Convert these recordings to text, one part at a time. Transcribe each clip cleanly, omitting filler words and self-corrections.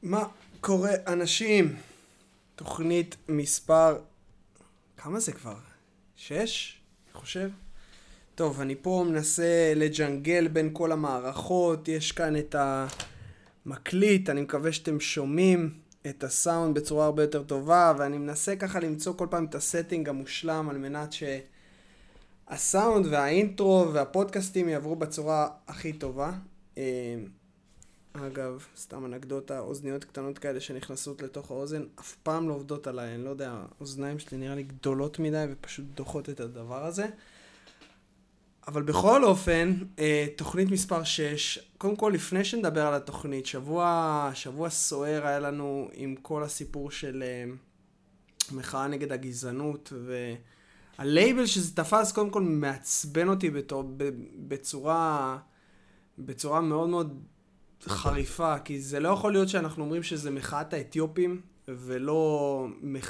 מה קורה אנשים? תוכנית מספר... כמה זה כבר? 6? אני חושב. טוב, אני פה מנסה לג'נגל בין כל המערכות. יש כאן את המקליט, אני מקווה שאתם שומעים את הסאונד בצורה הרבה יותר טובה, ואני מנסה ככה למצוא כל פעם את הסטינג המושלם על מנת שהסאונד והאינטרו והפודקאסטים יעברו בצורה הכי טובה. אגב, סתם אנקדוטה, אוזניות קטנות כאלה שנכנסות לתוך האוזן, אף פעם לא עובדות עליי, אני לא יודע, האוזניים שלי נראה לי גדולות מדי ופשוט דוחות את הדבר הזה. אבל בכל אופן, תוכנית מספר 6, קודם כל לפני שנדבר על התוכנית, שבוע סוער היה לנו עם כל הסיפור של מחאה נגד הגזענות, והלייבל שזה תפס קודם כל מעצבן אותי בצורה מאוד מאוד חריפה, כי זה לא יכול להיות שאנחנו אומרים שזה מחאת האתיופים, ולא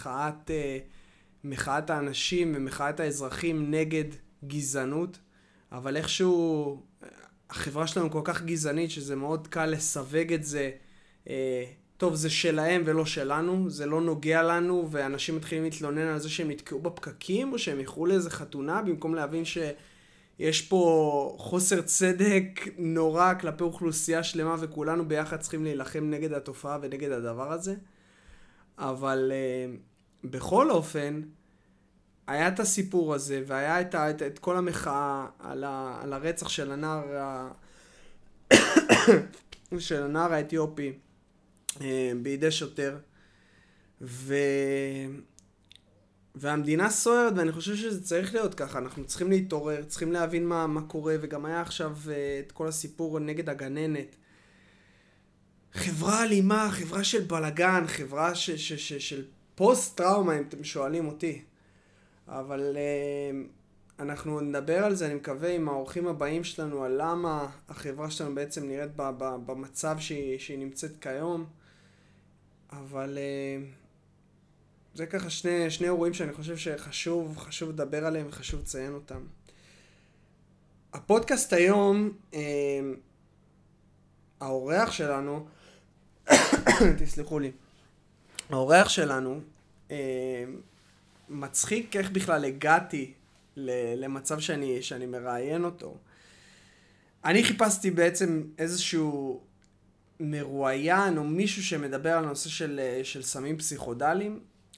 מחאת האנשים ומחאת האזרחים נגד גזענות, אבל איכשהו החברה שלנו כל כך גזענית, שזה מאוד קל לסווג את זה, טוב, זה שלהם ולא שלנו, זה לא נוגע לנו, ואנשים מתחילים להתלונן על זה שהם נתקעו בפקקים, או שהם יחרו לאיזה חתונה, במקום להבין יש פה חוסר צדק נורא כלפי אוכלוסייה שלמה, וכולנו ביחד צריכים להילחם נגד התופעה ונגד הדבר הזה. אבל בכל אופן, היה את הסיפור הזה, והיה את כל המחאה על הרצח של הנער האתיופי בידי שוטר. והמדינה סוערת, ואני חושב שזה צריך להיות ככה, אנחנו צריכים להתעורר, צריכים להבין מה קורה, וגם היה עכשיו את כל הסיפור נגד הגננת. חברה אלימה, חברה של בלגן, חברה של פוסט טראומה, אם אתם שואלים אותי. אבל אנחנו נדבר על זה, אני מקווה, עם האורחים הבאים שלנו, על למה החברה שלנו בעצם נראית במצב שהיא נמצאת כיום. אבל זה ככה שני אירועים שאני חושב שחשוב לדבר עליהם וחשוב לציין אותם. הפודקאסט היום, האורח שלנו, תסלחו לי, האורח שלנו, מצחיק איך בכלל הגעתי למצב שאני מראיין אותו. אני חיפשתי בעצם איזשהו מרואיין או מישהו שמדבר על נושא של סמים פסיכודליים,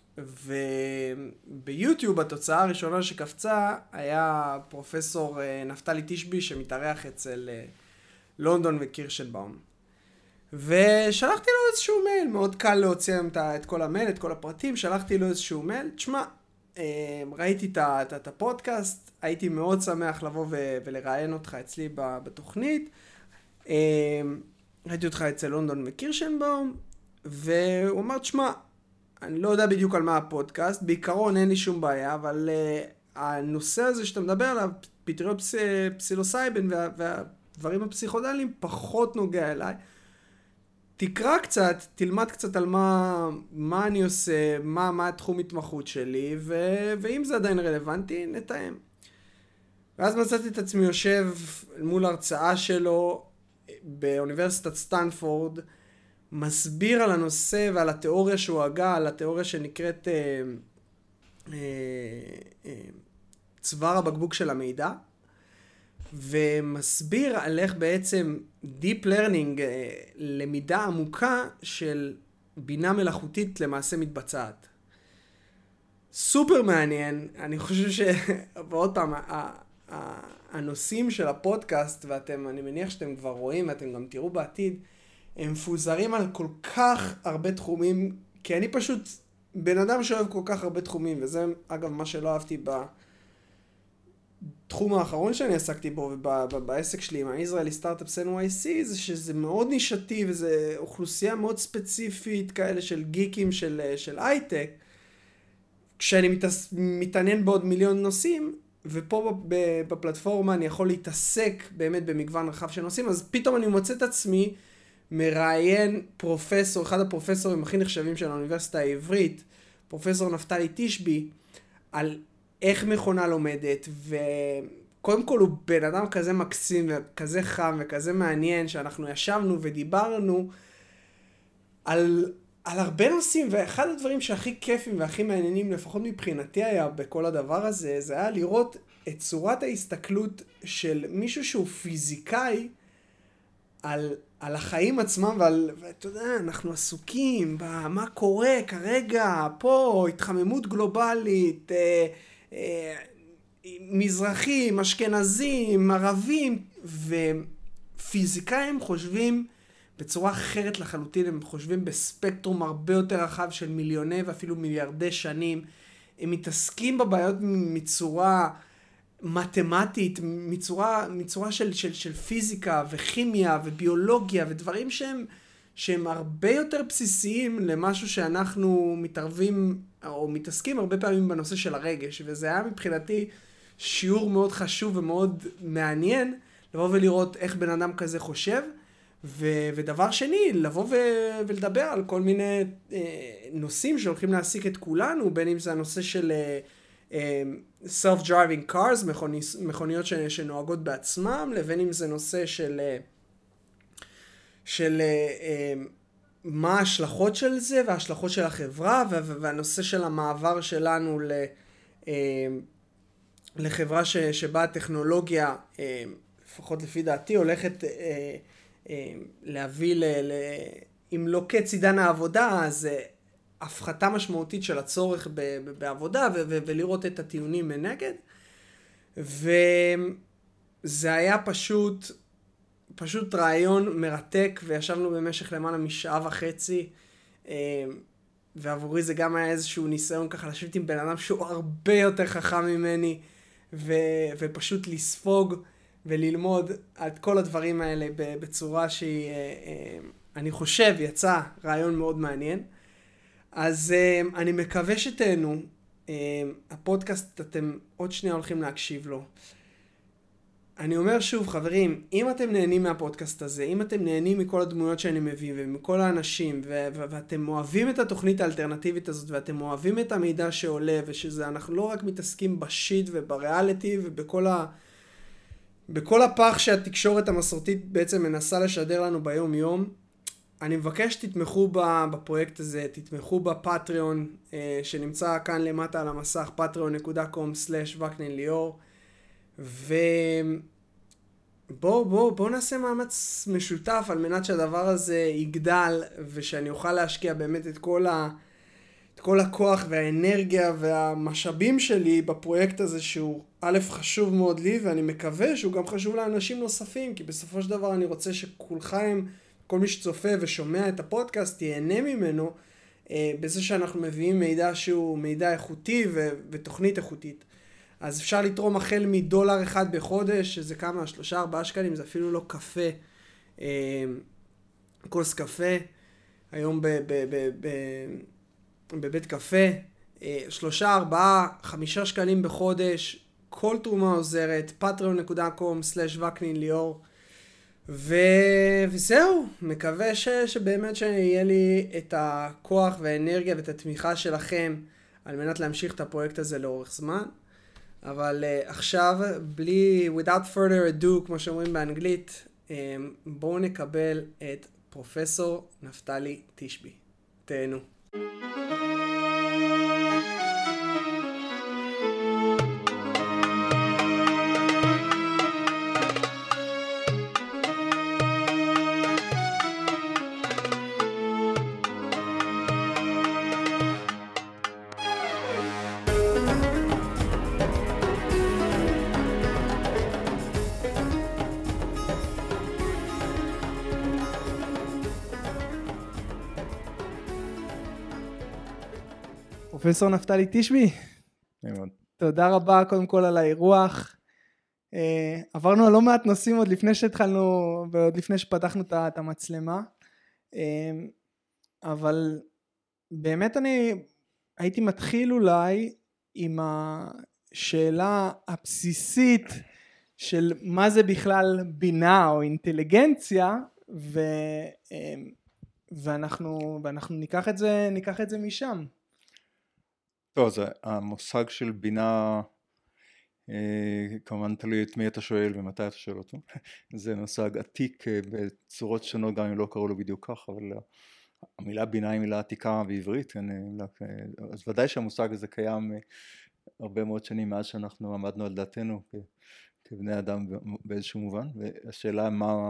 וביוטיוב התוצאה הראשונה שקפצה היה פרופסור נפתלי תשבי שמתארח אצל לונדון וקירשנבאום. ושלחתי לו איזשהו מייל, מאוד קל להוציא את כל המייל, את כל הפרטים, שלחתי לו איזשהו מייל, תשמע, ראיתי את הפודקאסט, הייתי מאוד שמח לבוא ולראיין אותך אצלי בתוכנית, ראיתי אותך אצל לונדון וקירשנבאום, והוא אמר, תשמע, אני לא יודע בדיוק על מה הפודקאסט, בעיקרון אין לי שום בעיה, אבל הנושא הזה שאתה מדבר עליו, פטריות פסילוסייבין והדברים הפסיכודליים, פחות נוגע אליי. תקרא קצת, תלמד קצת על מה אני עושה, מה התחום התמחות שלי, ואם זה עדיין רלוונטי, נתאם. ואז מצאתי את עצמי יושב מול הרצאה שלו באוניברסיטת סטנפורד, מסביר על הנושא ועל התיאוריה שהוא הגה, על התיאוריה שנקראת צוואר הבקבוק של המידע, ומסביר על איך בעצם Deep Learning, למידה עמוקה של בינה מלאכותית למעשה מתבצעת. סופר מעניין, אני חושב ועוד פעם, הנושאים של הפודקאסט, אני מניח שאתם כבר רואים ואתם גם תראו בעתיד, הם מפוזרים על כל כך הרבה תחומים, כי אני פשוט בן אדם שאוהב כל כך הרבה תחומים, וזה אגב מה שלא אהבתי בתחום האחרון שאני עסקתי בו, ובעסק שלי עם ה-Israeli Startups NYC, זה שזה מאוד נישתי, וזה אוכלוסייה מאוד ספציפית, כאלה של גיקים של הייטק, כשאני מתעניין בעוד מיליון נושאים, ופה בפלטפורמה אני יכול להתעסק באמת במגוון רחב של נושאים, אז פתאום אני מוצא את עצמי, מראיין פרופסור, אחד הפרופסורים הכי נחשבים של האוניברסיטה העברית, פרופסור נפתלי תשבי, על איך מכונה לומדת, וקודם כל הוא בן אדם כזה מקסים וכזה חם וכזה מעניין, שאנחנו ישבנו ודיברנו, על הרבה נושאים, ואחד הדברים שהכי כיפים והכי מעניינים, לפחות מבחינתי היה בכל הדבר הזה, זה היה לראות את צורת ההסתכלות של מישהו שהוא פיזיקאי על החיים עצמם, ואתה יודע, אנחנו עסוקים במה קורה כרגע, פה, התחממות גלובלית, מזרחים, אשכנזים, ערבים, ופיזיקאים חושבים בצורה אחרת לחלוטין, הם חושבים בספקטרום הרבה יותר רחב של מיליוני ואפילו מיליארדי שנים, הם מתעסקים בבעיות מצורה מתמטית, מצורה של פיזיקה וכימיה וביולוגיה ודברים שהם הרבה יותר בסיסיים למשהו שאנחנו מתערבים או מתעסקים הרבה פעמים בנושא של הרגש, וזה היה מבחינתי שיעור מאוד חשוב ומאוד מעניין לבוא ולראות איך בן אדם כזה חושב. ודבר שני, לבוא ולדבר על כל מיני נושאים שהולכים להעסיק את כולנו, בין אם זה הנושא של self-driving cars, מכוניות שנוהגות בעצמם, לבין אם זה נושא של מה ההשלכות של זה וההשלכות של החברה, והנושא של המעבר שלנו לחברה שבה הטכנולוגיה, לפחות לפי דעתי, הולכת להביא אם לא קץ עידן העבודה, אז הפחתה משמעותית של הצורך בעבודה, ולראות את הטיעונים מנגד. וזה היה פשוט רעיון מרתק, וישבנו במשך למעלה משעה וחצי, ועבורי זה גם היה איזשהו ניסיון ככה לשבת עם בן אדם שהוא הרבה יותר חכם ממני, ופשוט לספוג וללמוד את כל הדברים האלה בצורה שהיא, אני חושב, יצא רעיון מאוד מעניין. אז אני מקווה שתהנו. הפודקאסט, אתם עוד שנייה הולכים להקשיב לו. אני אומר שוב, חברים, אם אתם נהנים מהפודקאסט הזה, אם אתם נהנים מכל הדמויות שאני מביא ומכל האנשים, ואתם אוהבים את התוכנית האלטרנטיבית הזאת, ואתם אוהבים את המידע שעולה, ושזה, אנחנו לא רק מתעסקים בשיט ובריאליטי בכל הפח שהתקשורת המסורתית בעצם מנסה לשדר לנו ביום יום, אני מבקש שתתמכו בפרויקט הזה, תתמכו בפטריון שנמצא כאן למטה על המסך, patreon.com/וקנין-ליאור, ובואו נעשה מאמץ משותף על מנת שהדבר הזה יגדל, ושאני אוכל להשקיע באמת את כל הכוח והאנרגיה והמשאבים שלי בפרויקט הזה, שהוא א' חשוב מאוד לי, ואני מקווה שהוא גם חשוב לאנשים נוספים, כי בסופו של דבר אני רוצה שכולכם, כל מי שצופה ושומע את הפודקאסט, ייהנה ממנו, בזה שאנחנו מביאים מידע שהוא מידע איכותי ותוכנית איכותית. אז אפשר לתרום החל $1 בחודש, שזה כמה, 3-4 שקלים, זה אפילו לא קפה, כוס קפה, היום בבית קפה, 3, 4, 5 שקלים בחודש, כל תרומה עוזרת, patreon.com/וקנין-ליאור, וזהו, מקווה שבאמת שיהיה לי את הכוח והאנרגיה ואת התמיכה שלכם על מנת להמשיך את הפרויקט הזה לאורך זמן. אבל עכשיו, without further ado, כמו שאומרים באנגלית, בואו נקבל את פרופסור נפתלי תשבי. תהנו. פרופסור נפתלי תשבי, תודה רבה קודם כל על האירוח. עברנו על לא מעט נושאים עוד לפני שהתחלנו ועוד לפני שפתחנו את המצלמה, אבל באמת אני הייתי מתחיל אולי עם השאלה הבסיסית של מה זה בכלל בינה או אינטליגנציה, ואנחנו ניקח את זה משם. טוב, אז המושג של בינה, כמובן תלוי את מי אתה שואל ומתי אתה שואל אותו. זה מושג עתיק בצורות שונות, גם אם לא קראו לו בדיוק כך, אבל המילה בינה היא מילה עתיקה בעברית, כן, אז ודאי שהמושג הזה קיים הרבה מאוד שנים מאז שאנחנו עמדנו על דעתנו כבני אדם באיזשהו מובן, והשאלה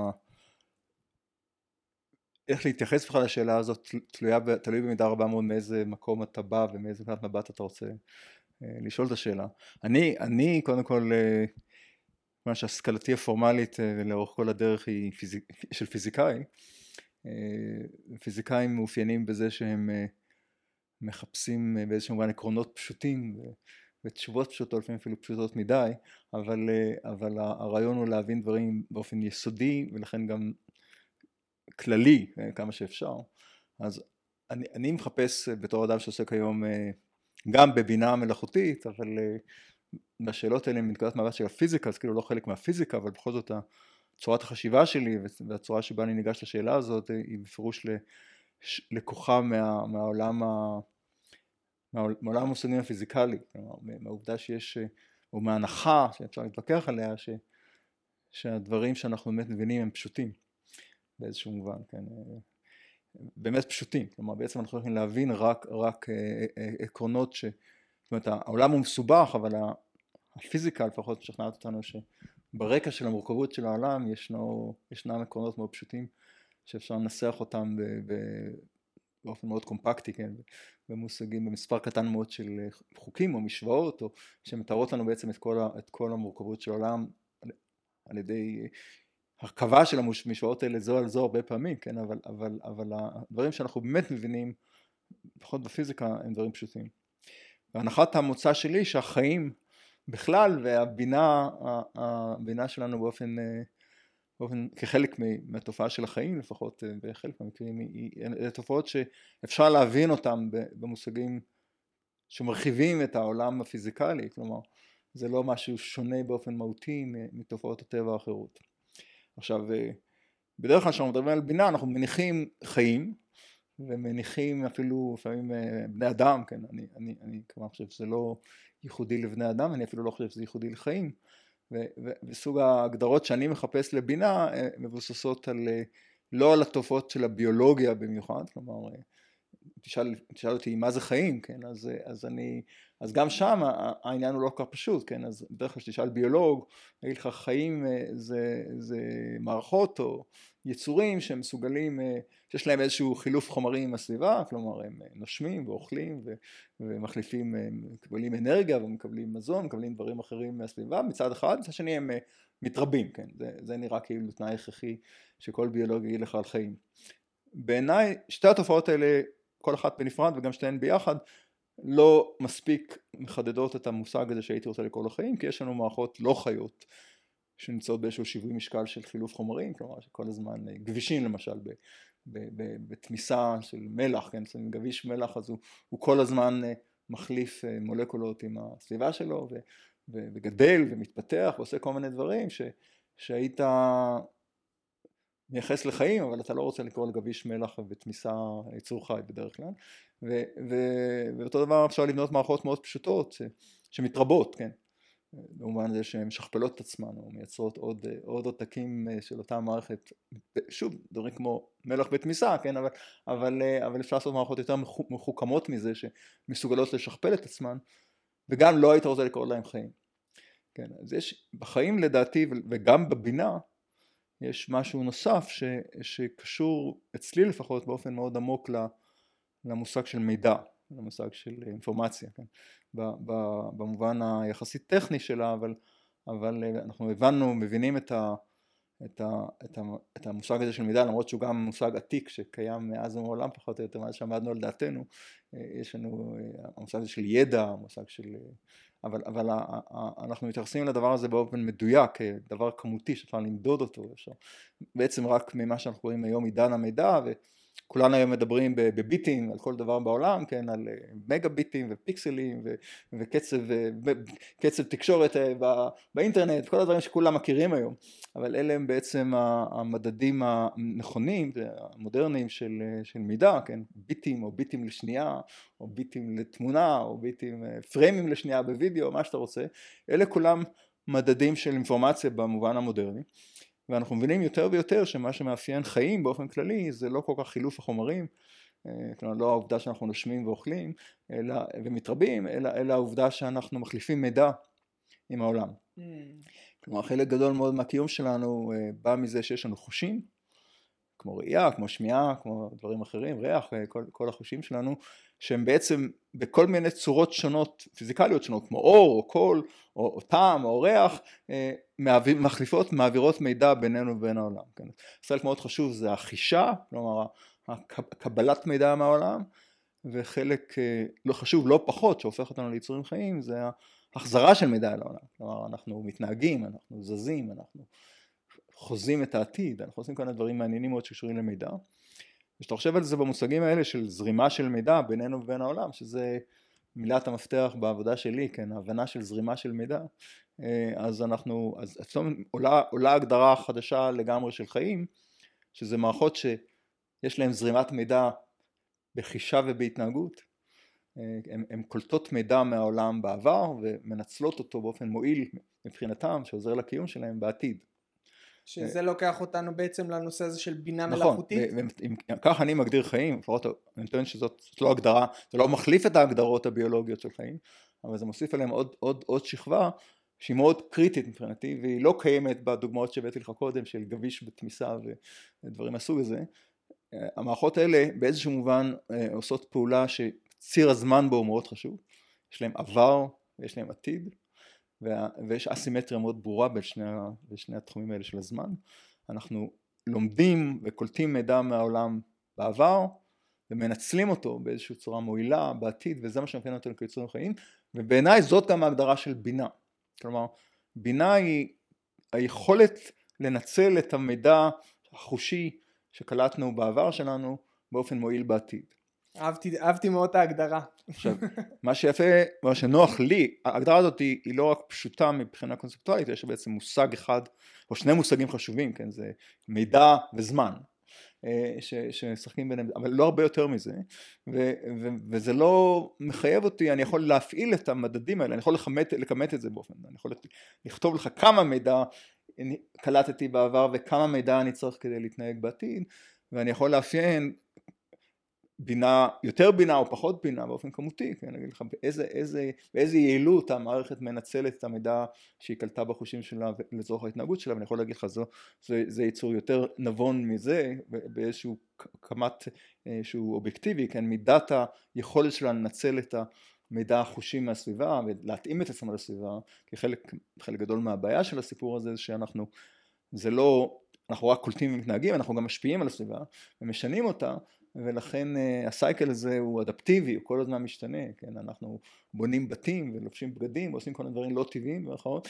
איך להתייחס בכלל לשאלה הזאת תלוי במידה רבה מאוד מאיזה מקום אתה בא ומאיזה נקודת מבט אתה רוצה לשאול את השאלה. אני קודם כל, מה שהשכלתי הפורמלית לאורך כל הדרך היא של פיזיקאי. פיזיקאים מאופיינים בזה שהם מחפשים באיזשהו מובן עקרונות פשוטים ותשובות פשוטות, לפעמים אפילו פשוטות מדי, אבל הרעיון הוא להבין דברים באופן יסודי ולכן גם כללי כמה שאפשר. אז אני מחפש בתור אדם שעוסק היום גם בבינה מלאכותית, אבל בשאלות האלה מנקודת מבט של הפיזיקה, אז כאילו לא חלק מהפיזיקה, אבל בכל זאת צורת החשיבה שלי והצורה שבה אני ניגש לשאלה הזאת היא בפירוש לקוחה מהעולם המושגים הפיזיקלי, כלומר מהעובדה שיש, או מההנחה שאפשר להתווכח עליה, שהדברים שאנחנו באמת מבינים הם פשוטים באיזשהו מובן, כן, באמת פשוטים, כלומר בעצם אנחנו יכולים להבין רק עקרונות זאת אומרת העולם הוא מסובך, אבל הפיזיקה לפחות משכנעת אותנו שברקע של המורכבות של העולם ישנם עקרונות מאוד פשוטים שאפשר לנסח אותם באופן מאוד קומפקטי, כן, במושגים, במספר קטן מאוד של חוקים או משוואות, או שמתארות לנו בעצם את כל המורכבות של העולם על ידי הרכבה של המשוואות האלה זו על זו הרבה פעמים, כן, אבל הדברים שאנחנו באמת מבינים, לפחות בפיזיקה, הם דברים פשוטים. והנחת המוצא שלי שהחיים בכלל והבינה שלנו באופן כחלק מהתופעה של החיים לפחות, בחלק מהמקרים, אלה תופעות שאפשר להבין אותן במושגים שמרחיבים את העולם הפיזיקלי, כלומר זה לא משהו שונה באופן מהותי מתופעות הטבע האחרות. עכשיו, בדרך כלל כשאנחנו מדברים על בינה אנחנו מניחים חיים ומניחים אפילו לפעמים בני אדם, כן, אני כמובן חושב שזה לא ייחודי לבני אדם, אני אפילו לא חושב שזה ייחודי לחיים, וסוג ההגדרות שאני מחפש לבינה מבוססות לא על התופעות של הביולוגיה במיוחד, כלומר תשאל אותי מה זה חיים, כן, אז גם שם העניין הוא לא כל כך פשוט, כן, אז בדרך כלל שתשאל ביולוג, נגיד לך חיים זה מערכות או יצורים שהם מסוגלים, שיש להם איזשהו חילוף חומרים עם הסביבה, כלומר הם נושמים ואוכלים ומחליפים, מקבלים אנרגיה ומקבלים מזון, מקבלים דברים אחרים מהסביבה, מצד אחד, מצד שני הם מתרבים, כן, זה נראה כאילו תנאי הכרחי שכל ביולוג יגיד לך על חיים. בעיניי שתי התופעות האלה, כל אחת בנפרד וגם שתיהן ביחד, לא מספיק מחדדות את המושג הזה שהייתי רוצה לקרוא לחיים, כי יש לנו מערכות לא חיות שנמצאות באיזשהו שיווי משקל של חילוף חומרים, כלומר שכל הזמן גבישים למשל בתמיסה של מלח, כן, גביש מלח אז הוא כל הזמן מחליף מולקולות עם הסביבה שלו וגדל ומתפתח ועושה כל מיני דברים שהיית מייחס לחיים, אבל אתה לא רוצה לקרוא לגביש מלח בתמיסה יצור חי בדרך כלל, ואותו דבר אפשר לבנות מערכות מאוד פשוטות שמתרבות, כן, במובן הזה שהן משכפלות את עצמן או מייצרות עוד עותקים של אותה מערכת, שוב דברים כמו מלח בתמיסה, כן, אבל אפשר לעשות מערכות יותר מחוכמות מזה שמסוגלות לשכפל את עצמן, וגם לא היית רוצה לקרוא להם חיים, כן, אז יש בחיים לדעתי וגם בבינה יש משהו נוסף שקשור אצלי לפחות באופן מאוד עמוק למושג של מידע, למושג של אינפורמציה, כן? במובן היחסית טכני שלה, אבל אנחנו מבינים את המושג הזה של מידע, למרות שהוא גם מושג עתיק שקיים מאז ומעולם פחות או יותר, מאז שעמדנו על דעתנו, יש לנו המושג הזה של ידע, המושג של אבל אנחנו מתייחסים לדבר הזה באופן מדויק, כדבר כמותי שאפשר למדוד אותו, בעצם רק ממה שאנחנו קוראים היום עידן המידע, וכולנו היום מדברים בביטים על כל דבר בעולם, כן, על מגה ביטים ופיקסלים וקצב תקשורת באינטרנט, כל הדברים שכולם מכירים היום, אבל אלה הם בעצם המדדים הנכונים המודרניים של מידע, כן, ביטים או ביטים לשנייה, או ביטים לתמונה, או ביטים פריימים לשנייה בווידאו, מה שאתה רוצה, אלה כולם מדדים של אינפורמציה במובן המודרני, ואנחנו מבינים יותר ויותר שמה שמאפיין חיים באופן כללי זה לא כל כך חילוף החומרים, כלומר לא העובדה שאנחנו נושמים ואוכלים ומתרבים, אלא העובדה שאנחנו מחליפים מידע עם העולם. כלומר חלק גדול מאוד מהקיום שלנו בא מזה שיש לנו חושים, כמו ראייה, כמו שמיעה, כמו דברים אחרים, ריח, כל החושים שלנו, שהם בעצם בכל מיני צורות שונות, פיזיקליות שונות, כמו אור, או קול, או טעם, או ריח, מחליפות, מעבירות מידע בינינו ובין העולם. כן? חלק מאוד חשוב זה החישה, כלומר, קבלת מידע מהעולם, וחלק לא חשוב, לא פחות, שהופך אותנו ליצורים חיים, זה החזרה של מידע אל העולם. כלומר, אנחנו מתנהגים, אנחנו זזים, אנחנו חוזים את העתיד, אנחנו עושים כאן דברים מעניינים מאוד שקשורים למידע. כשאתה חושב על זה במושגים האלה של זרימה של מידע בינינו ובין העולם, שזה מילת המפתח בעבודה שלי, כן, ההבנה של זרימה של מידע, אז עולה הגדרה חדשה לגמרי של חיים, שזה מערכות שיש להן זרימת מידע בחישה ובהתנהגות, הן קולטות מידע מהעולם בעבר ומנצלות אותו באופן מועיל מבחינתם, שעוזר לקיום שלהם בעתיד. שזה לוקח אותנו בעצם לנושא הזה של בינה נכון, מלאכותית. וכך אני מגדיר חיים, לפחות אני טוען שזאת לא הגדרה, זה לא מחליף את ההגדרות הביולוגיות של חיים, אבל זה מוסיף עליהם עוד שכבה שהיא מאוד קריטית מבחינתי, והיא לא קיימת בדוגמאות שהבאתי לך קודם של גביש בתמיסה ודברים מהסוג הזה. המערכות האלה באיזשהו מובן עושות פעולה שציר הזמן בו הוא מאוד חשוב, יש להם עבר ויש להם עתיד, ויש אסימטריה מאוד ברורה בשני התחומים האלה של הזמן. אנחנו לומדים וקולטים מידע מהעולם בעבר ומנצלים אותו באיזושהי צורה מועילה בעתיד, וזה מה שמבחינת אותנו כיצורים חיים, ובעיניי זאת גם ההגדרה של בינה. כלומר, בינה היא היכולת לנצל את המידע החושי שקלטנו בעבר שלנו באופן מועיל בעתיד. אהבתי מאוד את ההגדרה. עכשיו, מה שיפה, מה שנוח לי, ההגדרה הזאת היא לא רק פשוטה מבחינה קונספטואלית, יש בעצם מושג אחד, או שני מושגים חשובים, כן, זה מידע וזמן, ששחקים ביניהם, אבל לא הרבה יותר מזה, וזה לא מחייב אותי, אני יכול להפעיל את המדדים האלה, אני יכול לכמת את זה באופן, אני יכול לכתוב לך כמה מידע קלטתי בעבר, וכמה מידע אני צריך כדי להתנהג בעתיד, ואני יכול לאפיין בינה, יותר בינה או פחות בינה באופן כמותי, כן, אני אגיד לך באיזה יעילות המערכת מנצלת את המידע שהיא קלטה בחושים שלה לצורך ההתנהגות שלה, ואני יכול להגיד לך זה ייצור יותר נבון מזה, באיזשהו קמת שהוא אובייקטיבי, כן, מידת היכולת שלה לנצל את המידע החושי מהסביבה ולהתאים את עצמה לסביבה, כי חלק גדול מהבעיה של הסיפור הזה זה שאנחנו, זה לא, אנחנו רק קולטים ומתנהגים, אנחנו גם משפיעים על הסביבה ומשנים אותה, ולכן הסייקל הזה הוא אדפטיבי, הוא כל הזמן משתנה, כן? אנחנו בונים בתים ולובשים בגדים, ועושים כל הדברים לא טבעיים,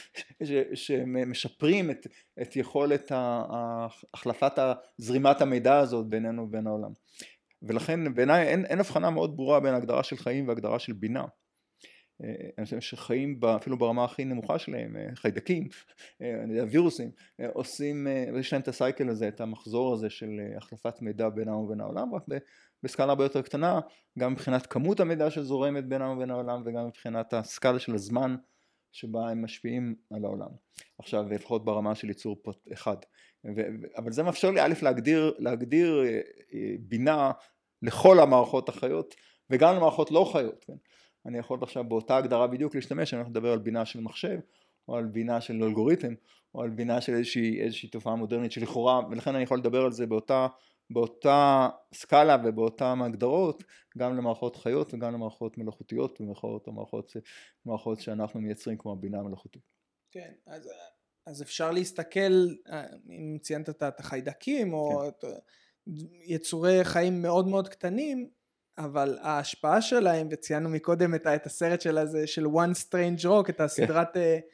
שמשפרים את יכולת החלפת זרימת המידע הזאת בינינו ובין העולם. ולכן בעיניי אין הבחנה מאוד ברורה בין הגדרה של חיים והגדרה של בינה. אני חושב שחיים אפילו ברמה הכי נמוכה שלהם, חיידקים, וירוסים, עושים, ויש להם את הסייקל הזה, את המחזור הזה של החלפת מידע בינם ובין העולם, רק בסקאלה הרבה יותר קטנה, גם מבחינת כמות המידע שזורמת בינם ובין העולם, וגם מבחינת הסקאלה של הזמן שבה הם משפיעים על העולם. עכשיו, לפחות ברמה של ייצור אחד. אבל זה מאפשר לי א' להגדיר בינה לכל המערכות החיות, וגם למערכות לא חיות, כן? אני יכול עכשיו באותה הגדרה בדיוק להשתמש, אני הולך לדבר על בינה של מחשב, או על בינה של אלגוריתם, או על בינה של איזושהי תופעה מודרנית שלכאורה, ולכן אני יכול לדבר על זה באותה סקאלה ובאותן הגדרות, גם למערכות חיות וגם למערכות מלאכותיות, במרכאות מערכות שאנחנו מייצרים כמו הבינה המלאכותית. כן, אז אפשר להסתכל, אם ציינת את החיידקים, או כן. יצורי חיים מאוד מאוד קטנים, אבל ההשפעה שלהם, וציינו מקודם את הסרט של One Strange Rock, את הסדרת,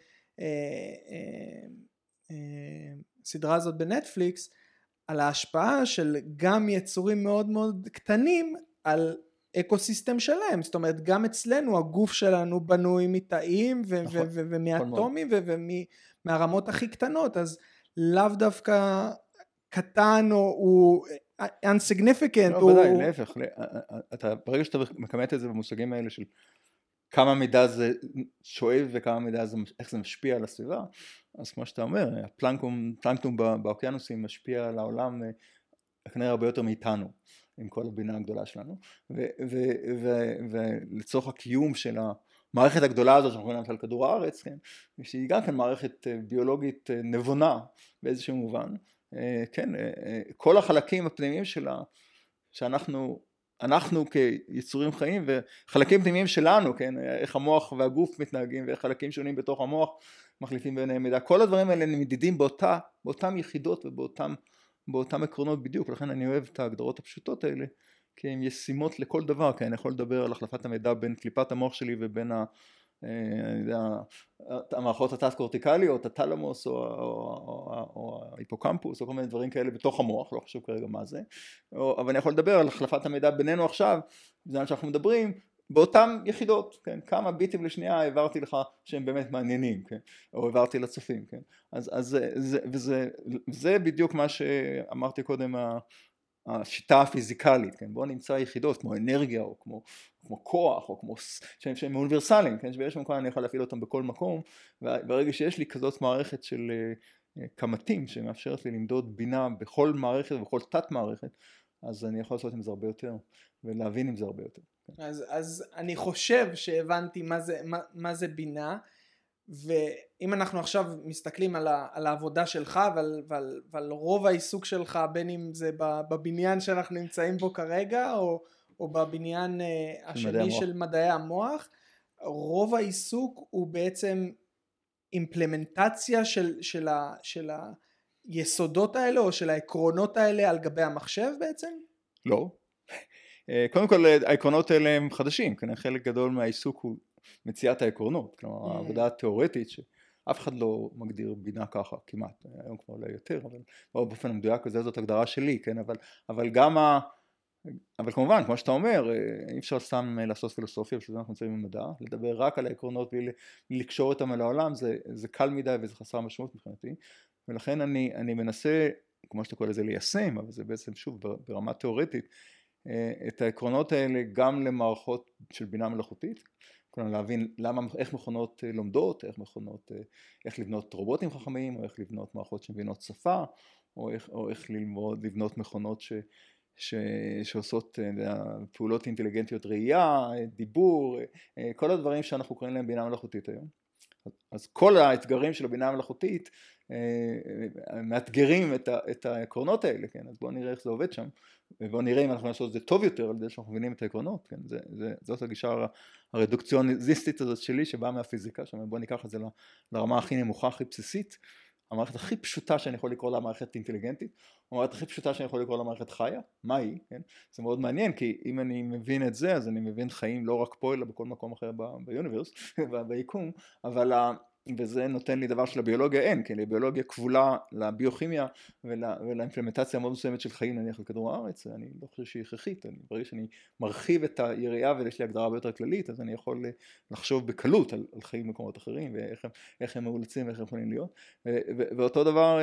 סדרה הזאת בנטפליקס, על ההשפעה של גם יצורים מאוד מאוד קטנים על אקוסיסטם שלהם. זאת אומרת, גם אצלנו הגוף שלנו בנוי מתאים ומאטומים ומהרמות הכי קטנות, אז לאו דווקא קטן או unsignificant. לא, ודאי, להפך. ברגע שאתה מקמת את זה במושגים האלה של כמה מידע זה שואב וכמה מידע זה, איך זה משפיע על הסביבה, אז כמו שאתה אומר, הפלנקטון באוקיינוסים משפיע על העולם כנראה הרבה יותר מאיתנו. עם כל הבינה הגדולה שלנו, ולצורך הקיום של המערכת הגדולה הזאת שאנחנו רואים על כדור הארץ, כן, שהיא גם כן מערכת ביולוגית נבונה באיזשהו מובן, כן, כל החלקים הפנימיים שלה, אנחנו כיצורים חיים וחלקים פנימיים שלנו, כן, איך המוח והגוף מתנהגים ואיך חלקים שונים בתוך המוח מחליפים ביניהם מידע, כל הדברים האלה נמדדים באותם יחידות ובאותם עקרונות בדיוק, לכן אני אוהב את ההגדרות הפשוטות האלה, כי הן ישימות לכל דבר, כי אני יכול לדבר על החלפת המידע בין קליפת המוח שלי ובין אני יודע, המערכות התת-קורטיקליות, הטלמוס או ההיפוקמפוס או כל מיני דברים כאלה בתוך המוח, לא חשוב כרגע מה זה, אבל אני יכול לדבר על החלפת המידע בינינו עכשיו, בזמן שאנחנו מדברים, באותם יחידות, כן, כמה ביטים לשנייה העברתי לך שהם באמת מעניינים, כן, או העברתי לצופים, כן, אז זה בדיוק מה שאמרתי קודם, השיטה הפיזיקלית, כן, בואו נמצא יחידות כמו אנרגיה או כמו כוח או כמו שהם אוניברסליים, כן, שבאיזשהו מקום אני יכול להפעיל אותם בכל מקום, וברגע שיש לי כזאת מערכת של כמתים שמאפשרת לי למדוד בינה בכל מערכת ובכל תת מערכת, אז אני יכול לעשות עם זה הרבה יותר ולהבין עם זה הרבה יותר. כן. אז אני חושב שהבנתי מה זה בינה, ואם אנחנו עכשיו מסתכלים על העבודה שלך ועל רוב העיסוק שלך, בין אם זה בבניין שאנחנו נמצאים בו כרגע או בבניין השני של מדעי המוח, רוב העיסוק הוא בעצם אימפלמנטציה של היסודות האלה או של העקרונות האלה על גבי המחשב בעצם? לא. קודם כל העקרונות האלה הם חדשים, כן, חלק גדול מהעיסוק הוא מציאת העקרונות, כלומר העבודה התיאורטית שאף אחד לא מגדיר בינה ככה כמעט, היום כבר לא יותר, אבל באופן המדויק הזה זאת הגדרה שלי, כן, אבל גם אבל כמובן, כמו שאתה אומר, אי אפשר סתם לעשות פילוסופיה, בשביל זה אנחנו נמצאים במדע, לדבר רק על העקרונות בלי לקשור אותם אל העולם, זה קל מדי וזה חסר משמעות מבחינתי, ולכן אני מנסה, כמו שאתה קורא לזה, ליישם, אבל זה בעצם שוב ברמה תיאורטית, את העקרונות האלה גם למערכות של בינה מלאכותית, כלומר להבין איך מכונות לומדות, איך לבנות רובוטים חכמים, או איך לבנות מערכות שמבינות שפה, או איך לבנות מכונות שעושות פעולות אינטליגנטיות ראייה, דיבור, כל הדברים שאנחנו קוראים להם בינה מלאכותית היום. אז כל האתגרים של הבינה המלאכותית מאתגרים את העקרונות האלה, כן? אז בואו נראה איך זה עובד שם, ובואו נראה אם אנחנו נעשות את זה טוב יותר על ידי שאנחנו מבינים את העקרונות, כן? זאת הגישה הרדוקציוניסטית הזאת שלי שבאה מהפיזיקה, בואו ניקח את זה לרמה הכי נמוכה, הכי בסיסית, המערכת הכי פשוטה שאני יכול לקרוא לה מערכת אינטליגנטית, המערכת הכי פשוטה שאני יכול לקרוא לה מערכת חיה, מה היא, כן? זה מאוד מעניין, כי אם אני מבין את זה, אז אני מבין חיים לא רק פה, אלא בכל מקום אחר ביוניברס, ביקום, וזה נותן לי דבר שלביולוגיה אין, כי לביולוגיה כבולה לביוכימיה ולאימפלמנטציה המאוד מסוימת של חיים נניח על כדור הארץ, אני לא חושב שהיא הכרחית, ברגע שאני מרחיב את היריעה ויש לי הגדרה הרבה יותר כללית, אז אני יכול לחשוב בקלות על חיים במקומות אחרים ואיך הם מאולצים ואיך הם יכולים להיות, ואותו דבר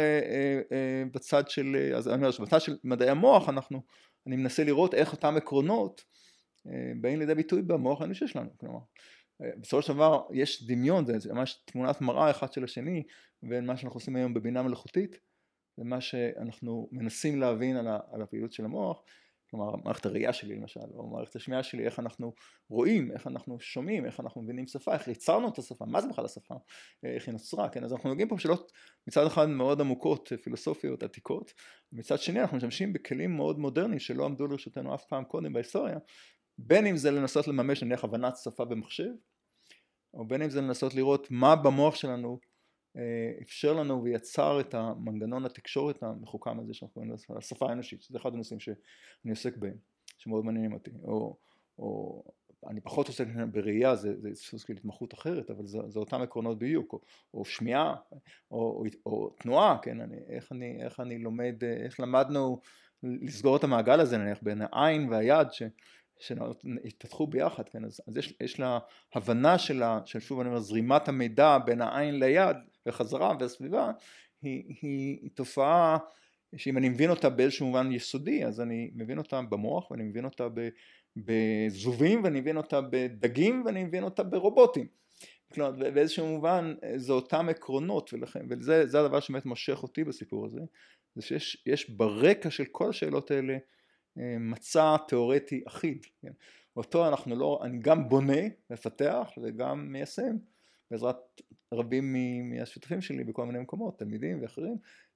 בצד של, אז אני אומר שבצד של מדעי המוח אני מנסה לראות איך אותם עקרונות באים לידי ביטוי במוח האנושי שלנו, כלומר בסופו של דבר יש דמיון, זה ממש תמונת מראה אחד של השני בין מה שאנחנו עושים היום בבינה מלאכותית ומה שאנחנו מנסים להבין על הפעילות של המוח, כלומר מערכת הראייה שלי למשל או מערכת השמיעה שלי, איך אנחנו רואים, איך אנחנו שומעים, איך אנחנו מבינים שפה, איך יצרנו את השפה, מה זה בכלל השפה, איך היא נוצרה, כן? אז אנחנו נוגעים פה בשאלות מצד אחד מאוד עמוקות, פילוסופיות, עתיקות, מצד שני אנחנו משתמשים בכלים מאוד מודרניים שלא עמדו לרשותנו אף פעם קודם בהיסטוריה, בין אם זה לנסות לממש נניח הבנת שפה במחשב, או בין אם זה לנסות לראות מה במוח שלנו אפשר לנו ויצר את המנגנון התקשורת המחוכם הזה שאנחנו קוראים לזה, השפה האנושית, שזה אחד הנושאים שאני עוסק בהם, שמאוד מעניינים אותי, או אני פחות עוסק בראייה, זה סוג של התמחות אחרת, אבל זה אותם עקרונות בדיוק, או שמיעה, או תנועה, כן, איך אני לומד, איך למדנו לסגור את המעגל הזה, נניח בין העין והיד, שהתפתחו ביחד, כן? אז יש לה הבנה של שוב אני אומר, זרימת המידע בין העין ליד וחזרה והסביבה, היא תופעה שאם אני מבין אותה באיזשהו מובן יסודי, אז אני מבין אותה במוח, ואני מבין אותה בזובים, ואני מבין אותה בדגים, ואני מבין אותה ברובוטים. כלומר, באיזשהו מובן זה אותם עקרונות, וזה הדבר שבאמת מושך אותי בסיפור הזה, זה שיש ברקע של כל השאלות האלה, מצע תיאורטי אחיד, כן? אותו אני גם בונה, מפתח וגם מיישם בעזרת רבים מהשותפים שלי בכל מיני מקומות, תלמידים ואחרים,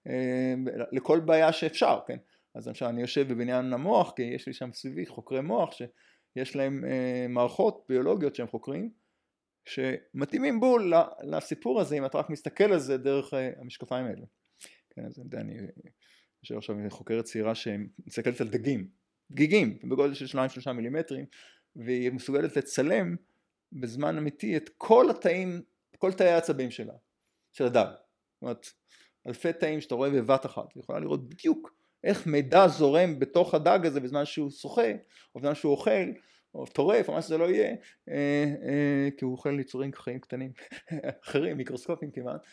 לכל בעיה שאפשר, כן? אז למשל אני יושב בבניין המוח, כי יש לי שם סביבי חוקרי מוח שיש להם מערכות ביולוגיות שהם חוקרים, שמתאימים בול לסיפור הזה, אם אתה רק מסתכל על זה דרך המשקפיים האלה. כן, אז אני חושב עכשיו חוקרת צעירה שמסתכלת על דגיגים בגודל של 2-3 מילימטרים, והיא מסוגלת לצלם בזמן אמיתי את כל תאי העצבים שלה, של הדג. זאת אומרת, אלפי תאים שאתה רואה בבת אחת, היא יכולה לראות בדיוק איך מידע זורם בתוך הדג הזה בזמן שהוא שוחה, או בזמן שהוא אוכל, או טורף, או מה שזה לא יהיה, כי הוא אוכל יצורים חיים קטנים אחרים, מיקרוסקופיים כמעט,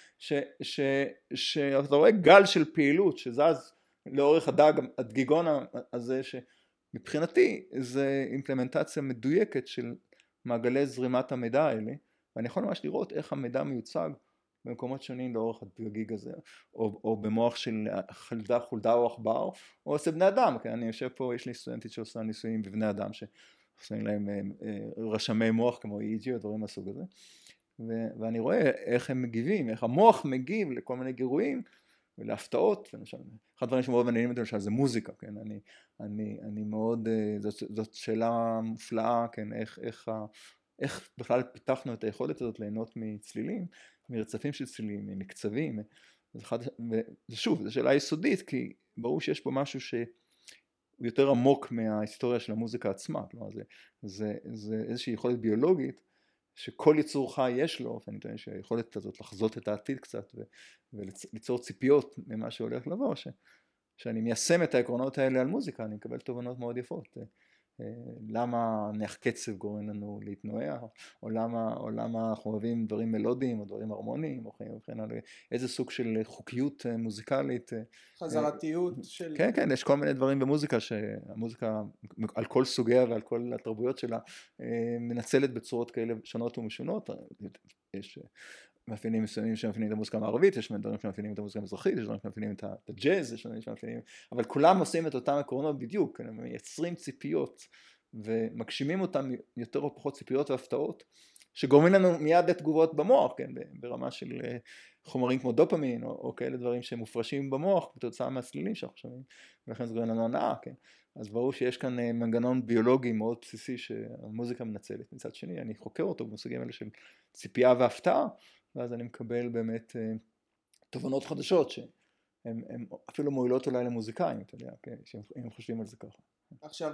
שאתה רואה גל של פעילות שזז לאורך הדגיגון הזה, שמבחינתי זה אימפלמנטציה מדויקת של מעגלי זרימת המידע האלה, ואני יכול ממש לראות איך המידע מיוצג במקומות שונים לאורך הדגיג הזה, או במוח של חולדה או עכבר, או אצל בני אדם, כי אני יושב פה, יש לי סטודנטית שעושה ניסויים בבני אדם, שעושים להם רשמי מוח כמו EEG או דברים מהסוג הזה, ואני רואה איך הם מגיבים, איך המוח מגיב לכל מיני גירויים ולהפתעות. למשל, אחד הדברים שמאוד מעניינים אותי למשל זה מוזיקה, כן? אני מאוד, זאת שאלה מופלאה, כן? איך בכלל פיתחנו את היכולת הזאת ליהנות מצלילים, מרצפים של צלילים, ממקצבים, ושוב, זו שאלה יסודית, כי ברור שיש פה משהו שהוא יותר עמוק מההיסטוריה של המוזיקה עצמה, כלומר זה איזושהי יכולת ביולוגית, שכל יצור חי יש לו, ואני טוען שהיכולת הזאת לחזות את העתיד קצת, וליצור ציפיות ממה שהולך לבוא, שאני מיישם את העקרונות האלה על מוזיקה, אני מקבל תובנות מאוד יפות. למה נח קצב גורם לנו להתנועע, או למה אנחנו אוהבים דברים מלודיים, או דברים הרמוניים, או איזה סוג של חוקיות מוזיקלית. חזרתיות של... כן, כן, יש כל מיני דברים במוזיקה, שהמוזיקה על כל סוגיה ועל כל התרבויות שלה, מנצלת בצורות כאלה שונות ומשונות. יש מאפיינים מסוימים שמאפיינים את המוזיקה המערבית, יש דברים שמאפיינים את המוזיקה המזרחית, יש דברים שמאפיינים את הג'אז, יש דברים שמאפיינים, אבל כולם עושים את אותם עקרונות בדיוק, הם מייצרים ציפיות ומגשימים אותם יותר או פחות ציפיות והפתעות, שגורמים לנו מיד לתגובות במוח, כן, ברמה של חומרים כמו דופמין, או כאלה דברים שמופרשים במוח בתוצאה מהצלילים שאנחנו שומעים, ולכן זה גורם לנו הנאה, כן. אז ברור שיש כאן מנגנון ביולוגי מאוד בסיסי שהמוזיקה מנצלת. מצד שני, אני חוקר אותו במושגים האלה של ציפייה והפתעה, ואז אני מקבל באמת תובנות חדשות שהן אפילו מועילות אולי למוזיקאים, אתה יודע, אם הם חושבים על זה ככה. עכשיו,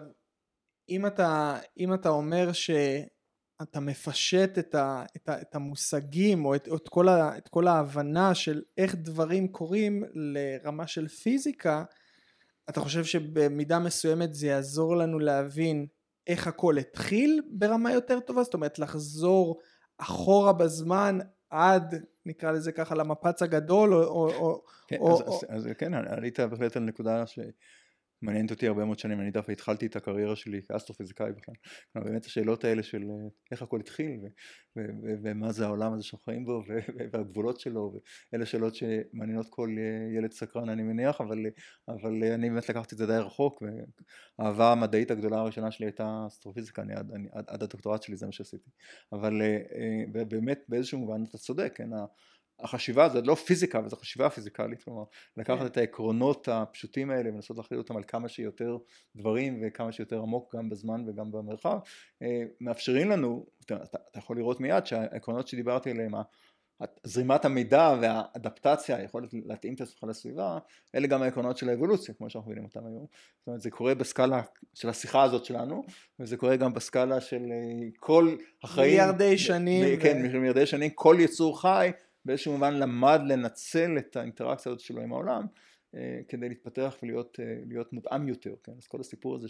אם אתה אומר שאתה מפשט את המושגים או את כל ההבנה של איך דברים קורים לרמה של פיזיקה, אתה חושב שבמידה מסוימת זה יעזור לנו להבין איך הכל התחיל ברמה יותר טובה? זאת אומרת, לחזור אחורה בזמן עד, נקרא לזה ככה, למפץ הגדול, כן, אז כן, עלית בהחלט על נקודה מעניינת אותי הרבה מאוד שנים. אני דווקא התחלתי את הקריירה שלי כאסטרופיזיקאי בכלל. באמת השאלות האלה של איך הכל התחיל, ומה זה העולם הזה שאנחנו חיים בו, והגבולות שלו, ואלה שאלות שמעניינות כל ילד סקרן, אני מניח, אבל אני באמת לקחתי את זה די רחוק, והאהבה המדעית הגדולה הראשונה שלי הייתה אסטרופיזיקה, עד הדוקטורט שלי זה מה שעשיתי. אבל באמת באיזשהו מובן אתה צודק, כן, החשיבה זה לא פיזיקה, אבל זו חשיבה פיזיקלית, כלומר, לקחת את העקרונות הפשוטים האלה ולנסות להכליל אותם על כמה שיותר דברים וכמה שיותר עמוק גם בזמן וגם במרחב, מאפשרים לנו, אתה יכול לראות מיד שהעקרונות שדיברתי עליהם, זרימת המידע והאדפטציה, היכולת להתאים את עצמך לסביבה, אלה גם העקרונות של האבולוציה, כמו שאנחנו מבינים אותם היום. זאת אומרת, זה קורה בסקאלה של השיחה הזאת שלנו, וזה קורה גם בסקאלה של כל החיים. מיליארדי שנים. כן, מיליארדי שנים, כל יצור חי, באיזשהו מובן למד לנצל את האינטראקציה הזאת שלו עם העולם, כדי להתפתח ולהיות מותאם יותר, כן? אז כל הסיפור הזה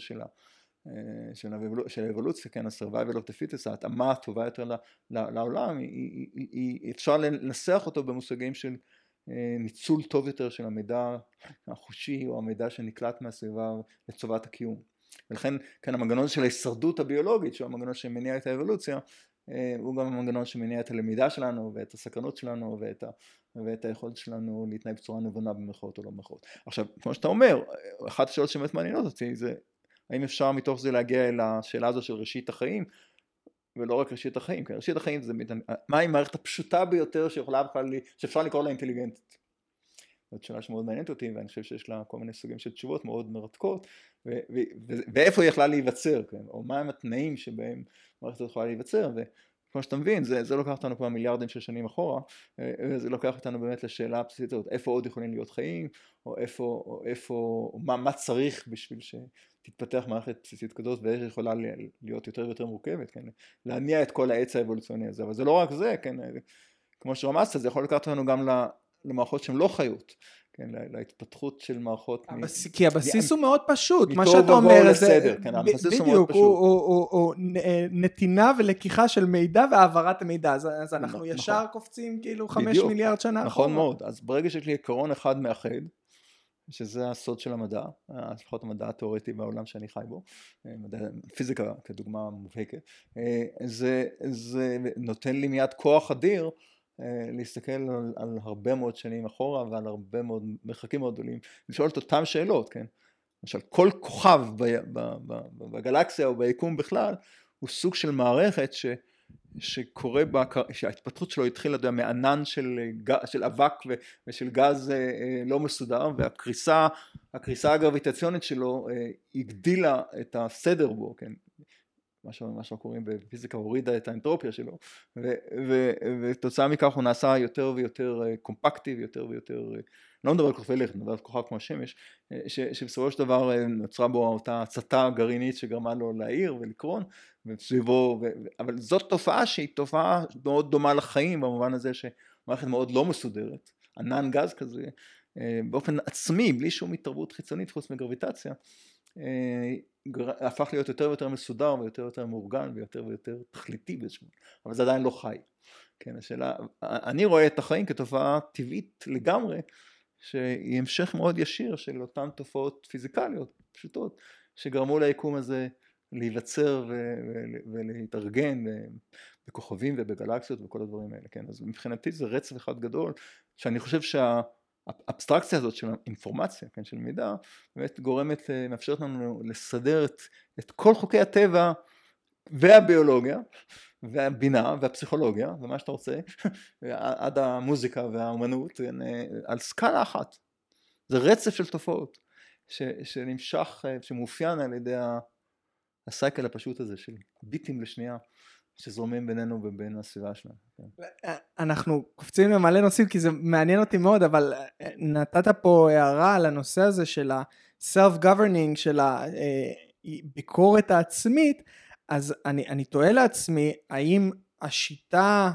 של האבולוציה, כן, ה-survival of the fittest, ההתאמה הטובה יותר לעולם, אפשר לנסח אותו במושגים של ניצול טוב יותר של המידע החושי, או המידע שנקלט מהסביבה לטובת הקיום. ולכן, כן, המנגנון של ההישרדות הביולוגית, שהוא המנגנון שמניע את האבולוציה, הוא גם המנגנון שמניע את הלמידה שלנו ואת הסקרנות שלנו ואת היכולת שלנו להתנהג בצורה נבונה במרכאות או לא במרכאות. עכשיו, כמו שאתה אומר, אחת השאלות שבאמת מעניינות אותי זה האם אפשר מתוך זה להגיע אל השאלה הזו של ראשית החיים, ולא רק ראשית החיים, כי ראשית החיים זה מה היא מערכת הפשוטה ביותר שאפשר לקרוא לה אינטליגנטית. זאת שאלה שמאוד מעניינת אותי, ואני חושב שיש לה כל מיני סוגים של תשובות מאוד מרתקות, ואיפה היא יכלה להיווצר, כן? או מהם התנאים שבהם מערכת יכולה להיווצר, וכמו שאתה מבין, זה לוקח אותנו כבר מיליארדים של שנים אחורה, וזה לוקח אותנו באמת לשאלה הבסיסית הזאת, איפה עוד יכולים להיות חיים, או מה צריך בשביל שתתפתח מערכת בסיסית כזאת, ואיך יכולה להיות יותר ויותר מורכבת, כן? להניע את כל העץ האבולוציוני הזה, אבל זה לא רק זה, כן? כמו שרמזת, זה יכול לקחת אותנו גם למערכות שהן לא חיות, כן, להתפתחות של מערכות כי הבסיס הוא מאוד פשוט, מה שאתה אומר, בדיוק, הוא נתינה ולקיחה של מידע והעברת המידע, אז אנחנו ישר קופצים כאילו 5 מיליארד שנה. נכון מאוד, אז ברגע שיש לי עיקרון אחד מאחד, שזה הסוד של המדע, לפחות המדע התיאורטי בעולם שאני חי בו, פיזיקה כדוגמה מובהקת, זה נותן לי מיד כוח אדיר, להסתכל על הרבה מאוד שנים אחורה ועל הרבה מאוד מרחקים מאוד גדולים, לשאול את אותם שאלות, כן? למשל, כל כוכב בגלקסיה או ביקום בכלל, הוא סוג של מערכת שקורה בה, שההתפתחות שלו התחילה מענן של אבק ושל גז לא מסודר, והקריסה הגרביטציונית שלו הגדילה את הסדר בו, כן? מה שקוראים בפיזיקה הורידה את האנטרופיה שלו, ותוצאה מכך הוא נעשה יותר ויותר קומפקטי ויותר ויותר, לא מדבר על כוכבי לכת, מדבר על כוכב כמו השמש, שבסופו של דבר נוצרה בו אותה הצתה גרעינית שגרמה לו להעיר ולקרון, וסביבו, אבל זאת תופעה שהיא תופעה מאוד דומה לחיים, במובן הזה שמערכת מאוד לא מסודרת, ענן גז כזה, באופן עצמי, בלי שום התערבות חיצונית חוץ מגרביטציה, הפך להיות יותר ויותר מסודר ויותר ויותר מאורגן ויותר ויותר תכליתי באיזשהו, אבל זה עדיין לא חי. כן, השאלה, אני רואה את החיים כתופעה טבעית לגמרי, שהיא המשך מאוד ישיר של אותן תופעות פיזיקליות פשוטות, שגרמו ליקום הזה להיווצר ולהתארגן בכוכבים ובגלקסיות וכל הדברים האלה. כן, אז מבחינתי זה רצף אחד גדול, שאני חושב האבסטרקציה הזאת של האינפורמציה, כן, של מידע, באמת גורמת, מאפשרת לנו לסדר את כל חוקי הטבע והביולוגיה, והבינה והפסיכולוגיה, ומה שאתה רוצה, עד המוזיקה והאומנות, על סקאלה אחת. זה רצף של תופעות, שנמשך, שמאופיין על ידי הסייקל הפשוט הזה, של ביטים לשנייה, שזורמים בינינו ובין הסביבה שלנו. אנחנו קופצים למלא נושאים כי זה מעניין אותי מאוד, אבל נתת פה הערה על הנושא הזה של ה-self-governing, של הביקורת העצמית, אז אני תוהה לעצמי, האם השיטה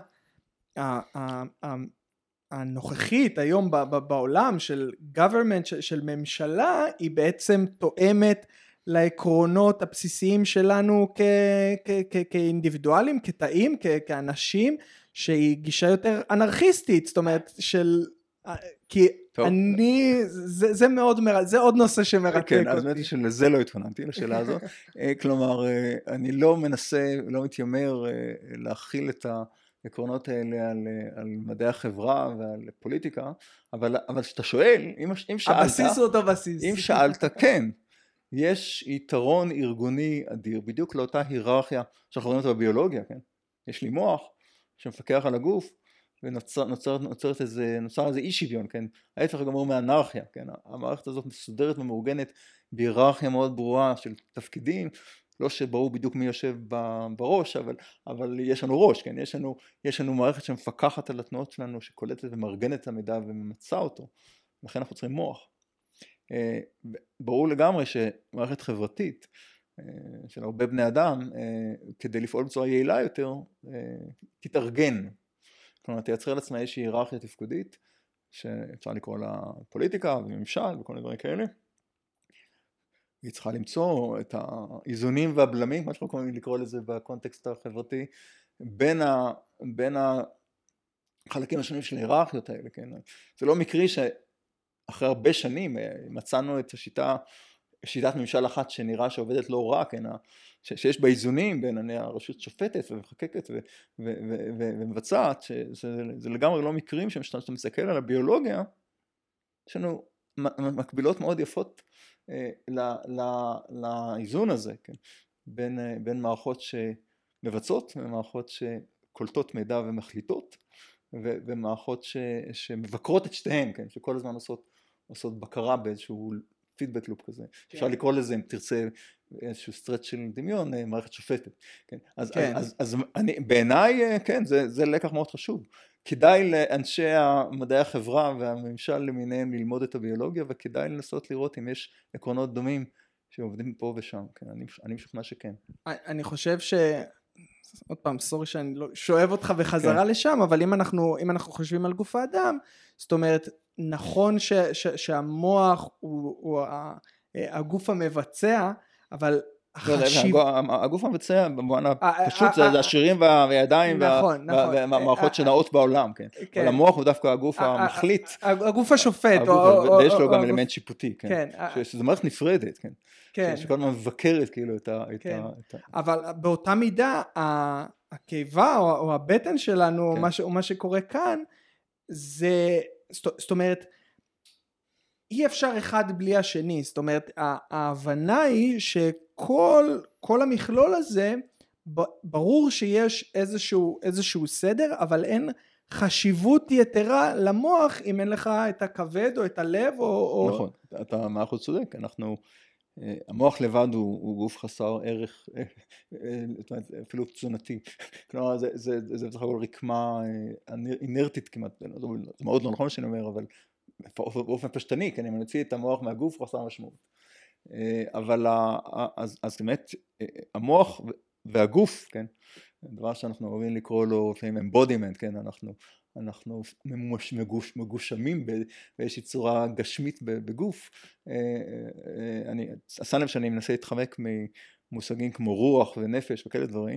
הנוכחית היום בעולם של government, של ממשלה, היא בעצם תואמת לעקרונות הבסיסיים שלנו כאינדיבידואלים, כתאים, כאנשים, שהיא גישה יותר אנרכיסטית, זאת אומרת, כי אני, זה מאוד, זה עוד נושא שמרתק אותי. כן, אז באמת שלזה לא התכוננתי, לשאלה הזאת. כלומר, אני לא מנסה, לא מתיימר להכיל את העקרונות האלה על מדעי החברה ועל פוליטיקה, אבל שאתה שואל, אם שאלת, הבסיס הוא אותו בסיס. אם שאלת, כן. יש יתרון ארגוני אדיר, בדיוק לאותה היררכיה שאנחנו רואים אותה בביולוגיה, כן? יש לי מוח שמפקח על הגוף, ונוצר איזה אי שוויון, כן? ההפך הגמור מאנרכיה, כן? המערכת הזאת מסודרת ומאורגנת בהיררכיה מאוד ברורה של תפקידים, לא שברור בדיוק מי יושב בראש, אבל יש לנו ראש, כן? יש לנו מערכת שמפקחת על התנועות שלנו, שקולטת ומארגנת את המידע וממצא אותו, לכן אנחנו צריכים מוח. ברור לגמרי שמערכת חברתית של הרבה בני אדם, כדי לפעול בצורה יעילה יותר, תתארגן. כלומר, תייצר לעצמה איזושהי היררכיה תפקודית, שאפשר לקרוא לה פוליטיקה וממשל וכל מיני דברים כאלה. היא צריכה למצוא את האיזונים והבלמים, מה שאנחנו יכולים לקרוא לזה בקונטקסט החברתי, בין החלקים השונים של ההיררכיות האלה. כן? זה לא מקרי אחרי הרבה שנים מצאנו את שיטת ממשל אחת שנראה שעובדת לא רע, כן? שיש בה איזונים בין הרשות שופטת ומחקקת ומבצעת, שזה לגמרי לא מקרים שאתה מסתכל על הביולוגיה, יש לנו מקבילות מאוד יפות לאיזון הזה, כן? בין מערכות שמבצעות ומערכות שקולטות מידע ומחליטות, ומערכות שמבקרות את שתיהן, כן? שכל הזמן עושות בקרה באיזשהו פידבק לופ כזה. כן. אפשר לקרוא לזה, אם תרצה, איזשהו סטרץ' של דמיון, מערכת שופטת. כן? אז בעיניי, כן, זה לקח מאוד חשוב. כדאי לאנשי מדעי החברה והממשל למיניהם ללמוד את הביולוגיה, וכדאי לנסות לראות אם יש עקרונות דומים שעובדים פה ושם. כן? אני משוכנע שכן. אני חושב עוד פעם, סורי שאני לא שואב אותך בחזרה לשם, אבל אם אנחנו חושבים על גוף האדם, זאת אומרת, נכון שהמוח הוא הגוף המבצע, אבל הגוף המבצע במובן הפשוט זה השרירים והידיים והמערכות שנעות בעולם, כן. אבל המוח הוא דווקא הגוף המחליט. הגוף השופט. ויש לו גם אלמנט שיפוטי, כן. שזו מערכת נפרדת, כן. שכל הזמן מבקרת כאילו את ה... אבל באותה מידה, הקיבה או הבטן שלנו, או מה שקורה כאן, זה, זאת אומרת, אי אפשר אחד בלי השני, זאת אומרת, ההבנה היא שכל המכלול הזה, ברור שיש איזשהו סדר, אבל אין חשיבות יתרה למוח, אם אין לך את הכבד או את הלב או... נכון, אתה מאחוז צודק, המוח לבד הוא גוף חסר ערך, אפילו תזונתי, כלומר זה בסך הכל רקמה אינרטית כמעט, זה מאוד לא נכון שאני אומר, אבל באופן פשטני, כן, אם נוציא את המוח מהגוף חסר משמעות. אבל אז באמת המוח והגוף, כן, דבר שאנחנו אוהבים לקרוא לו לפעמים embodiment, כן, אנחנו מגושמים באיזושהי צורה גשמית בגוף. אני עשה לב שאני מנסה להתחמק ממושגים כמו רוח ונפש וכאלה דברים,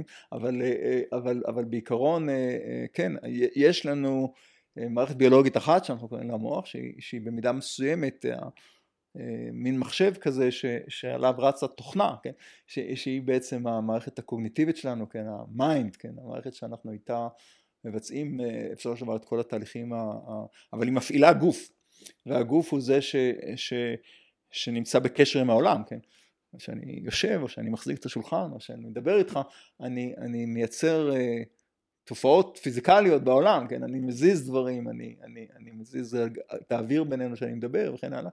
אבל בעיקרון, כן, יש לנו מערכת ביולוגית אחת שאנחנו קוראים לה מוח, שהיא במידה מסוימת מין מחשב כזה שעליו רצה תוכנה, כן? שהיא בעצם המערכת הקוגניטיבית שלנו, כן? המיינד, כן? המערכת שאנחנו איתה מבצעים, אפשר לשמוע את כל התהליכים, אבל היא מפעילה גוף, והגוף הוא זה שנמצא בקשר עם העולם, כן? שאני יושב, או שאני מחזיק את השולחן, או שאני מדבר איתך, אני מייצר תופעות פיזיקליות בעולם, כן? אני מזיז דברים, אני מזיז את האוויר בינינו שאני מדבר וכן הלאה.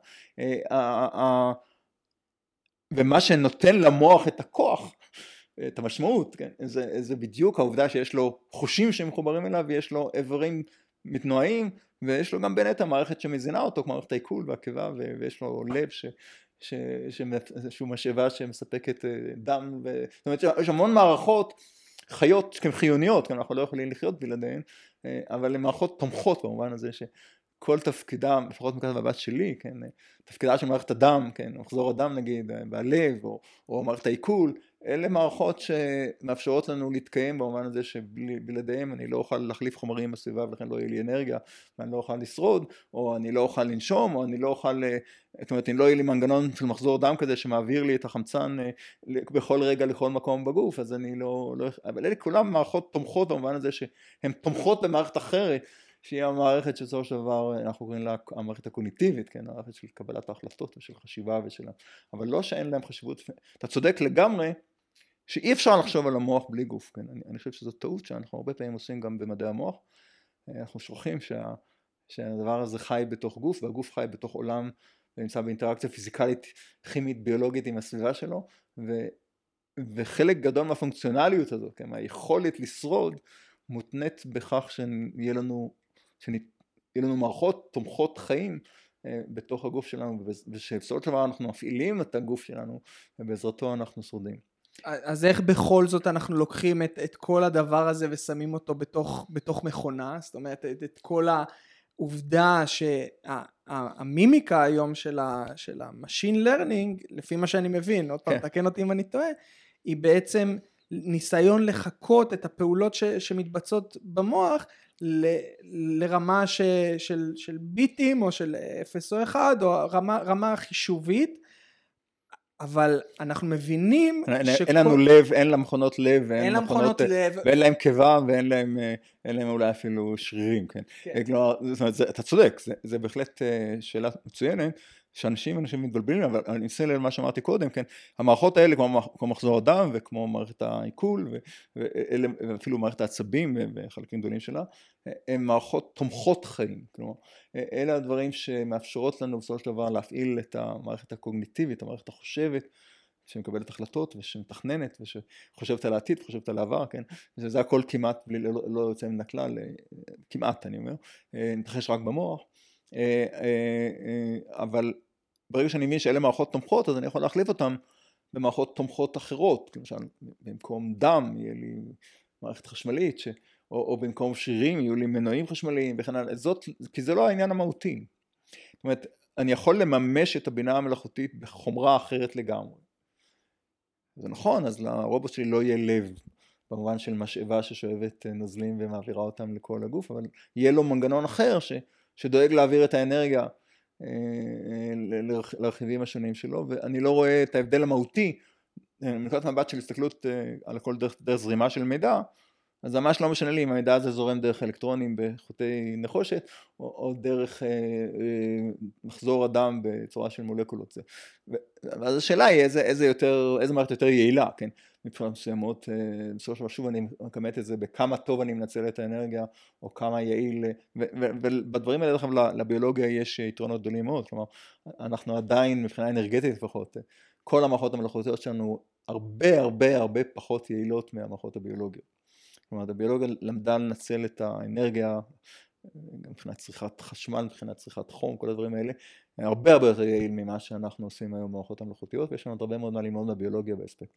ומה שנותן למוח את הכוח, את המשמעות, כן? זה בדיוק העובדה שיש לו חושים שמחוברים אליו, ויש לו איברים מתנועים, ויש לו גם בין היתר מערכת שמזינה אותו, כמו מערכת העיכול והקיבה, ויש לו לב שהוא משאבה שמספקת דם, זאת אומרת, יש המון מערכות חיות חיוניות, כי אנחנו לא יכולים לחיות בלעדיהן, אבל הן מערכות תומכות במובן הזה שכל תפקידם, לפחות מכאן בבת שלי, כן, תפקידה של מערכת הדם, כן, מחזור הדם נגיד, בלב, או מערכת העיכול, אלה מערכות שמאפשרות לנו להתקיים במובן הזה שבלעדיהם אני לא אוכל להחליף חומרים בסביבה ולכן לא יהיה לי אנרגיה ואני לא אוכל לשרוד, או אני לא אוכל לנשום, או אני לא אוכל, זאת אומרת, אם לא יהיה לי מנגנון של מחזור דם כזה שמעביר לי את החמצן בכל רגע לכל מקום בגוף, אז אני לא אבל אלה כולם מערכות תומכות במובן הזה שהן תומכות במערכת אחרת, שהיא המערכת שבסופו של דבר אנחנו קוראים לה המערכת הקוגניטיבית, כן, המערכת של קבלת ההחלטות ושל חשיבה אבל לא שאין להם חשיבות, אתה צודק לגמרי שאי אפשר לחשוב על המוח בלי גוף, כן? אני חושב שזו טעות שאנחנו הרבה פעמים עושים גם במדעי המוח, אנחנו שוכחים שהדבר הזה חי בתוך גוף, והגוף חי בתוך עולם ונמצא באינטראקציה פיזיקלית, כימית, ביולוגית עם הסביבה שלו, וחלק גדול מהפונקציונליות הזאת, כן? היכולת לשרוד מותנית בכך שיהיה לנו מערכות תומכות חיים בתוך הגוף שלנו, ושבסופו של דבר אנחנו מפעילים את הגוף שלנו, ובעזרתו אנחנו שורדים. אז איך בכל זאת אנחנו לוקחים את כל הדבר הזה ושמים אותו בתוך מכונה, זאת אומרת את כל העובדה שהמימיקה היום של ה-machine learning, לפי מה שאני מבין, עוד פעם תקן אותי אם אני טועה, היא בעצם ניסיון לחקות את הפעולות שמתבצעות במוח לרמה של ביטים או של 0 או 1 או רמה חישובית, אבל אנחנו מבינים אין לנו לב, אין למכונות לב, ואין להם קיבה, ואין להם אולי אפילו שרירים, כן? כלומר, אתה צודק, זה בהחלט שאלה מצוינת, שאנשים מתבלבלים, אבל אני אנסה למה שאמרתי קודם, כן, המערכות האלה כמו מחזור הדם וכמו מערכת העיכול ואפילו מערכת העצבים וחלקים גדולים שלה, הן מערכות תומכות חיים, כלומר, אלה הדברים שמאפשרות לנו בסופו של דבר להפעיל את המערכת הקוגניטיבית, המערכת החושבת, שמקבלת החלטות ושמתכננת ושחושבת על העתיד, חושבת על העבר, כן, זה הכל כמעט, לא יוצא מן הכלל, כמעט אני אומר, נתרחש רק במוח, אבל ברגע שאני מבין שאלה מערכות תומכות, אז אני יכול להחליף אותן במערכות תומכות אחרות, למשל במקום דם יהיה לי מערכת חשמלית, או במקום שרירים יהיו לי מנועים חשמליים וכן הלאה, כי זה לא העניין המהותי. זאת אומרת, אני יכול לממש את הבינה המלאכותית בחומרה אחרת לגמרי. זה נכון, אז לרובוט שלי לא יהיה לב, במובן של משאבה ששואבת נוזלים ומעבירה אותם לכל הגוף, אבל יהיה לו מנגנון אחר שדואג להעביר את האנרגיה לרכיבים השונים שלו, ואני לא רואה את ההבדל המהותי, מנקודת מבט של הסתכלות על הכל דרך זרימה של מידע, אז ממש לא משנה לי אם המידע הזה זורם דרך אלקטרונים בחוטי נחושת, או דרך מחזור הדם בצורה של מולקולות. ואז השאלה היא איזה מערכת יותר יעילה, כן? מבחינות מסוימות, בסופו של דבר אני מקמת את זה בכמה טוב אני מנצל את האנרגיה, או כמה יעיל, ובדברים האלה לביולוגיה יש יתרונות גדולים מאוד, כלומר, אנחנו עדיין מבחינה אנרגטית לפחות, כל המערכות המלאכותיות שלנו הרבה פחות יעילות מהמערכות הביולוגיות. כלומר, הביולוגיה למדה לנצל את האנרגיה, גם מבחינת צריכת חשמל, מבחינת צריכת חום, כל הדברים האלה, הרבה יותר יעיל ממה שאנחנו עושים היום במערכות המלאכותיות, ויש לנו הרבה מאוד מה ללמוד מהביולוגיה באספקט.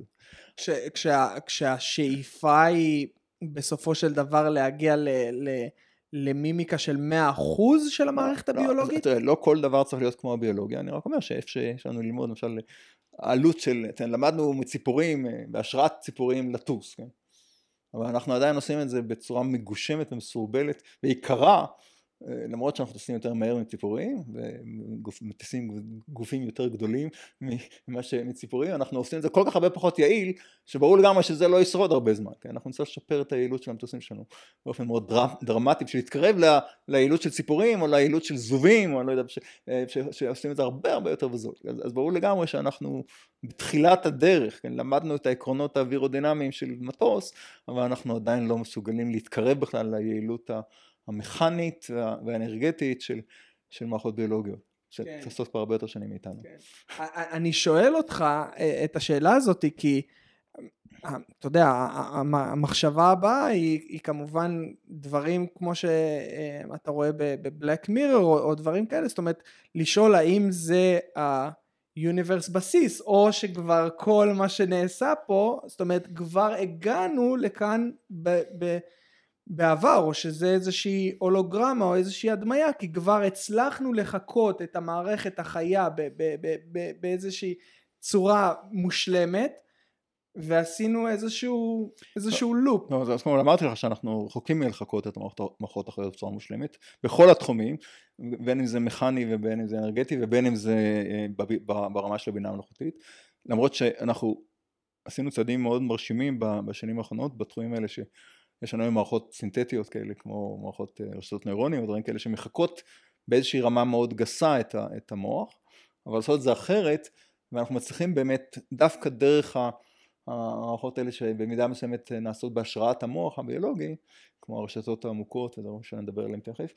כשהשאיפה היא בסופו של דבר להגיע למימיקה של 100% של המערכת הביולוגית? לא כל דבר צריך להיות כמו הביולוגיה, אני רק אומר שאיפה שיש לנו ללמוד, למשל, העלות של, למדנו מציפורים, בהשראת ציפורים לטוס, כן? אבל אנחנו עדיין עושים את זה בצורה מגושמת ומסורבלת ויקרה, למרות שאנחנו טסים יותר מהר מציפורים, ומטסים גופים יותר גדולים מציפורים, אנחנו עושים את זה כל כך הרבה פחות יעיל, שברור לגמרי שזה לא ישרוד הרבה זמן, כי אנחנו נצטרך לשפר את היעילות של המטוסים שלנו, באופן מאוד דרמטי, בשביל להתקרב ליעילות של ציפורים, או ליעילות של זובים, או אני לא יודע, שעושים את זה הרבה יותר בזול. אז ברור לגמרי שאנחנו בתחילת הדרך, כן, למדנו את העקרונות האווירודינמיים של מטוס, אבל אנחנו עדיין לא מסוגלים להתקרב בכלל ליעילות המכנית והאנרגטית של מערכות ביולוגיות, שתעשות כבר הרבה יותר שנים מאיתנו. אני שואל אותך את השאלה הזאת, כי אתה יודע, המחשבה הבאה היא כמובן דברים כמו שאתה רואה בבלק מירור או דברים כאלה, זאת אומרת, לשאול האם זה יוניברס בסיס, או שכבר כל מה שנעשה פה, זאת אומרת, כבר הגענו לכאן בעבר, או שזה איזושהי הולוגרמה או איזושהי הדמיה, כי כבר הצלחנו לחכות את המערכת החיה באיזושהי צורה מושלמת, ועשינו איזשהו לופ. לא, אז כמו אמרתי לך שאנחנו רחוקים מלחכות את המערכות החיות בצורה מושלמת, בכל התחומים, בין אם זה מכני ובין אם זה אנרגטי, ובין אם זה ברמה של הבינה המלאכותית, למרות שאנחנו עשינו צעדים מאוד מרשימים בשנים האחרונות, בתחומים האלה יש לנו מערכות סינתטיות כאלה, כמו מערכות רשתות נוירונים, או דברים כאלה שמחכות באיזושהי רמה מאוד גסה את המוח, אבל לעשות את זה אחרת, ואנחנו מצליחים באמת דווקא דרך המערכות האלה שבמידה מסוימת נעשות בהשראת המוח הביולוגי, כמו הרשתות העמוקות, ודברים שנדבר עליהם תכף,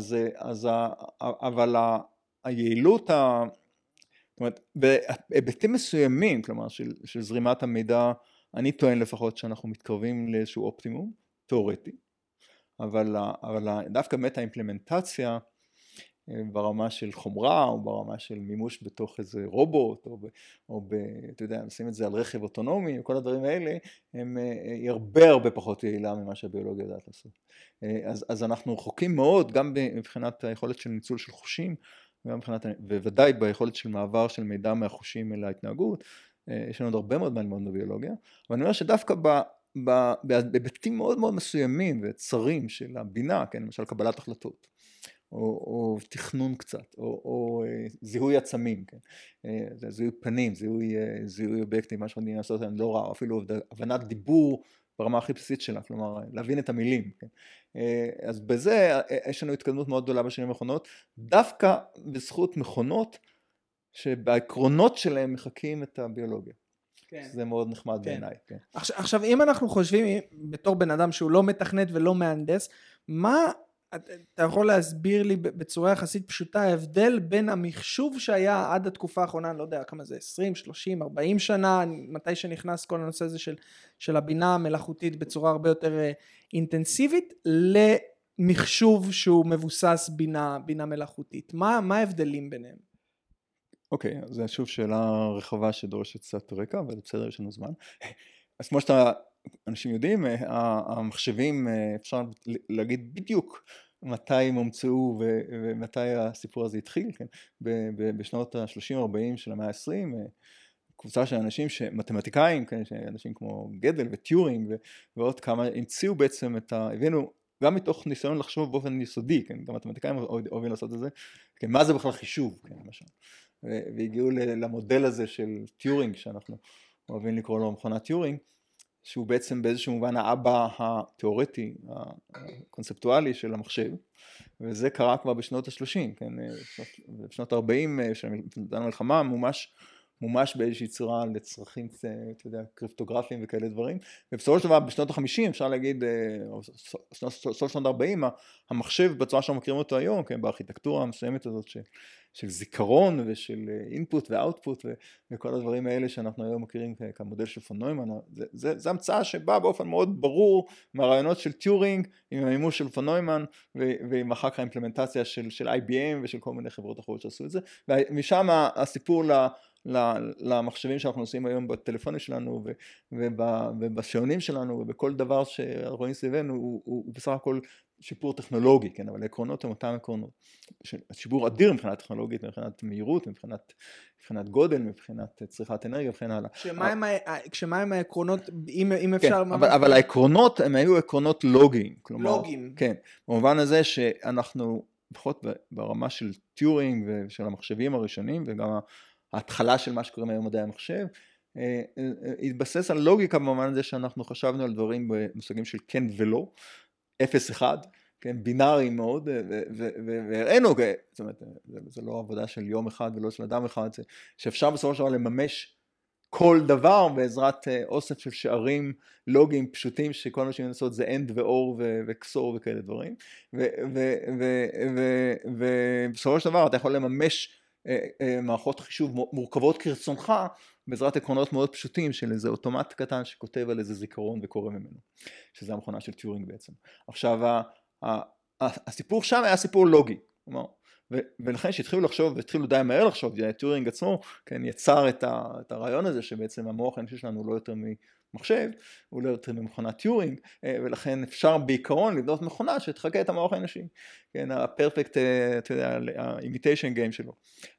אבל היעילות, זאת אומרת, בהיבטים מסוימים, כלומר של זרימת המידע, אני טוען לפחות שאנחנו מתקרבים לאיזשהו אופטימום, תיאורטי, אבל דווקא באמת האימפלמנטציה, ברמה של חומרה, או ברמה של מימוש בתוך איזה רובוט, או אתה יודע, נשים את זה על רכב אוטונומי, וכל הדברים האלה, היא הרבה פחות יעילה ממה שהביולוגיה יודעת לעשות. אז אנחנו רחוקים מאוד, גם מבחינת היכולת של ניצול של חושים, וודאי ביכולת של מעבר של מידע מהחושים אל ההתנהגות, יש לנו עוד הרבה מאוד מה ללמוד בביולוגיה, אבל אני אומר שדווקא בהיבטים מאוד מאוד מסוימים וצרים של הבינה, כן, למשל קבלת החלטות, או תכנון קצת, או זיהוי עצמים, כן? זיהוי פנים, זיהוי אובייקטים, מה שאני לעשות אני לא רע, או אפילו הבנת דיבור ברמה הכי בסיסית שלה, כלומר להבין את המילים, כן? אז בזה יש לנו התקדמות מאוד גדולה בשנים האחרונות, דווקא בזכות מכונות שבעקרונות שלהם מחקים את הביולוגיה. כן. זה מאוד נחמד כן. בעיניי. כן. עכשיו, אם אנחנו חושבים, בתור בן אדם שהוא לא מתכנת ולא מהנדס, מה אתה יכול להסביר לי בצורה יחסית פשוטה, ההבדל בין המחשוב שהיה עד התקופה האחרונה, אני לא יודע כמה זה, 20, 30, 40 שנה, מתי שנכנס כל הנושא הזה של הבינה המלאכותית בצורה הרבה יותר אינטנסיבית, למחשוב שהוא מבוסס בינה מלאכותית. מה ההבדלים ביניהם? אוקיי, אז זו שוב שאלה רחבה שדורשת קצת רקע, אבל בסדר, יש לנו זמן. אז כמו שאנשים יודעים, המחשבים, אפשר להגיד בדיוק מתי הם הומצאו ומתי הסיפור הזה התחיל, כן? בשנות ה-30-40 של המאה ה-20, קבוצה של אנשים מתמטיקאים, כן? אנשים כמו גדל וטיורינג ועוד כמה, המציאו בעצם הבינו, גם מתוך ניסיון לחשוב באופן יסודי, כן? גם מתמטיקאים אוהבים לעשות את זה, כן? מה זה בכלל חישוב, כן? למשל. והגיעו למודל הזה של טיורינג, שאנחנו אוהבים לקרוא לו מכונת טיורינג, שהוא בעצם באיזשהו מובן האבא התיאורטי, הקונספטואלי של המחשב, וזה קרה כבר בשנות ה-30, כן? בשנות ה-40 של המלחמה, מומש באיזושהי צורה לצרכים, אתה יודע, קריפטוגרפיים וכאלה דברים, ובסופו של דבר בשנות ה-50, אפשר להגיד, סוף שנות ה-40, המחשב בצורה שאנחנו מכירים אותו היום, כן? בארכיטקטורה המסוימת הזאת של זיכרון ושל אינפוט ואוטפוט וכל הדברים האלה שאנחנו היום מכירים כמודל של פון נוימן, זה המצאה שבאה באופן מאוד ברור מהרעיונות של טיורינג עם המימוש של פון נוימן ועם אחר כך האימפלמנטציה של IBM ושל כל מיני חברות אחרות שעשו את זה, ומשם הסיפור למחשבים שאנחנו עושים היום בטלפונים שלנו ובשעונים שלנו ובכל דבר שאנחנו רואים סביבנו הוא בסך הכל שיפור טכנולוגי, כן, אבל העקרונות הם אותם עקרונות. שיפור אדיר מבחינת טכנולוגית, מבחינת מהירות, מבחינת גודל, מבחינת צריכת אנרגיה וכן הלאה. כשמה הם העקרונות, אם אפשר... כן, אבל העקרונות הם היו עקרונות לוגיים. לוגיים. כן, במובן הזה שאנחנו, לפחות ברמה של טיורינג ושל המחשבים הראשונים, וגם ההתחלה של מה שקוראים היום מדעי המחשב, התבסס על לוגיקה במובן הזה שאנחנו חשבנו על דברים במושגים של כן ולא, 0-1, כן, בינארי מאוד, והראינו, זאת אומרת, זה לא עבודה של יום אחד ולא של אדם אחד, שאפשר בסופו של דבר לממש כל דבר בעזרת אוסף של שערים לוגיים פשוטים, שכל מה שהם לעשות זה end ואור וכסור וכאלה דברים, ובסופו של דבר אתה יכול לממש מערכות חישוב מורכבות כרצונך, בעזרת עקרונות מאוד פשוטים של איזה אוטומט קטן שכותב על איזה זיכרון וקורא ממנו, שזה המכונה של טיורינג בעצם. עכשיו, הסיפור שם היה סיפור לוגי, ולכן שהתחילו לחשוב, והתחילו די מהר לחשוב, טיורינג עצמו, כן, יצר את הרעיון הזה שבעצם המוח האנושי שלנו הוא לא יותר ממחשב, הוא לא יותר ממכונת טיורינג, ולכן אפשר בעיקרון לבנות מכונה שתחקה את המוח האנושי, כן, הפרפקט, אתה יודע, ה-imitation game שלו,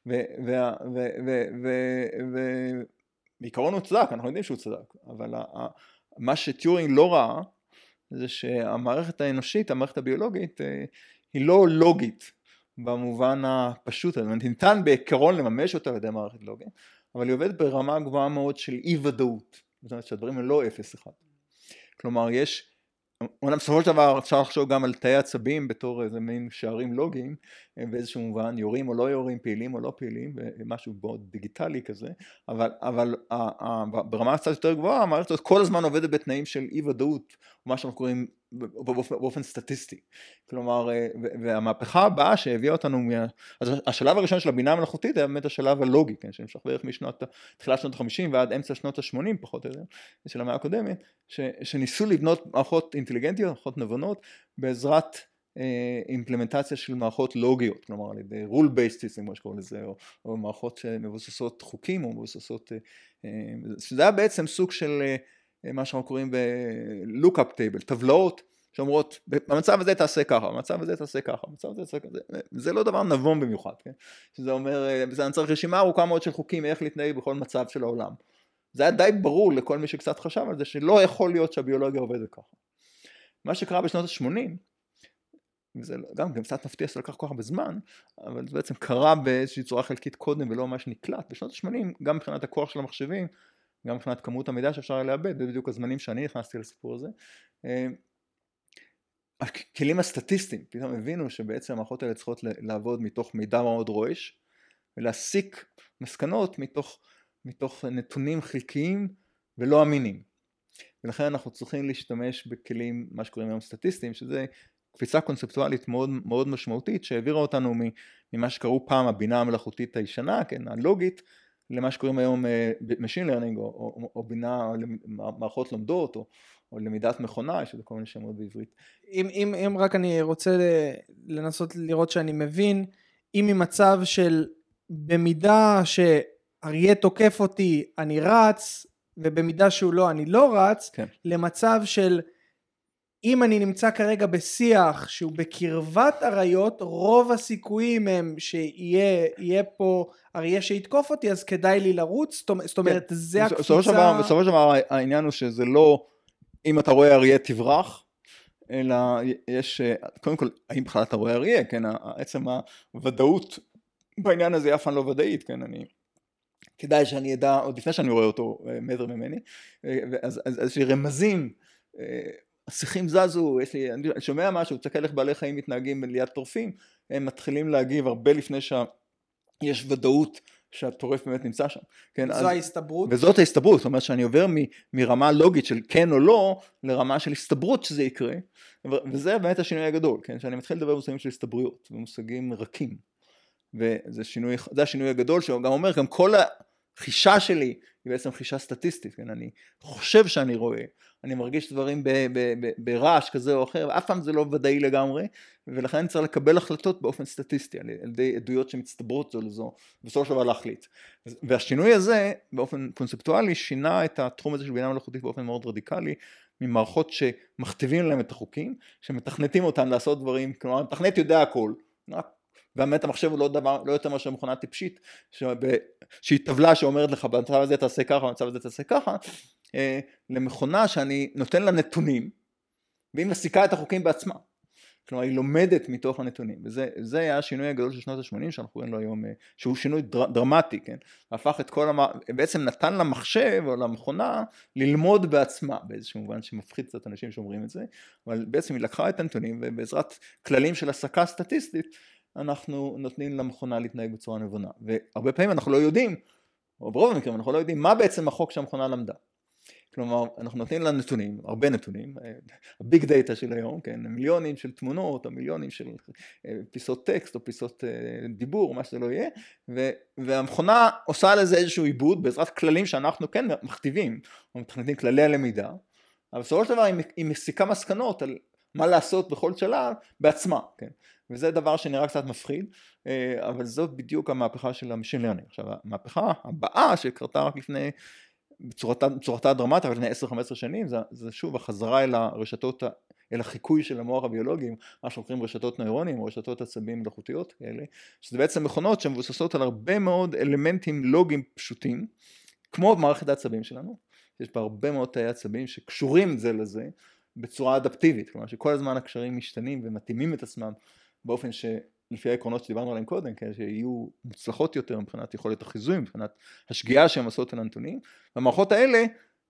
בעיקרון הוא צדק, אנחנו יודעים שהוא צדק, אבל מה שטיורינג לא ראה, זה שהמערכת האנושית, המערכת הביולוגית, היא לא לוגית במובן הפשוט, ניתן בעיקרון לממש אותה על ידי מערכת לוגית, אבל היא עובדת ברמה גבוהה מאוד של אי ודאות, זאת אומרת שהדברים הם לא 0-1. כלומר, בסופו של דבר אפשר לחשוב גם על תאי עצבים בתור איזה מין שערים לוגיים, באיזשהו מובן, יורים או לא יורים, פעילים או לא פעילים, משהו מאוד דיגיטלי כזה, אבל ברמה קצת יותר גבוהה, המערכת הזאת כל הזמן עובדת בתנאים של אי ודאות, מה שאנחנו קוראים באופן סטטיסטי. כלומר, והמהפכה הבאה שהביאה אותנו, השלב הראשון של הבינה המלאכותית היה באמת השלב הלוגי, כן, שנמשך בערך תחילת שנות ה-50 ועד אמצע שנות ה-80 פחות או יותר, של המאה הקודמת, שניסו לבנות מערכות אינטליגנטיות, מערכות נבונות, בעזרת אימפלמנטציה של מערכות לוגיות, כלומר על ידי rule based system, מה שקוראים לזה, או מערכות שמבוססות חוקים, או מבוססות, שזה היה בעצם סוג של מה שאנחנו קוראים ב-lookup table, טבלאות שאומרות, במצב הזה תעשה ככה, במצב הזה תעשה ככה, במצב הזה תעשה ככה, זה לא דבר נבון במיוחד, כן? שזה אומר, אני צריך רשימה ארוכה מאוד של חוקים, איך להתנהג בכל מצב של העולם. זה היה די ברור לכל מי שקצת חשב על זה, שלא יכול להיות שהביולוגיה עובדת ככה. מה שקרה בשנות ה-80, וזה גם קצת מפתיע שזה לקח כל כך הרבה זמן, אבל זה בעצם קרה באיזושהי צורה חלקית קודם ולא ממש נקלט. בשנות ה-80, גם מבחינת הכוח של המחשבים, גם מבחינת כמות המידע שאפשר היה לאבד, זה בדיוק הזמנים שאני נכנסתי לסיפור הזה, הכלים הסטטיסטיים, פתאום הבינו שבעצם המערכות האלה צריכות לעבוד מתוך מידע מאוד רועש, ולהסיק מסקנות מתוך נתונים חלקיים ולא אמינים. ולכן אנחנו צריכים להשתמש בכלים, מה שקוראים היום סטטיסטיים, שזה קפיצה קונספטואלית מאוד, מאוד משמעותית, שהעבירה אותנו ממה שקראו פעם הבינה המלאכותית הישנה, כן, הלוגית, למה שקוראים היום Machine Learning, או בינה, או מערכות לומדות, או למידת מכונה, יש את כל מיני שמות בעברית. אם רק אני רוצה לנסות לראות שאני מבין, אם ממצב של במידה שאריה תוקף אותי, אני רץ, ובמידה שהוא לא, אני לא רץ, כן. למצב של אם אני נמצא כרגע בשיח שהוא בקרבת אריות, רוב הסיכויים הם שיהיה פה אריה שיתקוף אותי, אז כדאי לי לרוץ, זאת אומרת, כן. זה הקפיצה... בסופו של דבר העניין הוא שזה לא, אם אתה רואה אריה תברח, אלא יש, קודם כל, האם בכלל אתה רואה אריה, כן, עצם הוודאות בעניין הזה אף פעם לא ודאית, כן, כדאי שאני אדע, עוד לפני שאני רואה אותו מטר ממני, אז יש לי רמזים, השיחים זזו, אני שומע משהו, תסתכל איך בעלי חיים מתנהגים ליד טורפים, הם מתחילים להגיב הרבה לפני שיש ודאות שהטורף באמת נמצא שם. כן, זו ההסתברות? וזאת ההסתברות, זאת אומרת שאני עובר מרמה לוגית של כן או לא, לרמה של הסתברות שזה יקרה, וזה באמת השינוי הגדול, כן, שאני מתחיל לדבר במושגים של הסתברויות, במושגים רכים, וזה השינוי הגדול, שהוא גם אומר, גם כל החישה שלי היא בעצם חישה סטטיסטית, כן, אני חושב שאני רואה, אני מרגיש דברים ברעש כזה או אחר, ואף פעם זה לא ודאי לגמרי, ולכן אני צריך לקבל החלטות באופן סטטיסטי, על ידי עדויות שמצטברות זו לזו, בסופו של דבר להחליט. והשינוי הזה, באופן קונספטואלי, שינה את התחום הזה של בינה מלאכותית באופן מאוד רדיקלי, ממערכות שמכתיבים להם את החוקים, שמתכנתים אותם לעשות דברים, כלומר, המתכנת יודע הכל, והאמת המחשב הוא לא יותר מאשר מכונה טיפשית, שהיא טבלה שאומרת לך, במצב הזה תעשה ככה, במצב הזה תעשה ככה, למכונה שאני נותן לה נתונים, והיא מסיקה את החוקים בעצמה. כלומר, היא לומדת מתוך הנתונים, וזה היה השינוי הגדול של שנות ה-80, שאנחנו רואים לו היום, שהוא שינוי דרמטי, כן? הפך את כל, בעצם נתן למחשב או למכונה ללמוד בעצמה, באיזשהו מובן שמפחיד קצת אנשים שאומרים את זה, אבל בעצם היא לקחה את הנתונים, ובעזרת כללים של הסקה סטטיסטית, אנחנו נותנים למכונה להתנהג בצורה נבונה, והרבה פעמים אנחנו לא יודעים, או ברוב המקרים אנחנו לא יודעים מה בעצם החוק שהמכונה למדה. כלומר, אנחנו נותנים לה נתונים, הרבה נתונים, הביג דאטה של היום, כן, מיליונים של תמונות, או מיליונים של פיסות טקסט, או פיסות דיבור, מה שזה לא יהיה, והמכונה עושה לזה איזשהו עיבוד, בעזרת כללים שאנחנו כן מכתיבים, או מתכנתים כללי הלמידה, אבל בסופו של דבר היא מסיקה מסקנות על מה לעשות בכל שלב בעצמה, כן. וזה דבר שנראה קצת מפחיד, אבל זאת בדיוק המהפכה של המשין לרנינג. עכשיו, המהפכה הבאה שקרתה רק לפני, בצורתה הדרמטית, רק לפני 10-15 שנים, זה שוב החזרה אל הרשתות, אל החיקוי של המוח הביולוגי, מה שאומרים רשתות נוירונים, או רשתות עצבים מלאכותיות כאלה, שזה בעצם מכונות שמבוססות על הרבה מאוד אלמנטים לוגיים פשוטים, כמו מערכת העצבים שלנו, יש בה הרבה מאוד תאי עצבים שקשורים זה לזה, בצורה אדפטיבית, כלומר שכל הזמן הקשרים משתנים ומתאימים את עצמם, באופן שלפי העקרונות שדיברנו עליהם קודם, כן, שיהיו מוצלחות יותר מבחינת יכולת החיזוי, מבחינת השגיאה שהן עושות על הנתונים, והמערכות האלה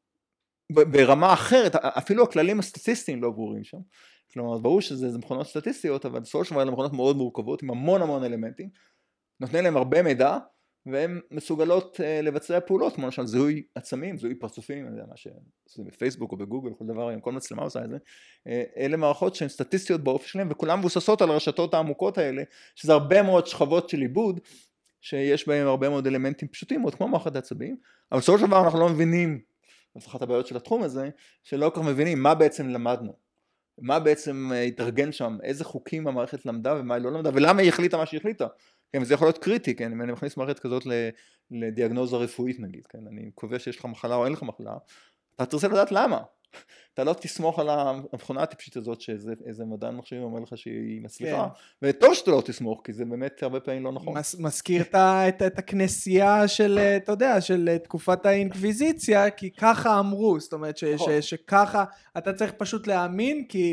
ברמה אחרת, אפילו הכללים הסטטיסטיים לא ברורים שם, כלומר ברור שזה מכונות סטטיסטיות, אבל בסופו של דבר אלה מכונות מאוד מורכבות, עם המון אלמנטים, נותנים להם הרבה מידע, והן מסוגלות לבצע פעולות, כמו למשל זיהוי עצמים, זיהוי פרצופים, אני יודע מה שזה בפייסבוק או בגוגל, כל דבר, עם כל מצלמה עושה את זה, אלה מערכות שהן סטטיסטיות באופי שלהם, וכולם מבוססות על הרשתות העמוקות האלה, שזה הרבה מאוד שכבות של עיבוד, שיש בהם הרבה מאוד אלמנטים פשוטים, מאוד כמו מערכת העצבים, אבל בסופו של דבר אנחנו לא מבינים, זאת אחת הבעיות של התחום הזה, שלא כל כך מבינים מה בעצם למדנו, מה בעצם התארגן שם, איזה חוקים המערכת למדה ומה היא לא למדה, ולמה היא החליטה מה שהיא החליטה. כן, זה יכול להיות קריטי, כן, אם אני מכניס מערכת כזאת לדיאגנוזה רפואית נגיד, כן, אני קובע שיש לך מחלה או אין לך מחלה, אתה תרצה לדעת למה, אתה לא תסמוך על המכונה הטיפשית הזאת שאיזה מדען מחשבים אומר לך שהיא מצליחה, וטוב שאתה לא תסמוך, כי זה באמת הרבה פעמים לא נכון. מזכיר את הכנסייה של, אתה יודע, של תקופת האינקוויזיציה, כי ככה אמרו, זאת אומרת שככה אתה צריך פשוט להאמין, כי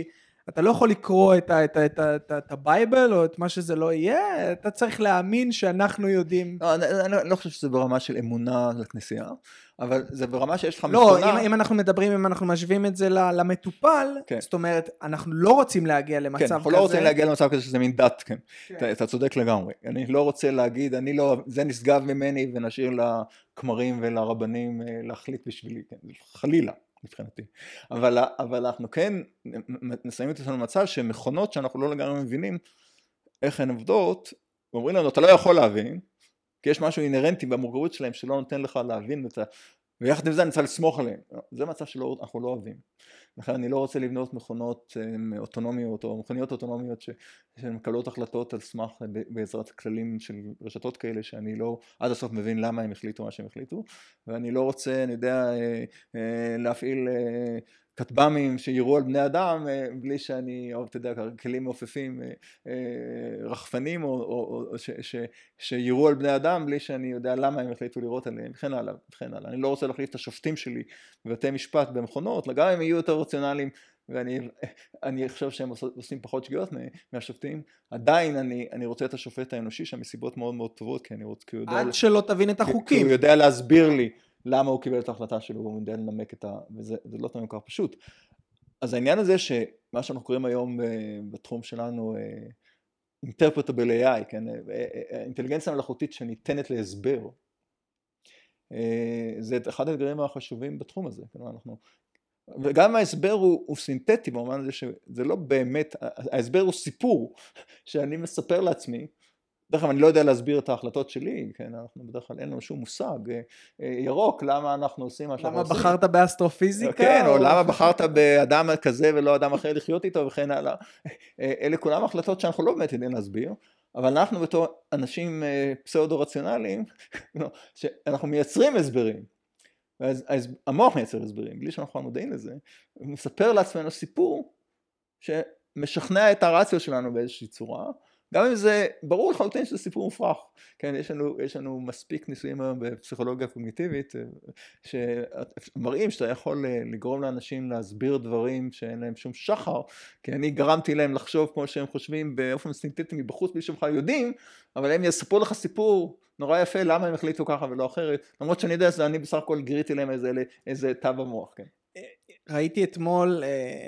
אתה לא יכול לקרוא את הבייבל או את מה שזה לא יהיה, אתה צריך להאמין שאנחנו יודעים. לא, אני לא חושב שזה ברמה של אמונה לכנסייה, אבל זה ברמה שיש לך לא, מכונה. אם אנחנו מדברים, אם אנחנו משווים את זה למטופל, זאת אומרת, אנחנו לא רוצים להגיע למצב כזה. כן, אנחנו לא רוצים להגיע למצב כזה שזה מין דת, כן. אתה צודק לגמרי. אני לא רוצה להגיד, זה נשגב ממני ונשאיר לכמרים ולרבנים להחליט בשבילי, חלילה. מבחינתי. אבל אנחנו כן נסיים את זה במצב שמכונות שאנחנו לא לגמרי מבינים איך הן עובדות, ואומרים לנו, אתה לא יכול להבין, כי יש משהו אינרנטי במורכבות שלהם שלא נותן לך להבין אותה, ויחד עם זה אני צריך לסמוך עליהם. זה מצב שאנחנו לא אוהבים. לכן אני לא רוצה לבנות מכונות אוטונומיות או מכוניות אוטונומיות שמקבלות החלטות על סמך בעזרת כללים של רשתות כאלה שאני לא עד הסוף מבין למה הם החליטו מה שהם החליטו, ואני לא רוצה, אני יודע, להפעיל כטב"מים שיראו על בני אדם בלי שאני, או אתה יודע, כלים מעופפים, רחפנים או שיראו על בני אדם בלי שאני יודע למה הם החליטו לראות עליהם, וכן הלאה, וכן הלאה. אני לא רוצה להחליף את השופטים שלי בבתי משפט במכונות, גם הם יהיו יותר רציונליים, ואני חושב שהם עושים פחות שגיאות מהשופטים, עדיין אני רוצה את השופט האנושי שם מסיבות מאוד מאוד טובות, כי אני רוצה, עד שלא תבין את החוקים. כי הוא יודע להסביר לי למה הוא קיבל את ההחלטה שלו, והוא יודע לנמק וזה לא תמיד כך פשוט. אז העניין הזה שמה שאנחנו קוראים היום בתחום שלנו, interpretable AI, כן? אינטליגנציה מלאכותית שניתנת להסבר, זה אחד האתגרים החשובים בתחום הזה. וגם ההסבר הוא סינתטי, במובן הזה שזה לא באמת, ההסבר הוא סיפור שאני מספר לעצמי, בדרך כלל אני לא יודע להסביר את ההחלטות שלי, כן, אנחנו בדרך כלל אין לנו שום מושג, ירוק, למה אנחנו עושים מה שאנחנו עושים. למה בחרת באסטרופיזיקה? כן, או למה בחרת באדם כזה ולא אדם אחר לחיות איתו וכן הלאה. אלה כולם החלטות שאנחנו לא באמת יודעים להסביר, אבל אנחנו בתור אנשים פסאודו-רציונליים, שאנחנו מייצרים הסברים, המוח מייצר הסברים, בלי שאנחנו מודעים לזה, מספר לעצמנו סיפור שמשכנע את הרציו שלנו באיזושהי צורה, גם אם זה ברור לחלוטין שזה סיפור מופרך, כן, יש לנו מספיק ניסויים היום בפסיכולוגיה קוגניטיבית, שמראים שאתה יכול לגרום לאנשים להסביר דברים שאין להם שום שחר, כי אני גרמתי להם לחשוב כמו שהם חושבים באופן סינתטי מבחוץ בלי שהם יודעים, אבל הם יספרו לך סיפור נורא יפה למה הם החליטו ככה ולא אחרת, למרות שאני יודע שאני בסך הכל גריתי להם איזה תא במוח, כן. ראיתי אתמול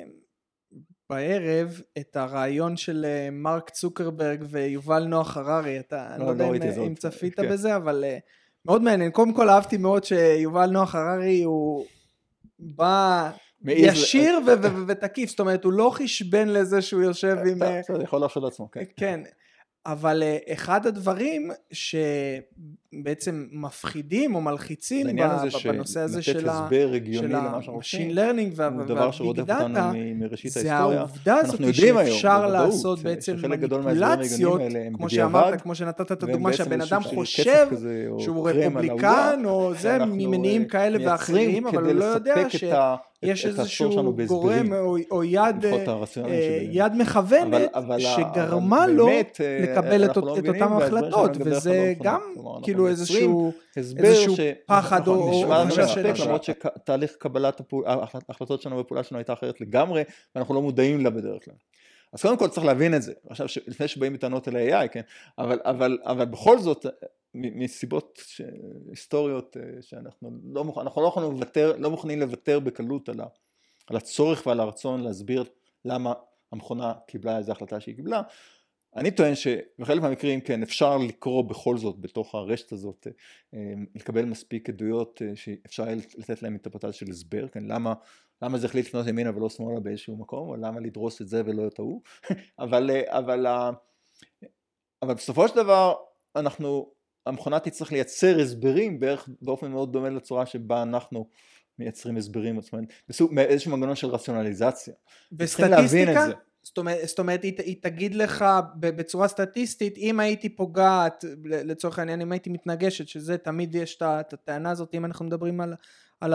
בערב את הרעיון של מרק צוקרברג ויובל נוח הררי, אני לא יודע אם צפית בזה, אבל מאוד מעניין. קודם כל אהבתי מאוד שיובל נוח הררי הוא בא ישיר ותקיף, זאת אומרת הוא לא חשבן לזה שהוא יושב עם... זה יכול לחשוב לעצמו, כן. כן. אבל אחד הדברים שבעצם מפחידים או מלחיצים בנושא הזה של ה-machine learning והביג דאטה, זה העובדה הזאת שאפשר לעשות בעצם מניפולציות, כמו שאמרת, כמו שנתת את הדוגמה שהבן אדם חושב שהוא רפובליקן או זה ממניעים כאלה ואחרים, אבל הוא לא יודע יש איזשהו גורם או יד מכוונת שגרמה לו לקבל את אותם החלטות, וזה גם כאילו איזשהו פחד או חשש שלנו. למרות שתהליך קבלת ההחלטות שלנו בפעולה שלנו הייתה אחרת לגמרי, ואנחנו לא מודעים לה בדרך כלל. אז קודם כל צריך להבין את זה, עכשיו לפני שבאים בטענות אל ה-AI, כן? אבל בכל זאת, מסיבות היסטוריות שאנחנו לא מוכנים לוותר בקלות על הצורך ועל הרצון להסביר למה המכונה קיבלה איזו החלטה שהיא קיבלה, אני טוען שבחלק מהמקרים כן אפשר לקרוא בכל זאת בתוך הרשת הזאת, לקבל מספיק עדויות שאפשר לתת להם אינטרפרטציה של הסבר, כן? למה זה החליט לפנות ימינה ולא שמאלה באיזשהו מקום, או למה לדרוס את זה ולא את ההוא, אבל בסופו של דבר המכונה תצטרך לייצר הסברים באופן מאוד דומה לצורה שבה אנחנו מייצרים הסברים, איזשהו מנגנון של רציונליזציה. וסטטיסטיקה? זאת אומרת, היא תגיד לך בצורה סטטיסטית, אם הייתי פוגעת, לצורך העניין, אם הייתי מתנגשת, שזה תמיד יש את הטענה הזאת, אם אנחנו מדברים על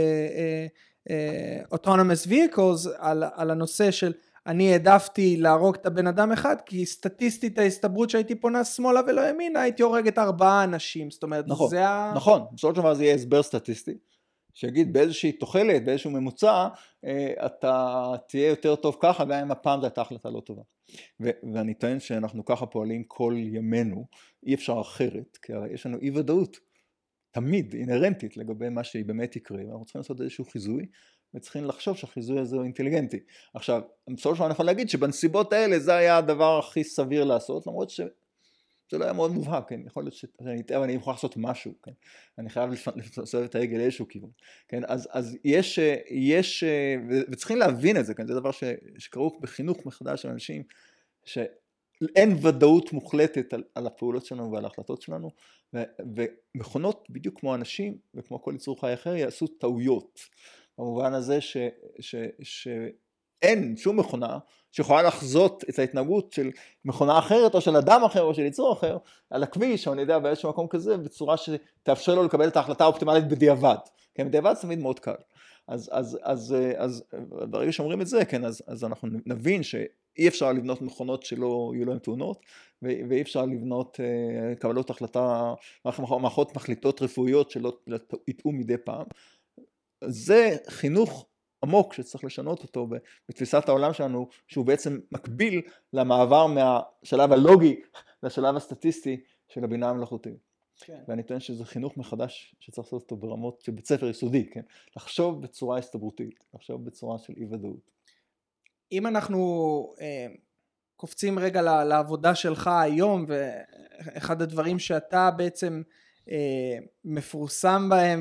autonomous vehicles, על הנושא של אני העדפתי להרוג את הבן אדם אחד, כי סטטיסטית ההסתברות שהייתי פונה שמאלה ולא ימינה, הייתי הורגת 4 אנשים, זאת אומרת, נכון, בסופו של דבר זה יהיה הסבר סטטיסטי, שיגיד באיזושהי תוחלת, באיזשהו ממוצע, אתה תהיה יותר טוב ככה, גם אם הפעם זו הייתה החלטה לא טובה. ואני טוען שאנחנו ככה פועלים כל ימינו, אי אפשר אחרת, כי הרי יש לנו אי ודאות, תמיד אינרנטית לגבי מה שהיא באמת יקרה, ואנחנו צריכים לעשות איזשהו חיזוי, וצריכים לחשוב שהחיזוי הזה הוא אינטליגנטי. עכשיו, בסופו של דבר אני יכול להגיד שבנסיבות האלה זה היה הדבר הכי סביר לעשות, למרות שזה לא היה מאוד מובהק, כן? יכול להיות שאני אטעה ואני יכול לעשות משהו, כן? אני חייב לסובב את העגל לאיזשהו כיוון, כן? אז יש, וצריכים להבין את זה, כן? זה דבר שקרו בחינוך מחדש של אנשים, שאין ודאות מוחלטת על הפעולות שלנו ועל ההחלטות שלנו, ומכונות בדיוק כמו אנשים וכמו כל יצור חי אחר יעשו טעויות, במובן הזה שאין שום מכונה שיכולה לחזות את ההתנהגות של מכונה אחרת או של אדם אחר או של יצור אחר על הכביש או אני יודע באיזשהו מקום כזה בצורה שתאפשר לו לקבל את ההחלטה האופטימלית בדיעבד, כן, בדיעבד זה תמיד מאוד קל. אז ברגע שאומרים את זה, כן, אז אנחנו נבין שאי אפשר לבנות מכונות שלא יהיו להם תאונות, ואי אפשר לבנות קבלות החלטה, מערכות מחליטות רפואיות שלא יטעו מדי פעם. זה חינוך עמוק שצריך לשנות אותו בתפיסת העולם שלנו, שהוא בעצם מקביל למעבר מהשלב הלוגי לשלב הסטטיסטי של הבינה המלאכותית. כן. ואני טוען שזה חינוך מחדש שצריך לעשות אותו ברמות של בית ספר יסודי, כן? לחשוב בצורה הסתברותית, לחשוב בצורה של אי ודאות. אם אנחנו קופצים רגע לעבודה שלך היום, ואחד הדברים שאתה בעצם מפורסם בהם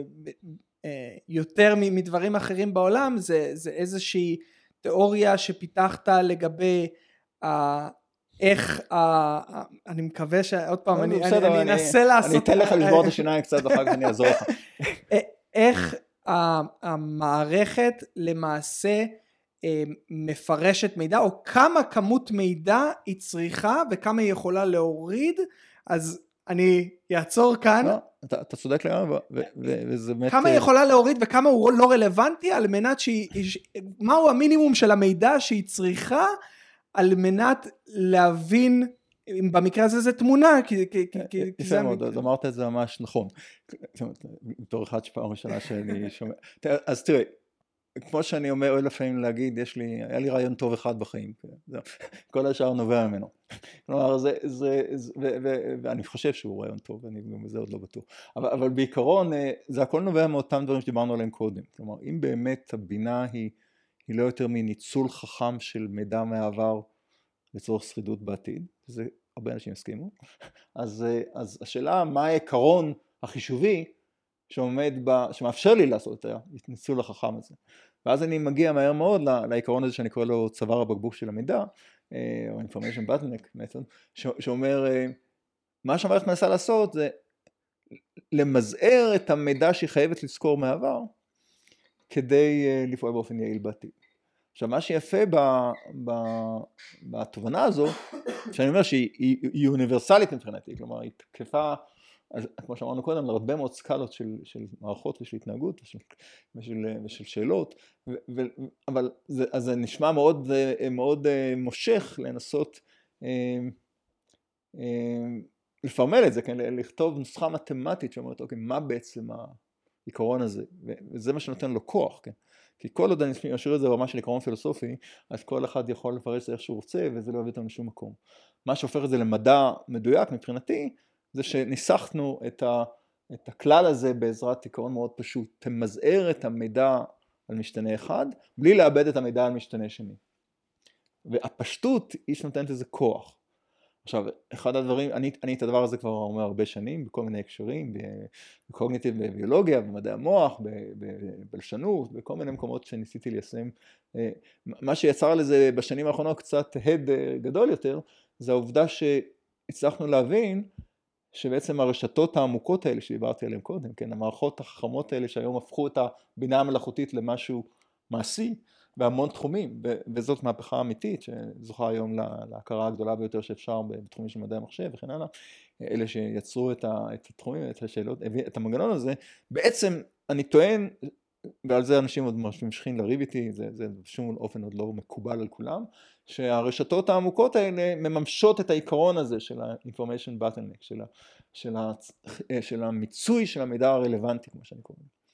יותר מדברים אחרים בעולם, זה איזושהי תיאוריה שפיתחת לגבי איך, אני מקווה שעוד פעם אני אנסה לעשות, אני אתן לך לשבור את השיניים קצת ואחר כך אני אעזור לך. איך המערכת למעשה מפרשת מידע, או כמה כמות מידע היא צריכה וכמה היא יכולה להוריד, אז אני אעצור כאן. אתה צודק לגמרי, וזה באמת... כמה היא יכולה להוריד וכמה הוא לא רלוונטי, על מנת מהו המינימום של המידע שהיא צריכה, על מנת להבין, במקרה הזה זה תמונה, כי יפה מאוד, אז אמרת את זה ממש נכון. בתור אחד שפעם ראשונה שאני שומע. אז תראה, כמו שאני אומר לפעמים להגיד, היה לי רעיון טוב אחד בחיים, כל השאר נובע ממנו. כלומר, ואני חושב שהוא רעיון טוב, אני גם בזה עוד לא בטוח. אבל בעיקרון, זה הכל נובע מאותם דברים שדיברנו עליהם קודם. כלומר, אם באמת הבינה היא לא יותר מניצול חכם של מידע מהעבר לצורך שרידות בעתיד, וזה הרבה אנשים הסכימו, אז השאלה מה העיקרון החישובי שמאפשר לי לעשות את הניצול החכם הזה. ואז אני מגיע מהר מאוד לעיקרון הזה שאני קורא לו צוואר הבקבוק של המידע, או information bottleneck method, שאומר, מה שהמערכת מנסה לעשות זה למזער את המידע שהיא חייבת לזכור מהעבר, כדי לפעול באופן יעיל בעתיד. עכשיו, מה שיפה בתובנה הזו, שאני אומר שהיא אוניברסלית מבחינתי, כלומר, היא תקפה, כמו שאמרנו קודם, להרבה מאוד סקלות של מערכות ושל התנהגות ושל שאלות, אבל זה נשמע מאוד, מאוד מושך לנסות לפרמל את זה, כן? לכתוב נוסחה מתמטית שאומרת, אוקיי, מה בעצם העיקרון הזה? וזה מה שנותן לו כוח, כן? כי כל עוד אני אשאיר את זה ברמה של עיקרון פילוסופי, אז כל אחד יכול לפרש את זה איך שהוא רוצה, וזה לא יביא אותנו לשום מקום. מה שהופך את זה למדע מדויק מבחינתי, זה שניסחנו את הכלל הזה בעזרת עיקרון מאוד פשוט, תמזער את המידע על משתנה אחד, בלי לאבד את המידע על משתנה שני. והפשטות היא שנותנת איזה כוח. עכשיו, אחד הדברים, אני את הדבר הזה כבר אומר הרבה שנים, בכל מיני הקשרים, בקוגניטיב, בביולוגיה, במדעי המוח, בבלשנות, בכל מיני מקומות שניסיתי ליישם. מה שיצר לזה בשנים האחרונות קצת הד גדול יותר, זה העובדה שהצלחנו להבין שבעצם הרשתות העמוקות האלה שדיברתי עליהן קודם, כן, המערכות החכמות האלה שהיום הפכו את הבינה המלאכותית למשהו מעשי, בהמון תחומים, וזאת מהפכה אמיתית שזוכה היום להכרה הגדולה ביותר שאפשר בתחומים של מדעי המחשב וכן הלאה, אלה שיצרו את התחומים, את השאלות, את המנגנון הזה, בעצם אני טוען, ועל זה אנשים עוד ממשיכים לריב איתי, זה בשום אופן עוד לא מקובל על כולם, שהרשתות העמוקות האלה מממשות את העיקרון הזה של ה-information bottleneck, של המיצוי של המידע הרלוונטי, כמו שאני קורא.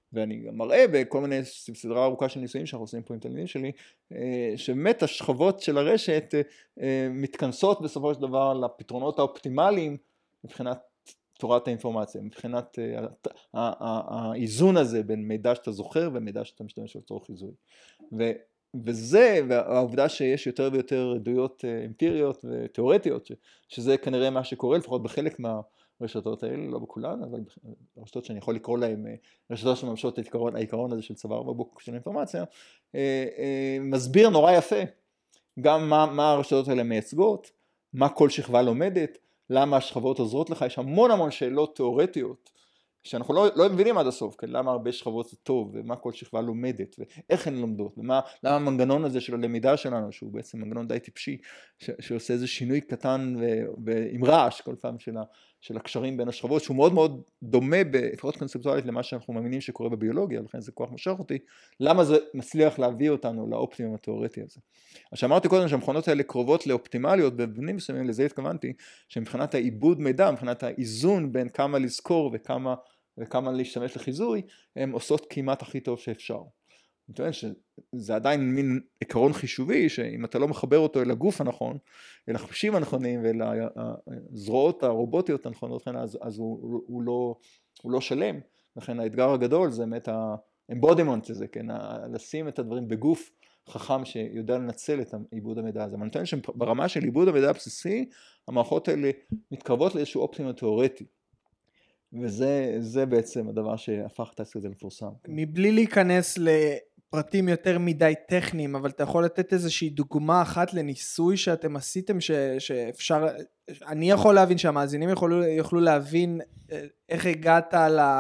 ואני גם מראה בכל מיני סדרה ארוכה של ניסויים שאנחנו עושים פה עם תלמידים שלי, שבאמת השכבות של הרשת מתכנסות בסופו של דבר לפתרונות האופטימליים מבחינת תורת האינפורמציה, מבחינת האיזון הזה בין מידע שאתה זוכר ומידע שאתה משתמש לצורך חיזוי. וזה, והעובדה שיש יותר ויותר עדויות אמפיריות ותיאורטיות, שזה כנראה מה שקורה, לפחות בחלק מהרשתות האלה, לא בכולן, אבל רשתות שאני יכול לקרוא להן, רשתות שממשות את העיקרון הזה של צוואר בקבוק של אינפורמציה, מסביר נורא יפה גם מה הרשתות האלה מייצגות, מה כל שכבה לומדת, למה השכבות עוזרות לך. יש המון שאלות תיאורטיות שאנחנו לא מבינים עד הסוף, כן? למה הרבה שכבות זה טוב, ומה כל שכבה לומדת, ואיך הן לומדות, למה המנגנון הזה של הלמידה שלנו, שהוא בעצם מנגנון די טיפשי, שעושה איזה שינוי קטן ועם רעש כל פעם של הקשרים בין השכבות, שהוא מאוד מאוד דומה לפחות קונספטואלית למה שאנחנו מאמינים שקורה בביולוגיה, לכן זה כוח משך אותי, למה זה מצליח להביא אותנו לאופטימום התיאורטי הזה. אז שאמרתי קודם שהמכונות האלה קרובות לאופטימליות, בבנים מסוימים לזה התכוונתי, שמבחינת העיבוד מידע, מבחינת האיזון בין כמה לזכור וכמה להשתמש לחיזוי, הן עושות כמעט הכי טוב שאפשר. אני טוען שזה עדיין מין עיקרון חישובי, שאם אתה לא מחבר אותו אל הגוף הנכון, אל החושים הנכונים ואל הזרועות הרובוטיות הנכונות, אז הוא לא שלם. לכן האתגר הגדול זה באמת ה-embodiment הזה, כן? לשים את הדברים בגוף חכם שיודע לנצל את עיבוד המידע הזה. אבל אני טוען שברמה של עיבוד המידע הבסיסי, המערכות האלה מתקרבות לאיזשהו אופטימום תיאורטי. וזה בעצם הדבר שהפך את זה למפורסם. מבלי להיכנס לפרטים יותר מדי טכניים, אבל אתה יכול לתת איזושהי דוגמה אחת לניסוי שאתם עשיתם שאפשר, אני יכול להבין שהמאזינים יוכלו להבין איך הגעת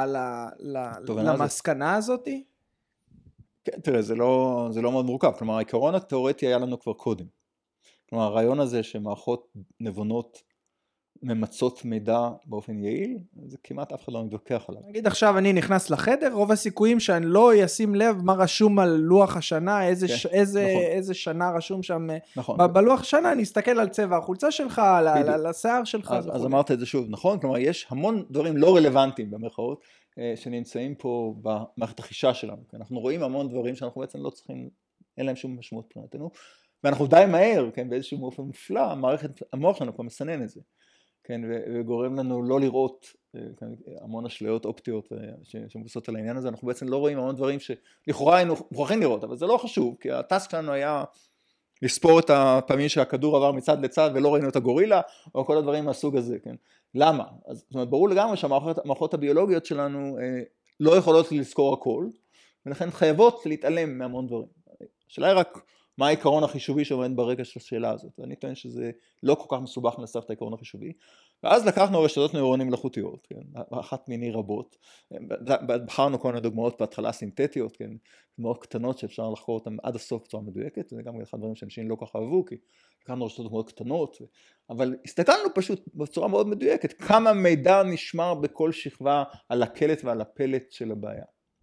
למסקנה הזאת? כן, תראה, זה לא מאוד מורכב. כלומר, העיקרון התיאורטי היה לנו כבר קודם. כלומר, הרעיון הזה שמערכות נבונות ממצות מידע באופן יעיל, זה כמעט אף אחד לא מתווכח עליו. נגיד עכשיו אני נכנס לחדר, רוב הסיכויים שאני לא אשים לב מה רשום על לוח השנה, איזה שנה רשום שם בלוח השנה, אני אסתכל על צבע החולצה שלך, על השיער שלך. אז אמרת את זה שוב, נכון? כלומר, יש המון דברים לא רלוונטיים במרכאות, שנמצאים פה במערכת החישה שלנו. אנחנו רואים המון דברים שאנחנו בעצם לא צריכים, אין להם שום משמעות מבחינתנו, ואנחנו די מהר, כן, באיזשהו מאופן מופלא, המוח שלנו כבר מסנן את זה. כן, וגורם לנו לא לראות המון אשליות אופטיות שמבוססות על העניין הזה. אנחנו בעצם לא רואים המון דברים שלכאורה היינו מוכרחים לראות, אבל זה לא חשוב, כי הטסק שלנו היה לספור את הפעמים שהכדור עבר מצד לצד ולא ראינו את הגורילה, או כל הדברים מהסוג הזה, כן. למה? אז זאת אומרת, ברור לגמרי שהמערכות הביולוגיות שלנו לא יכולות לזכור הכל, ולכן חייבות להתעלם מהמון דברים. השאלה היא רק מה העיקרון החישובי שעומד ברקע של השאלה הזאת. ואני טוען שזה לא כל כך מסובך לנסח את העיקרון החישובי. ואז לקחנו רשתות נוירונים מלאכותיות, כן? אחת מיני רבות. בחרנו כל מיני דוגמאות בהתחלה סינתטיות, כן? מאוד קטנות שאפשר לחקור אותן עד הסוף בצורה מדויקת. זה גם אחד הדברים שאנשים לא כל כך אהבו, כי לקחנו רשתות מאוד קטנות. אבל הסתכלנו פשוט בצורה מאוד מדויקת, כמה מידע נשמר בכל שכבה על הקלט ועל הפלט של הבעיה.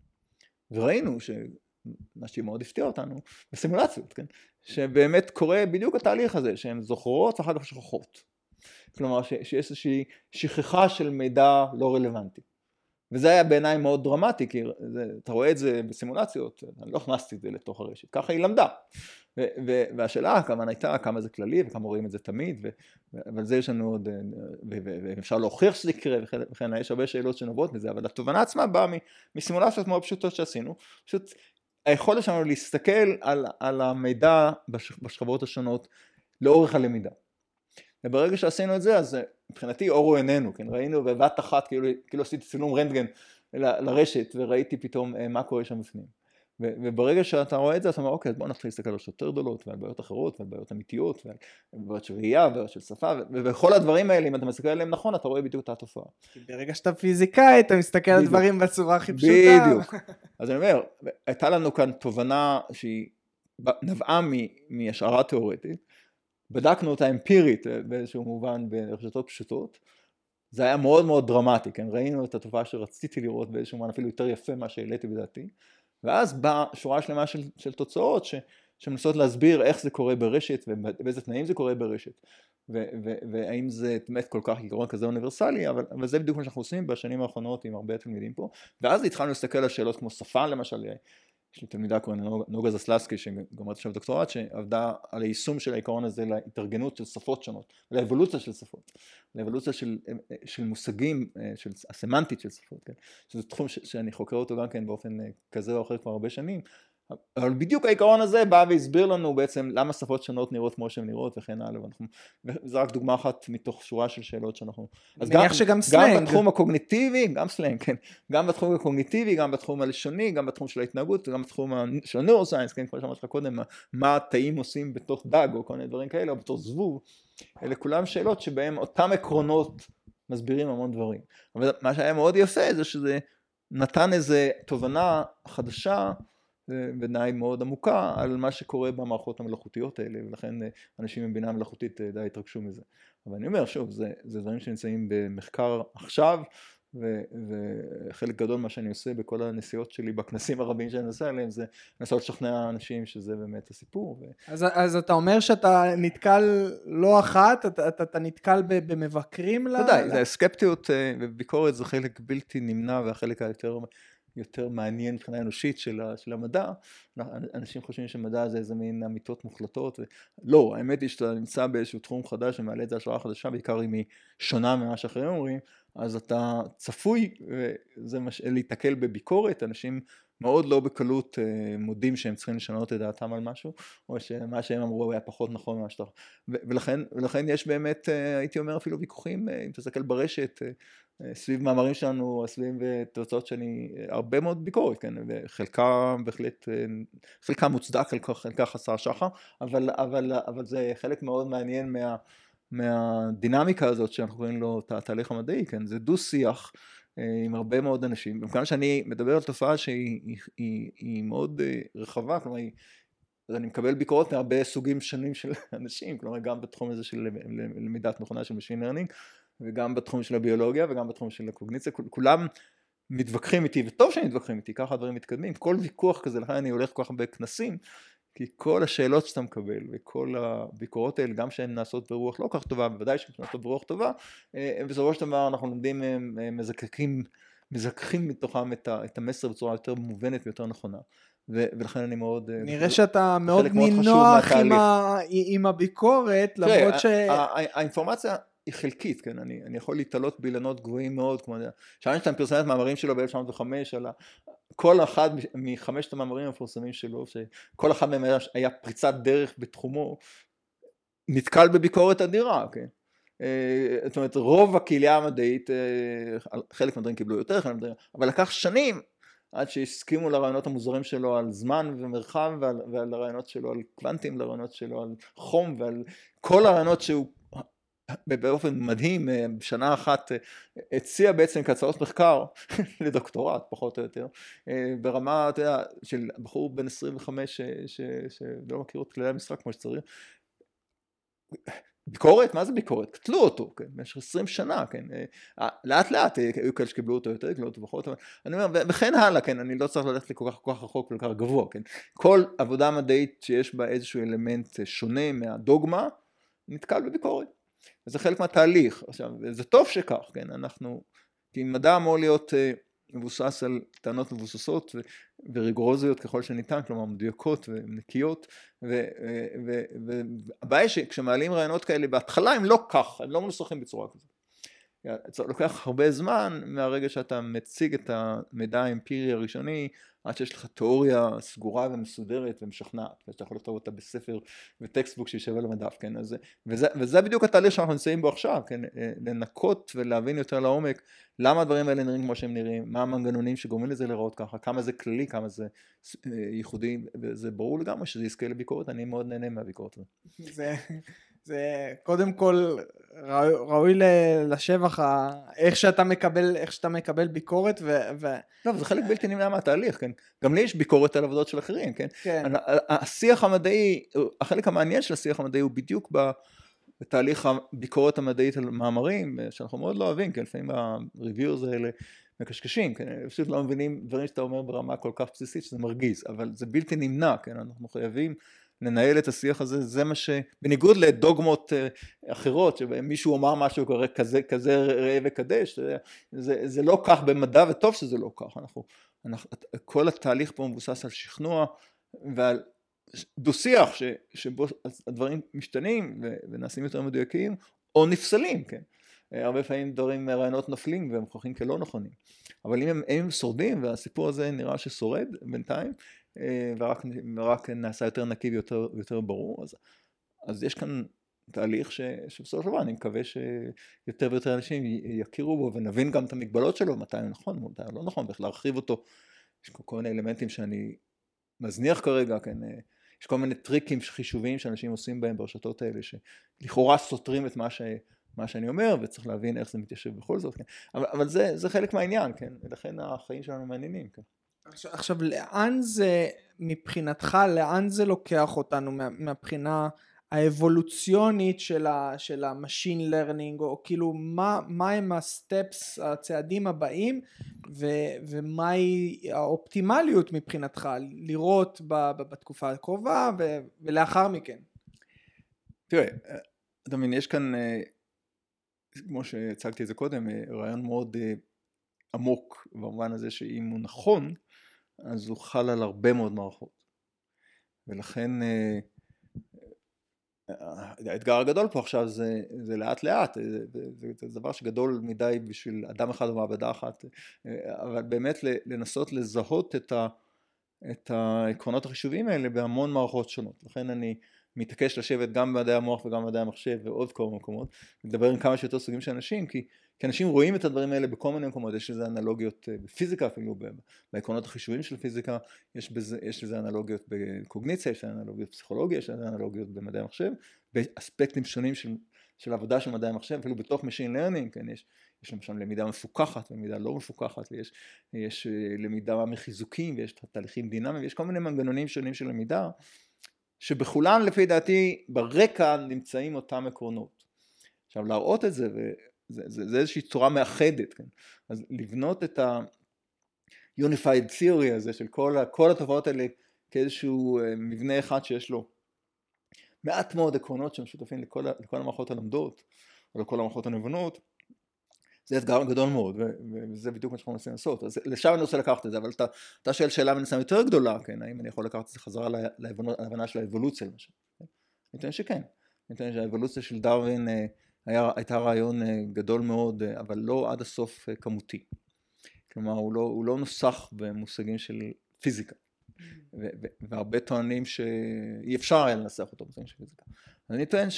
וראינו מה שמאוד הפתיע אותנו, בסימולציות, כן? שבאמת קורה בדיוק התהליך הזה, שהן זוכרות ואחר כך שכחות. כלומר, שיש איזושהי שכחה של מידע לא רלוונטי. וזה היה בעיניי מאוד דרמטי, כי אתה רואה את זה בסימולציות, אני לא הכנסתי את זה לתוך הרשת, ככה היא למדה. והשאלה כמובן הייתה כמה זה כללי וכמה רואים את זה תמיד, אבל זה יש לנו עוד, ואפשר להוכיח שזה יקרה, וכן יש הרבה שאלות שנובעות מזה, אבל התובנה עצמה באה מסימולציות מאוד פשוטות שעשינו, פשוט היכולת שלנו להסתכל על המידע בשכבות השונות לאורך הלמידה. וברגע שעשינו את זה, אז מבחינתי אורו עינינו, כן? ראינו בבת אחת, כאילו עשיתי צילום רנטגן לרשת, וראיתי פתאום מה קורה שם בפנים. וברגע שאתה רואה את זה, אתה אומר, אוקיי, אז בוא נתחיל להסתכל על רשתות יותר גדולות, ועל בעיות אחרות, ועל בעיות אמיתיות, ועל בעיות של ראייה, בעיות של שפה, ובכל הדברים האלה, אם אתה מסתכל עליהם נכון, אתה רואה בדיוק את התופעה. ברגע שאתה פיזיקאי, אתה מסתכל על דברים בצורה הכי פשוטה. בדיוק. אז אני אומר, הייתה לנו כאן תובנה שהיא נבעה מהשערה תיאורטית, בדקנו אותה אמפירית באיזשהו מובן ברשתות פשוטות, זה היה מאוד מאוד דרמטי, כן? ראינו את התופעה שרציתי לראות באיזשהו מובן אפילו יותר יפה מה שהעליתי בדעתי, ואז באה שורה שלמה של תוצאות שמנסות להסביר איך זה קורה ברשת ובאיזה תנאים זה קורה ברשת, והאם זה באמת כל כך עיקרון כזה אוניברסלי, אבל זה בדיוק מה שאנחנו עושים בשנים האחרונות עם הרבה תלמידים פה, ואז התחלנו להסתכל על שאלות כמו שפה למשל, יש לי תלמידה קוראים נוגה זסלסקי שגמרת עכשיו דוקטורט, שעבדה על היישום של העיקרון הזה להתארגנות של שפות שונות, לאבולוציה של שפות, לאבולוציה של מושגים, של הסמנטית של שפות, כן? שזה תחום שאני חוקר אותו גם כן באופן כזה או אחר כבר הרבה שנים, אבל בדיוק העיקרון הזה בא והסביר לנו בעצם למה שפות שונות נראות כמו שהן נראות וכן הלאה, וזה רק דוגמה אחת מתוך שורה של שאלות שאנחנו... אז גם גם בתחום הקוגניטיבי, גם סלנג, כן, גם בתחום הקוגניטיבי, גם בתחום הלשוני, גם בתחום של ההתנהגות, גם בתחום של הנוירוסיינס, כן, כמו שאמרתי לך קודם, מה התאים עושים בתוך דג או כל מיני דברים כאלה, או בתוך זבוב, אלה כולם שאלות שבהם אותם עקרונות מסבירים המון דברים. אבל מה שהיה מאוד יפה זה שזה נתן איזה תובנה חדשה, בעיניי מאוד עמוקה על מה שקורה במערכות המלאכותיות האלה, ולכן אנשים עם בינה מלאכותית די התרגשו מזה. אבל אני אומר שוב, זה דברים שנמצאים במחקר עכשיו, וחלק גדול מה שאני עושה בכל הנסיעות שלי בכנסים הרבים שאני עושה עליהם, זה לנסות לשכנע אנשים שזה באמת הסיפור. אז אתה אומר שאתה נתקל לא אחת, אתה נתקל במבקרים? ודאי, זה הסקפטיות וביקורת זה חלק בלתי נמנע, והחלק יותר מעניין מבחינה אנושית של המדע. אנשים חושבים שמדע זה איזה מין אמיתות מוחלטות, לא, האמת היא שאתה נמצא באיזשהו תחום חדש ומעלה את זה השערה חדשה, בעיקר אם היא שונה ממה שאחרים אומרים, אז אתה צפוי להתקל בביקורת, אנשים מאוד לא בקלות מודים שהם צריכים לשנות את דעתם על משהו, או שמה שהם אמרו היה פחות נכון ממה שאתה... ולכן יש באמת, הייתי אומר אפילו ויכוחים, אם תסתכל ברשת, סביב מאמרים שלנו, סביב תוצאות שאני, הרבה מאוד ביקורת, כן, וחלקה בהחלט, חלקה מוצדק, חלקה חסר שחר, אבל זה חלק מאוד מעניין מהדינמיקה הזאת שאנחנו קוראים לו התהליך המדעי, כן, זה דו שיח עם הרבה מאוד אנשים, וכאן שאני מדבר על תופעה שהיא מאוד רחבה, כלומר אני מקבל ביקורות מהרבה סוגים שונים של אנשים, כלומר גם בתחום הזה של למידת מכונה של Machine Learning, וגם בתחום של הביולוגיה וגם בתחום של הקוגניציה, כולם מתווכחים איתי, וטוב שהם מתווכחים איתי, ככה הדברים מתקדמים, כל ויכוח כזה, לכן אני הולך כל כך הרבה כנסים, כי כל השאלות שאתה מקבל וכל הביקורות האלה, גם שהן נעשות ברוח לא כך טובה, בוודאי שהן נעשות ברוח טובה, בסופו של דבר אנחנו לומדים, מזככים מתוכם את המסר בצורה יותר מובנת ויותר נכונה. ולכן אני מאוד... נראה שאתה מאוד נינוח עם הביקורת, למרות האינפורמציה היא חלקית, כן, אני יכול להתעלות באילנות גבוהים מאוד, כמו שאיינשטיין פרסם את מאמרים שלו ב-1905, על כל אחד מחמשת המאמרים המפורסמים שלו, שכל אחד מהם היה פריצת דרך בתחומו, נתקל בביקורת אדירה, כן. זאת אומרת, רוב הקהילה המדעית, חלק מהדברים קיבלו יותר, אבל לקח שנים עד שהסכימו לרעיונות המוזרים שלו על זמן ומרחב, ועל הרעיונות שלו על קוונטים, לרעיונות שלו על חום, ועל כל הרעיונות שהוא באופן מדהים, בשנה אחת הציע בעצם כהצעות מחקר לדוקטורט, פחות או יותר, ברמה, אתה יודע, של בחור בן 25 שלא מכיר את כללי המשחק כמו שצריך. ביקורת? מה זה ביקורת? קטלו אותו, כן, במשך 20 שנה, כן, לאט לאט, היו כאלה שקיבלו אותו יותר, קיבלו אותו פחות, אבל אני אומר, וכן הלאה, כן, אני לא צריך ללכת כל כך רחוק ולכל כך גבוה, כן, כל עבודה מדעית שיש בה איזשהו אלמנט שונה מהדוגמה, נתקל בביקורת, וזה חלק מהתהליך. עכשיו, זה טוב שכך, כן, אנחנו, כי מדע אמור להיות מבוסס על טענות מבוססות וריגורוזיות ככל שניתן, כלומר מדויקות ונקיות, והבעיה שכשמעלים רעיונות כאלה בהתחלה הם לא כך, הם לא מנוסחים בצורה כזאת. זה לוקח הרבה זמן מהרגע שאתה מציג את המידע האמפירי הראשוני, עד שיש לך תיאוריה סגורה ומסודרת ומשכנעת, ואתה יכול לכתוב אותה בספר וטקסטבוק שישב על המדף, כן, וזה בדיוק התהליך שאנחנו נמצאים בו עכשיו, כן, לנקות ולהבין יותר לעומק, למה הדברים האלה נראים כמו שהם נראים, מה המנגנונים שגורמים לזה לראות ככה, כמה זה כללי, כמה זה ייחודי, וזה ברור לגמרי שזה יזכה לביקורת, אני מאוד נהנה מהביקורת. זה קודם כל ראוי לשבח איך שאתה מקבל ביקורת לא, זה חלק בלתי נמנע מהתהליך, כן? גם לי יש ביקורת על עבודות של אחרים, כן? השיח המדעי, החלק המעניין של השיח המדעי הוא בדיוק בתהליך הביקורת המדעית על מאמרים, שאנחנו מאוד לא אוהבים, כן? לפעמים הריוויורס האלה מקשקשים, כן? פשוט לא מבינים דברים שאתה אומר ברמה כל כך בסיסית שזה מרגיז, אבל זה בלתי נמנע, כן? אנחנו חייבים לנהל את השיח הזה, זה מה בניגוד לדוגמות אחרות, שבהם מישהו אמר משהו כזה ראה וקדש, זה לא כך במדע, וטוב שזה לא כך. כל התהליך פה מבוסס על שכנוע, ועל דו-שיח, שבו הדברים משתנים, ונעשים יותר מדויקים, או נפסלים, כן. הרבה פעמים רעיונות נופלים, והם מוכרחים כלא נכונים. אבל אם הם שורדים, והסיפור הזה נראה ששורד בינתיים, ורק נעשה יותר נקי ויותר ברור, אז יש כאן תהליך שבסופו של דבר אני מקווה שיותר ויותר אנשים יכירו בו, ונבין גם את המגבלות שלו, מתי הוא נכון, מתי הוא לא נכון, ואיך להרחיב אותו. יש כל מיני אלמנטים שאני מזניח כרגע, כן, יש כל מיני טריקים חישוביים שאנשים עושים בהם ברשתות האלה, שלכאורה סותרים את מה שאני אומר, וצריך להבין איך זה מתיישב בכל זאת, כן. אבל זה חלק מהעניין, כן, ולכן החיים שלנו מעניינים, כן. עכשיו, לאן זה, מבחינתך, לאן זה לוקח אותנו מהבחינה האבולוציונית של ה-machine learning, או כאילו מה הם הסטפס, הצעדים הבאים, ומהי האופטימליות מבחינתך לראות בתקופה הקרובה ולאחר מכן? תראה, אתה מבין, יש כאן, כמו שהצגתי את זה קודם, רעיון מאוד עמוק במובן הזה שאם הוא נכון, אז הוא חל על הרבה מאוד מערכות. ולכן האתגר הגדול פה עכשיו זה לאט לאט, זה דבר שגדול מדי בשביל אדם אחד ומעבדה אחת, אבל באמת לנסות לזהות את העקרונות החישוביים האלה בהמון מערכות שונות. לכן אני מתעקש לשבת גם במדעי המוח וגם במדעי המחשב ועוד כל מקומות, לדבר עם כמה שיותר סוגים של אנשים, כי אנשים רואים את הדברים האלה בכל מיני מקומות. יש לזה אנלוגיות בפיזיקה, אפילו בעקרונות החישוביים של פיזיקה, יש לזה אנלוגיות בקוגניציה, יש לזה אנלוגיות בפסיכולוגיה, יש לזה אנלוגיות במדעי המחשב, באספקטים שונים של עבודה של מדעי המחשב, אפילו בתוך Machine Learning, כן, יש למשל למידה מפוקחת ולמידה לא מפוקחת, ויש למידה מחיזוקים, ויש תהליכים דינמיים, ויש כל מיני מנגנונים שונים של למידה, שבכולן לפי דעתי ברקע נמצאים אותם עקרונות. עכשיו להראות את זה, זה איזושהי צורה מאחדת, כן? אז לבנות את ה-Unified Theory הזה של כל התופעות האלה כאיזשהו מבנה אחד שיש לו מעט מאוד עקרונות שמשותפים לכל המערכות הלמדות, או לכל המערכות הנבונות, זה אתגר גדול מאוד, וזה בדיוק מה שאנחנו מנסים לעשות. אז לשם אני רוצה לקחת את זה, אבל אתה שואל שאלה מנסה יותר גדולה, כן? האם אני יכול לקחת את זה חזרה להבנה של האבולוציה, למשל? אני טוען שכן. אני טוען שהאבולוציה של דרווין הייתה רעיון גדול מאוד, אבל לא עד הסוף כמותי. כלומר, הוא לא נוסח במושגים של פיזיקה. והרבה טוענים שאי אפשר היה לנסח אותו במושגים של פיזיקה. אני טוען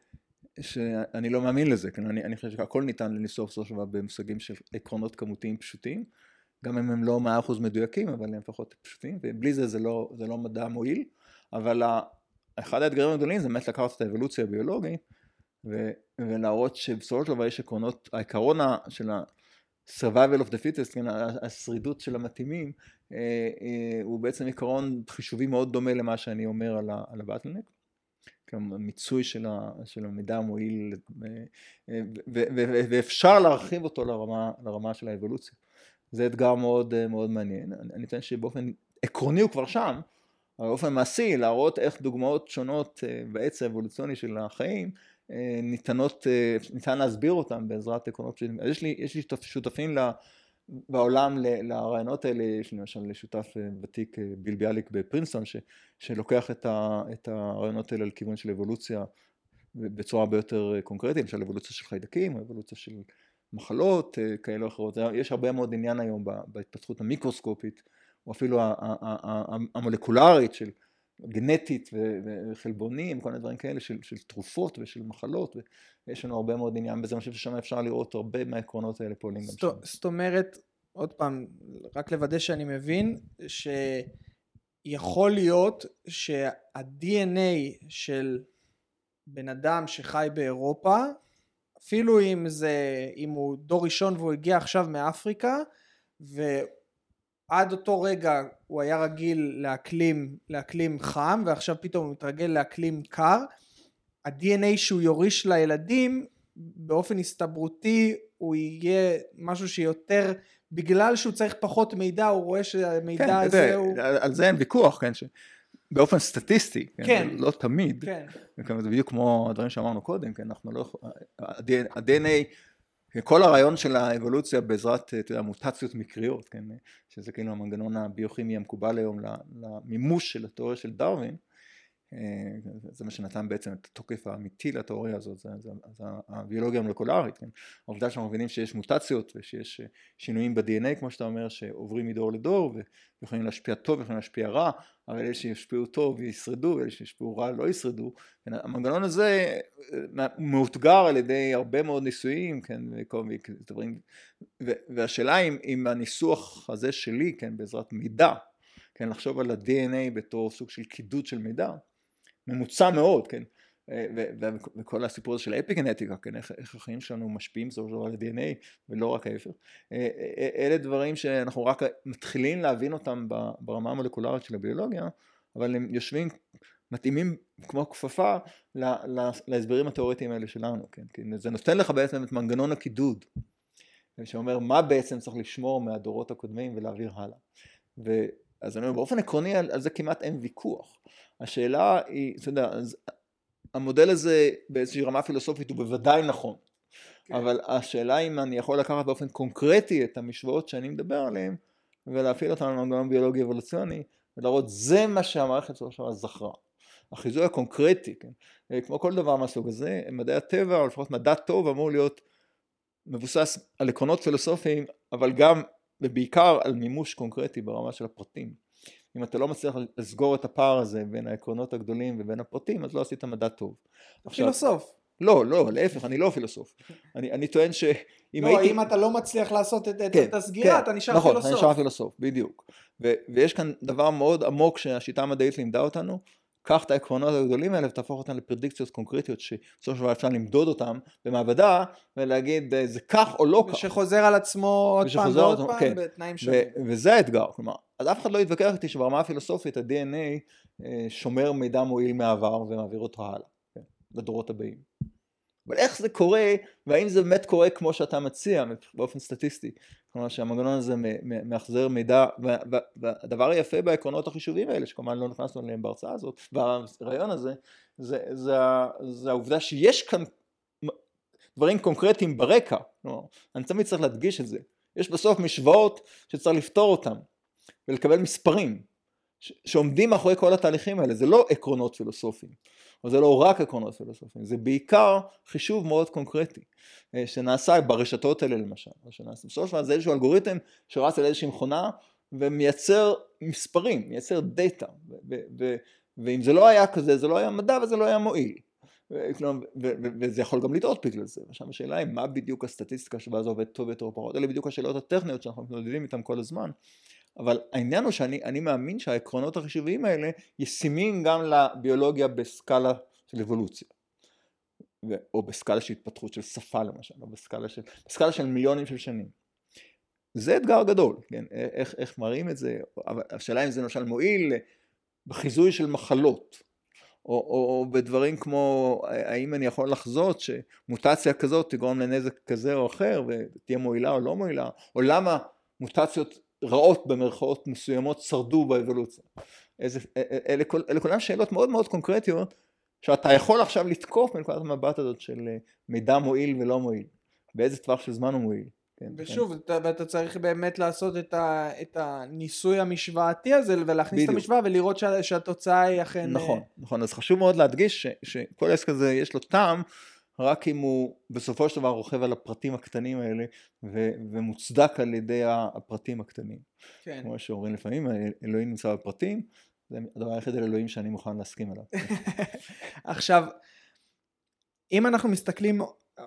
שאני לא מאמין לזה, כן? אני חושב שהכל ניתן לניסוח בסופו של דבר במושגים של עקרונות כמותיים פשוטים, גם אם הם לא 100% מדויקים, אבל הם לפחות פשוטים, ובלי זה לא מדע מועיל, אבל אחד האתגרים הגדולים זה באמת לקחת את האבולוציה הביולוגית, ולהראות שבסופו של דבר יש עקרונות, העיקרון של ה-survival of the fittest, כן? השרידות של המתאימים, הוא בעצם עיקרון חישובי מאוד דומה למה שאני אומר על הבטלנק, כלומר מיצוי של המידע המועיל, ואפשר להרחיב אותו לרמה של האבולוציה. זה אתגר מאוד מאוד מעניין. אני טוען שבאופן עקרוני הוא כבר שם, אבל באופן מעשי להראות איך דוגמאות שונות בעץ האבולוציוני של החיים, ניתן להסביר אותם בעזרת עקרונות פשוטים. אז יש לי שותפים בעולם לרעיונות האלה, יש לי למשל שותף ותיק ביל ביאליק בפרינסטון, שלוקח את הרעיונות האלה לכיוון של אבולוציה בצורה הרבה יותר קונקרטית, למשל אבולוציה של חיידקים, אבולוציה של מחלות כאלה או אחרות. יש הרבה מאוד עניין היום בהתפתחות המיקרוסקופית, או אפילו המולקולרית של גנטית וחלבונים, כל מיני דברים כאלה של תרופות ושל מחלות, ויש לנו הרבה מאוד עניין בזה, אני חושב ששם אפשר לראות הרבה מהעקרונות האלה פועלים גם שם. זאת אומרת, עוד פעם, רק לוודא שאני מבין, שיכול להיות שה-DNA של בן אדם שחי באירופה, אפילו אם הוא דור ראשון והוא הגיע עכשיו מאפריקה, עד אותו רגע הוא היה רגיל לאקלים חם, ועכשיו פתאום הוא מתרגל לאקלים קר. ה-DNA שהוא יוריש לילדים, באופן הסתברותי, הוא יהיה משהו שיותר, בגלל שהוא צריך פחות מידע, הוא רואה שהמידע הזה הוא... על זה אין ויכוח, כן, באופן סטטיסטי, כן. לא תמיד, כן. זה בדיוק כמו הדברים שאמרנו קודם, אנחנו לא, ה-DNA, כל הרעיון של האבולוציה בעזרת מוטציות מקריות, שזה כאילו המנגנון הביוכימי המקובל היום למימוש של התיאוריה של דרווין, זה מה שנתן בעצם את התוקף האמיתי לתיאוריה הזאת, זה הביולוגיה המולקולרית, העובדה שאנחנו מבינים שיש מוטציות ושיש שינויים ב-DNA כמו שאתה אומר שעוברים מדור לדור ויכולים להשפיע טוב ויכולים להשפיע רע, אבל אלה שישפיעו טוב וישרדו ואלה שישפיעו רע לא ישרדו, המנגנון הזה מאותגר על ידי הרבה מאוד ניסויים, והשאלה אם הניסוח הזה שלי בעזרת מידע, לחשוב על ה-DNA בתור סוג של קידוד של מידע, ממוצע מאוד, וכל הסיפור הזה של האפיקנטיקה, איך החיים שלנו משפיעים על ה-DNA ולא רק ההפך, אלה דברים שאנחנו רק מתחילים להבין אותם ברמה המולקולרית של הביולוגיה, אבל הם יושבים, מתאימים כמו כפפה להסברים התיאורטיים האלה שלנו, זה נותן לך בעצם את מנגנון הקידוד, שאומר מה בעצם צריך לשמור מהדורות הקודמים ולהעביר הלאה, אז אני אומר, באופן עקרוני על זה כמעט אין ויכוח. השאלה היא, אתה יודע, המודל הזה באיזושהי רמה פילוסופית הוא בוודאי נכון, אבל השאלה אם אני יכול לקחת באופן קונקרטי את המשוואות שאני מדבר עליהן, ולהפעיל אותן על מנגנון ביולוגי אבולוציוני, ולהראות זה מה שהמערכת שלו זכרה. החיזוי הקונקרטי, כמו כל דבר מהסוג הזה, מדעי הטבע, או לפחות מדע טוב, אמור להיות מבוסס על עקרונות פילוסופיים, אבל גם ובעיקר על מימוש קונקרטי ברמה של הפרטים. אם אתה לא מצליח לסגור את הפער הזה בין העקרונות הגדולים ובין הפרטים, אז לא עשית מדע טוב. פילוסוף. לא, להפך, אני לא פילוסוף. אני טוען שאם הייתי... אם אתה לא מצליח לעשות את הסגירה, אתה נשאר פילוסוף. נכון, אתה נשאר פילוסוף, בדיוק. ויש כאן דבר מאוד עמוק שהשיטה המדעית לימדה אותנו, קח את העקרונות הגדולים האלה ותהפוך אותם לפרדיקציות קונקרטיות שבסופו של דבר אפשר למדוד אותם במעבדה ולהגיד זה כך או לא כך. ושחוזר על עצמו עוד פעם ועוד פעם בתנאים שונים. וזה האתגר, כלומר, אז אף אחד לא יתווכח איתי שברמה הפילוסופית ה-DNA שומר מידע מועיל מהעבר ומעביר אותו הלאה, לדורות הבאים. אבל איך זה קורה, והאם זה באמת קורה כמו שאתה מציע באופן סטטיסטי, כלומר שהמנגנון הזה מאחזר מידע, והדבר היפה בעקרונות החישוביים האלה, שכמובן לא נכנסנו אליהם בהרצאה הזאת, והרעיון הזה, זה העובדה שיש כאן דברים קונקרטיים ברקע, כלומר, אני תמיד צריך להדגיש את זה, יש בסוף משוואות שצריך לפתור אותם, ולקבל מספרים, שעומדים מאחורי כל התהליכים האלה, זה לא עקרונות פילוסופיים, או זה לא רק עקרונות פילוסופיים, זה בעיקר חישוב מאוד קונקרטי, שנעשה ברשתות האלה למשל, בסופו של דבר זה איזשהו אלגוריתם שרץ על איזושהי מכונה, ומייצר מספרים, מייצר דאטה, ואם זה לא היה כזה, זה לא היה מדע וזה לא היה מועיל, וזה יכול גם לטעות בגלל זה, עכשיו השאלה היא מה בדיוק הסטטיסטיקה שבה זה עובד טוב יותר או פחות, אלה בדיוק השאלות הטכניות שאנחנו מתמודדים איתן כל הזמן, אבל העניין הוא שאני מאמין שהעקרונות החישוביים האלה ישימים גם לביולוגיה בסקאלה של אבולוציה, או בסקאלה של התפתחות של שפה למשל, או בסקאלה של מיליונים של שנים. זה אתגר גדול, כן? איך מראים את זה, אבל השאלה אם זה למשל מועיל בחיזוי של מחלות, או בדברים כמו האם אני יכול לחזות שמוטציה כזאת תגרום לנזק כזה או אחר, ותהיה מועילה או לא מועילה, או למה מוטציות רעות במרכאות מסוימות שרדו באבולוציה. אלה כולם שאלות מאוד מאוד קונקרטיות, שאתה יכול עכשיו לתקוף מנקודת המבט הזאת של מידע מועיל ולא מועיל, באיזה טווח של זמן הוא מועיל. ושוב, אתה צריך באמת לעשות את הניסוי המשוואתי הזה, ולהכניס את המשוואה ולראות שהתוצאה היא אכן... נכון, אז חשוב מאוד להדגיש שכל העסק הזה יש לו טעם, רק אם הוא בסופו של דבר רוכב על הפרטים הקטנים האלה, ומוצדק על ידי הפרטים הקטנים. כן. כמו שאומרים לפעמים, אלוהים נמצא בפרטים, זה הדבר היחיד על אלוהים שאני מוכן להסכים עליו. עכשיו, אם אנחנו מסתכלים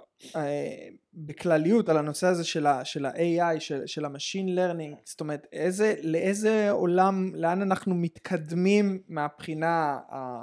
בכלליות על הנושא הזה של ה-AI, של ה-Machine Learning, זאת אומרת, לאיזה עולם, לאן אנחנו מתקדמים מהבחינה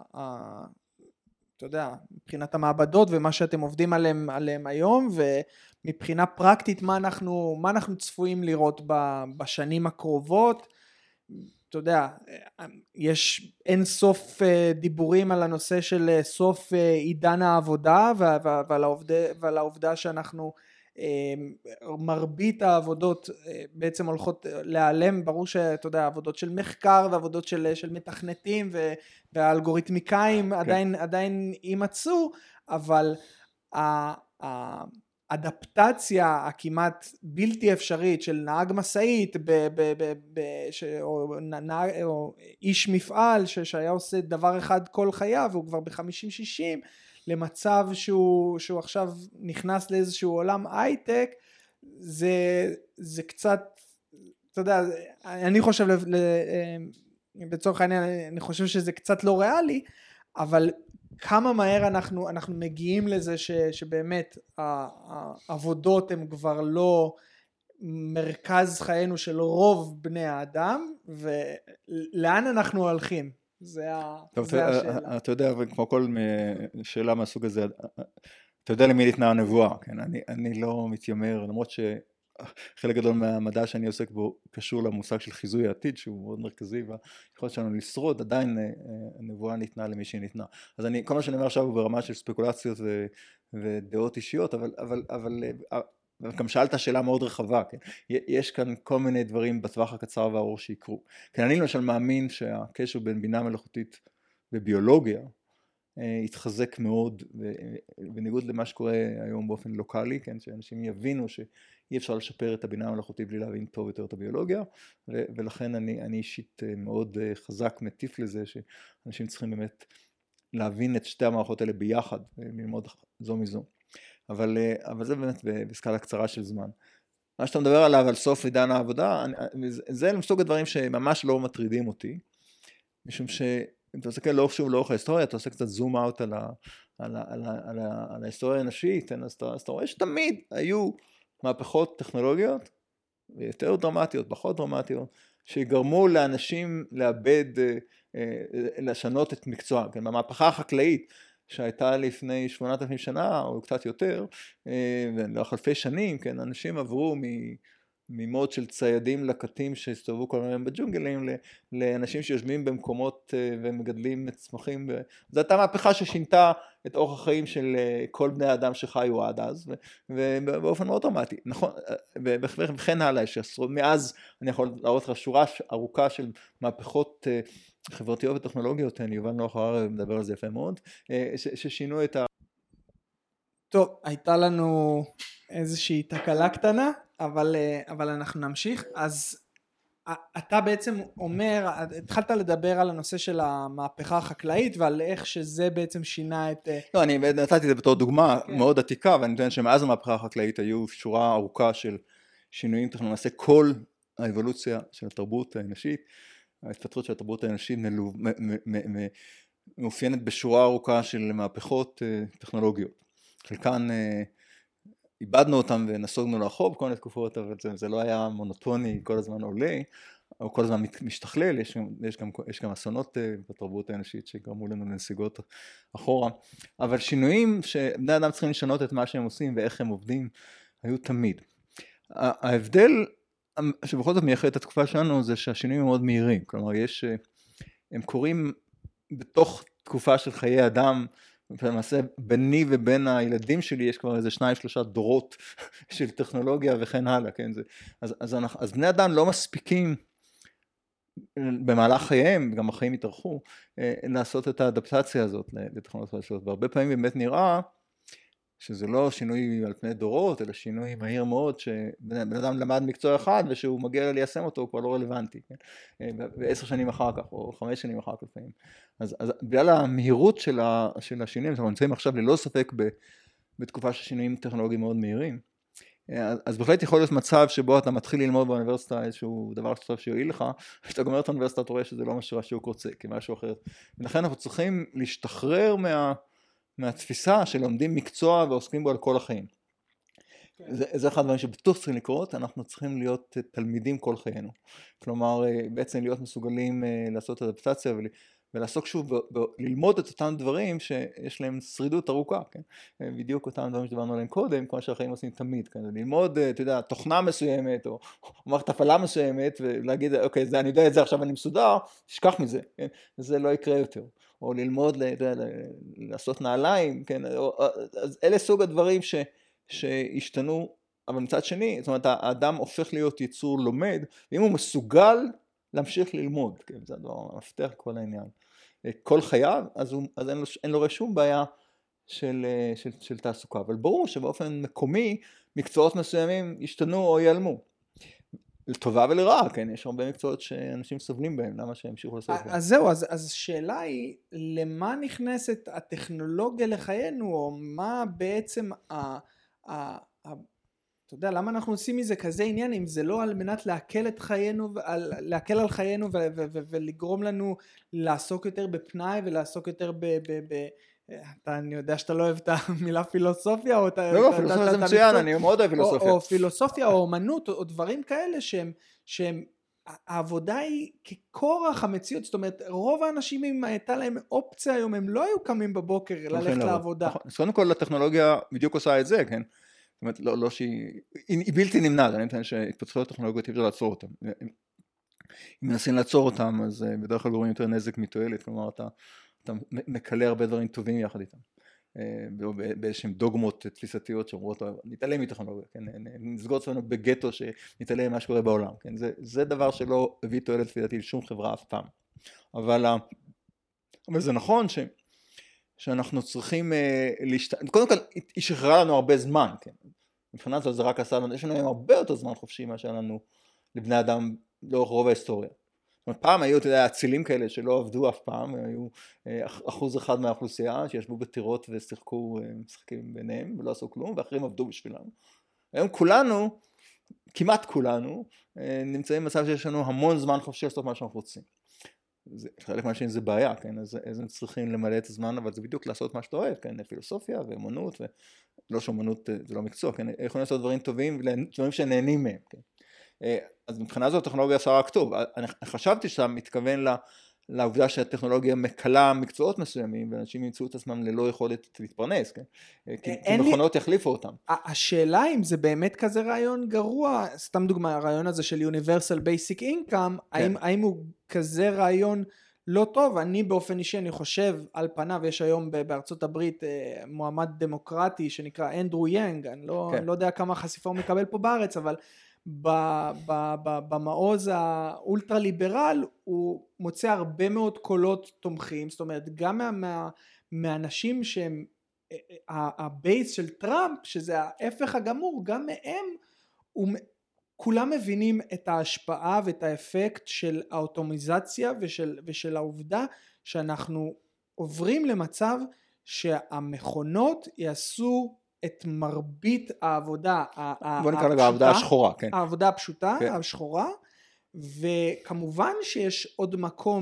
אתה יודע, מבחינת המעבדות ומה שאתם עובדים עליהם היום, ומבחינה פרקטית מה אנחנו צפויים לראות בשנים הקרובות. אתה יודע, יש אין סוף דיבורים על הנושא של סוף עידן העבודה, ועל העובדה שאנחנו מרבית העבודות בעצם הולכות להיעלם. ברור שאתה יודע, עבודות של מחקר ועבודות של מתכנתים והאלגוריתמיקאים עדיין יימצאו, אבל האדפטציה הכמעט בלתי אפשרית של נהג משאית או איש מפעל שהיה עושה דבר אחד כל חייו והוא כבר ב-50-60 למצב שהוא עכשיו נכנס לאיזשהו עולם הייטק, זה קצת, אתה יודע, אני חושב בצורך העניין אני חושב שזה קצת לא ריאלי, אבל כמה מהר אנחנו מגיעים לזה שבאמת העבודות הן כבר לא מרכז חיינו של רוב בני האדם, ולאן אנחנו הולכים? זה השאלה. אתה יודע, כמו כל שאלה מהסוג הזה, אתה יודע למי ניתנה הנבואה, כן? אני לא מתיימר, למרות שחלק גדול מהמדע שאני עוסק בו קשור למושג של חיזוי העתיד, שהוא מאוד מרכזי, והיכולת שלנו לשרוד, עדיין הנבואה ניתנה למי שהיא ניתנה. אז כל מה שאני אומר עכשיו הוא ברמה של ספקולציות ודעות אישיות, אבל גם שאלת שאלה מאוד רחבה, כן? יש כאן כל מיני דברים בטווח הקצר והארוך שיקרו. כן, אני למשל מאמין שהקשר בין בינה מלאכותית וביולוגיה יתחזק מאוד, בניגוד למה שקורה היום באופן לוקלי, כן? שאנשים יבינו שאי אפשר לשפר את הבינה המלאכותית בלי להבין טוב יותר את הביולוגיה, ולכן אני אישית מאוד חזק מטיף לזה שאנשים צריכים באמת להבין את שתי המערכות האלה ביחד, ללמוד זו מזו. אבל זה באמת בסקאלה קצרה של זמן. מה שאתה מדבר עליו, על סוף עידן העבודה, זה מסוג הדברים שממש לא מטרידים אותי, משום שאם אתה עושה לאורך ההיסטוריה, אתה עושה קצת זום אאוט על ההיסטוריה האנושית, אז אתה רואה שתמיד היו מהפכות טכנולוגיות, יותר דרמטיות, פחות דרמטיות, שגרמו לאנשים לאבד, לשנות את מקצוע, כן? במהפכה החקלאית, שהייתה לפני 8,000 שנה או קצת יותר, ולאורך אלפי שנים, כן, אנשים עברו ממוד של ציידים לקטים שהסתובבו כל הזמן בג'ונגלים, לאנשים שיושבים במקומות ומגדלים צמחים. זו הייתה מהפכה ששינתה את אורח החיים של כל בני האדם שחיו עד אז, ובאופן מאוד דרמטי. נכון, וכן הלאה, מאז אני יכול להראות לך שורה ארוכה של מהפכות חברתיות וטכנולוגיות, יובל נוח הררי מדבר על זה יפה מאוד, ששינו את טוב, הייתה לנו איזושהי תקלה קטנה, אבל אנחנו נמשיך. אז אתה בעצם אומר, התחלת לדבר על הנושא של המהפכה החקלאית, ועל איך שזה בעצם שינה את... לא, אני נתתי את זה בתור דוגמה מאוד עתיקה, ואני טוען שמאז המהפכה החקלאית היו שורה ארוכה של שינויים טכנולוגיים, למעשה כל האבולוציה של התרבות האנושית, ההתפתחות של התרבות האנושית מאופיינת בשורה ארוכה של מהפכות טכנולוגיות. חלקן איבדנו אותם ונסוגנו לאחור בכל מיני תקופות, אבל זה לא היה מונוטוני, כל הזמן עולה, או כל הזמן משתכלל, יש גם אסונות בתרבות האנושית שגרמו לנו לנסיגות אחורה, אבל שינויים שבני אדם צריכים לשנות את מה שהם עושים ואיך הם עובדים, היו תמיד. ההבדל שבכל זאת מייחד את התקופה שלנו זה שהשינויים הם מאוד מהירים, כלומר הם קורים בתוך תקופה של חיי אדם, למעשה ביני ובין הילדים שלי יש כבר איזה 2-3 דורות של טכנולוגיה וכן הלאה, כן? אז בני אדם לא מספיקים במהלך חייהם, גם החיים התארכו, לעשות את האדפטציה הזאת לטכנולוגיות חדשות, והרבה פעמים באמת נראה שזה לא שינוי על פני דורות, אלא שינוי מהיר מאוד, שבן אדם למד מקצוע אחד, ושהוא מגיע ליישם אותו, הוא כבר לא רלוונטי, כן? ו10 שנים אחר כך, או 5 שנים אחר כך לפעמים. אז בגלל המהירות של השינויים, אנחנו נמצאים עכשיו ללא ספק בתקופה של שינויים טכנולוגיים מאוד מהירים, אז בהחלט יכול להיות מצב שבו אתה מתחיל ללמוד באוניברסיטה איזשהו דבר שטוב שיועיל לך, כשאתה גומר את האוניברסיטה אתה רואה שזה לא משהו שהוא רוצה, כמשהו אחר. ולכן אנחנו צריכים להשתחרר מהתפיסה שלומדים מקצוע ועוסקים בו על כל החיים. זה אחד הדברים שבטוח צריכים לקרות, אנחנו צריכים להיות תלמידים כל חיינו. כלומר, בעצם להיות מסוגלים לעשות אדפטציה ולעסוק שוב, ללמוד את אותם דברים שיש להם שרידות ארוכה, כן? בדיוק אותם דברים שדיברנו עליהם קודם, כמו שהחיים עושים תמיד, כן? ללמוד, אתה יודע, תוכנה מסוימת, או מערכת הפעלה מסוימת, ולהגיד, אוקיי, אני יודע את זה, עכשיו אני מסודר, תשכח מזה, כן? זה לא יקרה יותר. או ללמוד, לעשות נעליים, כן? אז אלה סוג הדברים שהשתנו אבל מצד שני, זאת אומרת, האדם הופך להיות יצור לומד, ואם הוא מסוגל להמשיך ללמוד, כן, זה הדבר המפתח כל העניין. כל חייו, אז אין לו שום בעיה של תעסוקה, אבל ברור שבאופן מקומי, מקצועות מסוימים ישתנו או ייעלמו. לטובה ולרעה, כן, יש הרבה מקצועות שאנשים סובלים בהם, למה שהם ימשיכו לעשות בהם? אז זהו, אז השאלה היא, למה נכנסת הטכנולוגיה לחיינו, או מה בעצם אתה יודע, למה אנחנו עושים מזה כזה עניין, אם זה לא על מנת להקל את חיינו, להקל על חיינו ולגרום לנו לעסוק יותר בפנאי ולעסוק יותר אני יודע שאתה לא אוהב את המילה פילוסופיה, או לא, פילוסופיה זה מצוין, אני מאוד אוהב פילוסופיה. או פילוסופיה או אומנות, או דברים כאלה שהם העבודה היא ככורח המציאות, זאת אומרת, רוב האנשים אם הייתה להם אופציה היום, הם לא היו קמים בבוקר ללכת לעבודה. אז קודם כל הטכנולוגיה בדיוק עושה את זה, כן? זאת אומרת, לא היא בלתי נמנעת, אני מתכוון שהתפתחויות טכנולוגיות אפשר לעצור אותן. אם מנסים לעצור אותם, אז בדרך כלל גורמים יותר נזק מתועלת, כלומר אתה מקלה הרבה דברים טובים יחד איתם. באיזשהם דוגמות תפיסתיות שאומרות, נתעלם מטכנולוגיה, כן? נסגור אותנו בגטו שנתעלם ממה שקורה בעולם, כן? זה דבר שלא הביא תועלת לפי דעתי לשום חברה אף פעם. אבל זה נכון שאנחנו צריכים קודם כל היא שחררה לנו הרבה זמן, כן? מבחינת זאת זה רק עשה לנו, יש לנו היום הרבה יותר זמן חופשי מה שהיה לנו לבני אדם לאורך רוב ההיסטוריה. זאת אומרת, פעם היו, אתה יודע, אצילים כאלה שלא עבדו אף פעם, היו 1% מהאוכלוסייה שישבו בטירות ושיחקו משחקים ביניהם ולא עשו כלום, ואחרים עבדו בשבילם. היום כולנו, כמעט כולנו, נמצאים במצב שיש לנו המון זמן חופשי לעשות מה שאנחנו רוצים. חלק מהשני זה בעיה, כן? אז הם צריכים למלא את הזמן, אבל זה בדיוק לעשות מה שאתה אוהב, כן? פילוסופיה ואמנות, ולא שאמנות זה לא מקצוע, כן? יכולים לעשות דברים טובים ודברים שנהנים מהם, כן? אז מבחינה זו הטכנולוגיה עשה רק טוב. אני חשבתי שאתה מתכוון לעובדה שהטכנולוגיה מקלה מקצועות מסוימים, ואנשים ימצאו את עצמם ללא יכולת להתפרנס, כן? כי מכונות יחליפו אותם. השאלה אם זה באמת כזה רעיון גרוע, סתם דוגמה, הרעיון הזה של Universal Basic Income, האם הוא כזה רעיון לא טוב? אני באופן אישי, אני חושב, על פניו, יש היום בארצות הברית מועמד דמוקרטי שנקרא אנדרו יאנג, אני לא יודע כמה חשיפה הוא מקבל פה בארץ, אבל במעוז האולטרה ליברל הוא מוצא הרבה מאוד קולות תומכים, זאת אומרת גם מהאנשים שהם הבייס של טראמפ, שזה ההפך הגמור, גם מהם כולם מבינים את ההשפעה ואת האפקט של האוטומיזציה ושל העובדה שאנחנו עוברים למצב שהמכונות יעשו את מרבית העבודה בוא נקרא לה העבודה השחורה, כן. העבודה הפשוטה, השחורה, וכמובן שיש עוד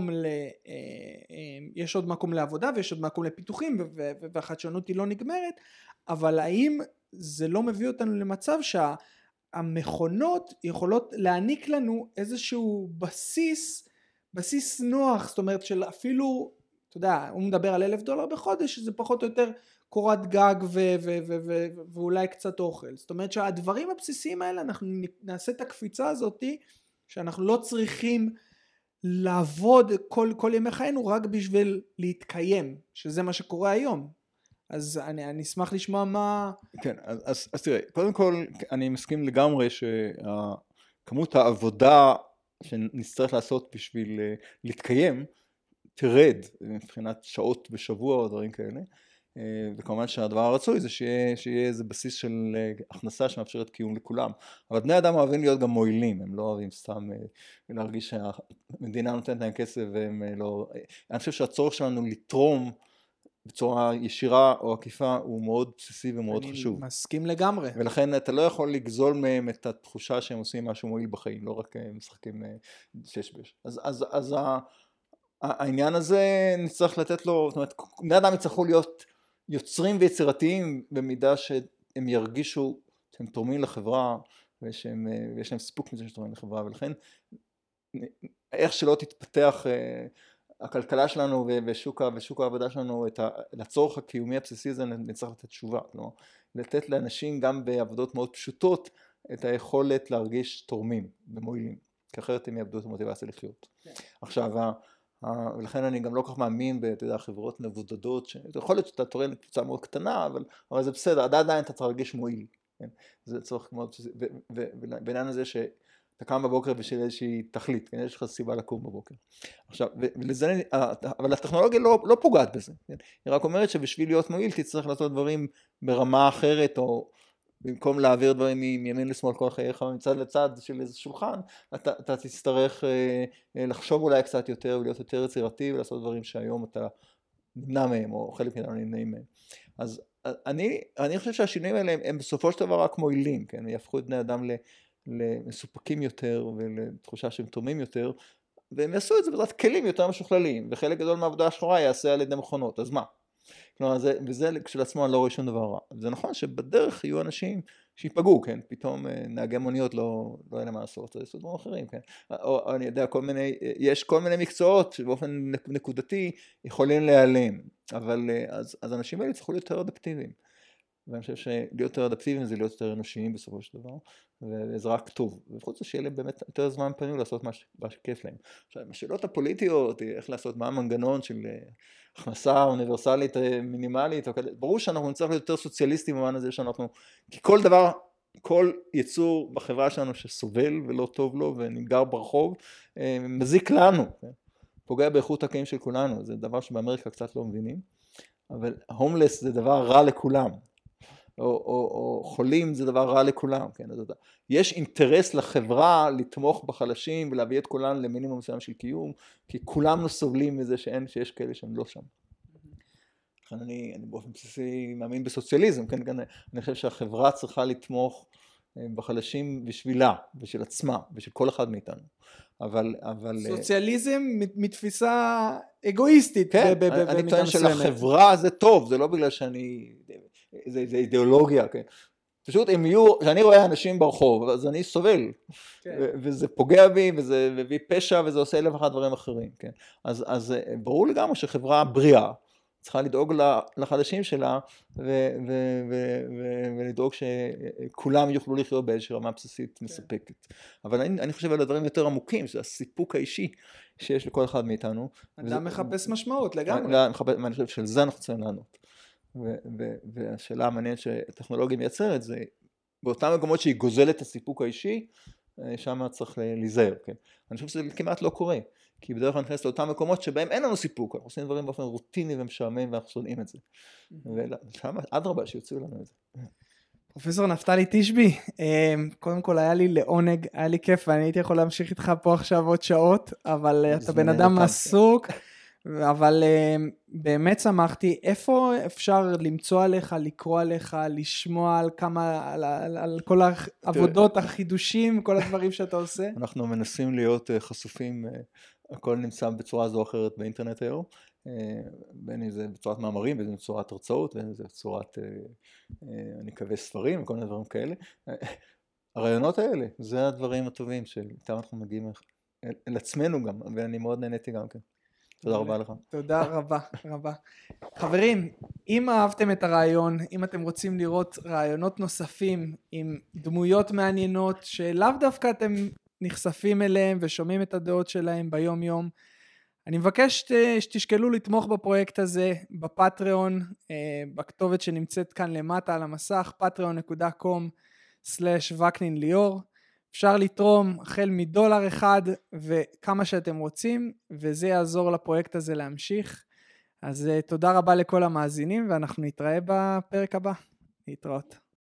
מקום לעבודה ויש עוד מקום לפיתוחים והחדשנות היא לא נגמרת, אבל האם זה לא מביא אותנו למצב שהמכונות יכולות להעניק לנו איזשהו בסיס נוח, זאת אומרת של אפילו, אתה יודע, הוא מדבר על $1,000 בחודש, שזה פחות או יותר קורת גג ואולי קצת אוכל. זאת אומרת שהדברים הבסיסיים האלה, אנחנו נעשה את הקפיצה הזאת, שאנחנו לא צריכים לעבוד כל ימי חיינו רק בשביל להתקיים, שזה מה שקורה היום. אז אני אשמח לשמוע מה... כן, אז תראה, קודם כל אני מסכים לגמרי שכמות העבודה שנצטרך לעשות בשביל להתקיים, תרד מבחינת שעות בשבוע או דברים כאלה, וכמובן שהדבר הרצוי זה שיהיה איזה בסיס של הכנסה שמאפשרת קיום לכולם. אבל בני אדם אוהבים להיות גם מועילים, הם לא אוהבים סתם להרגיש שהמדינה נותנת להם כסף והם לא... אני חושב שהצורך שלנו לתרום בצורה ישירה או עקיפה הוא מאוד בסיסי ומאוד חשוב. אני מסכים לגמרי. ולכן אתה לא יכול לגזול מהם את התחושה שהם עושים משהו מועיל בחיים, לא רק משחקים שש. אז העניין הזה נצטרך לתת לו, זאת אומרת, בני אדם יצטרכו להיות יוצרים ויצירתיים במידה שהם ירגישו שהם תורמים לחברה ויש להם סיפוק מזה שתורמים לחברה, ולכן איך שלא תתפתח הכלכלה שלנו ושוק העבודה שלנו, לצורך הקיומי הבסיסי הזה נצטרך לתת תשובה, כלומר לתת לאנשים גם בעבודות מאוד פשוטות את היכולת להרגיש תורמים ומועילים, כי אחרת הם יאבדו את המוטיבציה לחיות. עכשיו, ולכן אני גם לא כל כך מאמין בחברות מבודדות, יכול להיות שאתה תורם לקבוצה מאוד קטנה, אבל זה בסדר, עדיין אתה צריך להרגיש מועיל. כן? זה צורך מאוד בסיסי, ובעניין הזה שאתה קם בבוקר בשביל איזושהי תכלית, כן? יש לך סיבה לקום בבוקר. עכשיו, אבל הטכנולוגיה לא פוגעת בזה, כן? היא רק אומרת שבשביל להיות מועיל תצטרך לעשות דברים ברמה אחרת, או במקום להעביר דברים מימין לשמאל כל חייך מצד לצד של איזה שולחן, אתה תצטרך לחשוב אולי קצת יותר ולהיות יותר יצירתי ולעשות דברים שהיום אתה נמנע מהם או חלק מאיתנו נמנעים מהם. אז אני חושב שהשינויים האלה הם בסופו של דבר רק מועילים, כן? יהפכו את בני אדם למסופקים יותר ולתחושה שהם תורמים יותר, והם יעשו את זה בעזרת כלים יותר משוכללים, וחלק גדול מהעבודה השחורה יעשה על ידי מכונות, אז מה? כלומר, וזה כשלעצמו אני לא רואה שום דבר רע. זה נכון שבדרך יהיו אנשים שיפגעו, כן? פתאום נהגי מוניות לא יהיה למה לעשות, זה דברים אחרים, כן? או אני יודע, יש כל מיני מקצועות שבאופן נקודתי יכולים להיעלם, אבל אז אנשים האלה צריכו להיות יותר אדפטיביים. ואני חושב שלהיות יותר אדפטיביים זה להיות יותר אנושיים בסופו של דבר, וזה רק טוב. וחוץ זה שיהיה להם באמת יותר זמן פנוי לעשות מה שכיף להם. עכשיו, השאלות הפוליטיות, איך לעשות, מה המנגנון של הכנסה אוניברסלית מינימלית, ברור שאנחנו נצטרך להיות יותר סוציאליסטים במובן הזה שאנחנו, כי כל דבר, כל יצור בחברה שלנו שסובל ולא טוב לו ונגר ברחוב, מזיק לנו, פוגע באיכות החיים של כולנו, זה דבר שבאמריקה קצת לא מבינים, אבל הומלס זה דבר רע לכולם. או חולים זה דבר רע לכולם, כן? יש אינטרס לחברה לתמוך בחלשים ולהביא את כולן למינימום מסוים של קיום, כי כולם לא סובלים מזה שיש כאלה שהם לא שם. לכן אני באופן בסיסי מאמין בסוציאליזם, כן? אני חושב שהחברה צריכה לתמוך בחלשים בשבילה, בשביל עצמה, בשביל כל אחד מאיתנו. אבל סוציאליזם מתפיסה אגואיסטית. כן, אני טוען שלחברה זה טוב, זה לא בגלל זה אידיאולוגיה, כן? פשוט כשאני רואה אנשים ברחוב, אז אני סובל, וזה פוגע בי, וזה מביא פשע, וזה עושה אלף ואחת דברים אחרים, כן? אז ברור לגמרי שחברה בריאה, צריכה לדאוג לחדשים שלה, ולדאוג שכולם יוכלו לחיות באיזושהי רמה בסיסית מספקת. אבל אני חושב על הדברים יותר עמוקים, שזה הסיפוק האישי שיש לכל אחד מאיתנו. אדם מחפש משמעות לגמרי. ואני חושב שעל זה אנחנו צריכים לענות. והשאלה המעניינת שהטכנולוגיה מייצרת זה, באותם מקומות שהיא גוזלת את הסיפוק האישי, שם צריך להיזהר, כן? אני חושב שזה כמעט לא קורה, כי בדרך כלל נכנס לאותם מקומות שבהם אין לנו סיפוק, אנחנו עושים דברים באופן רוטיני ומשעמם ואנחנו שונאים את זה. ושם אדרבה שיוצאו לנו את זה. פרופסור נפתלי תשבי, קודם כל היה לי לעונג, היה לי כיף, ואני הייתי יכול להמשיך איתך פה עכשיו עוד שעות, אבל אתה בן אדם עסוק, אבל באמת שמחתי, איפה אפשר למצוא עליך, לקרוא עליך, לשמוע על כל העבודות, החידושים, כל הדברים שאתה עושה? אנחנו מנסים להיות חשופים, הכל נמצא בצורה זו או אחרת באינטרנט היום, בין אם זה בצורת מאמרים, בין אם זה בצורת הרצאות, בין אם זה בצורת, אני מקווה, ספרים וכל מיני דברים כאלה. הרעיונות האלה, זה הדברים הטובים שאיתם אנחנו מגיעים אל עצמנו גם, ואני מאוד נהניתי גם כן. תודה רבה לך. תודה רבה, רבה. חברים, אם אהבתם את הרעיון, אם אתם רוצים לראות רעיונות נוספים עם דמויות מעניינות שלאו דווקא אתם נחשפים אליהם ושומעים את הדעות שלהם ביום יום, אני מבקש שתשקלו לתמוך בפרויקט הזה בפטריון, בכתובת שנמצאת כאן למטה על המסך, patreon.com/וקנין-ליאור. אפשר לתרום החל $1 וכמה שאתם רוצים, וזה יעזור לפרויקט הזה להמשיך. אז תודה רבה לכל המאזינים, ואנחנו נתראה בפרק הבא. להתראות.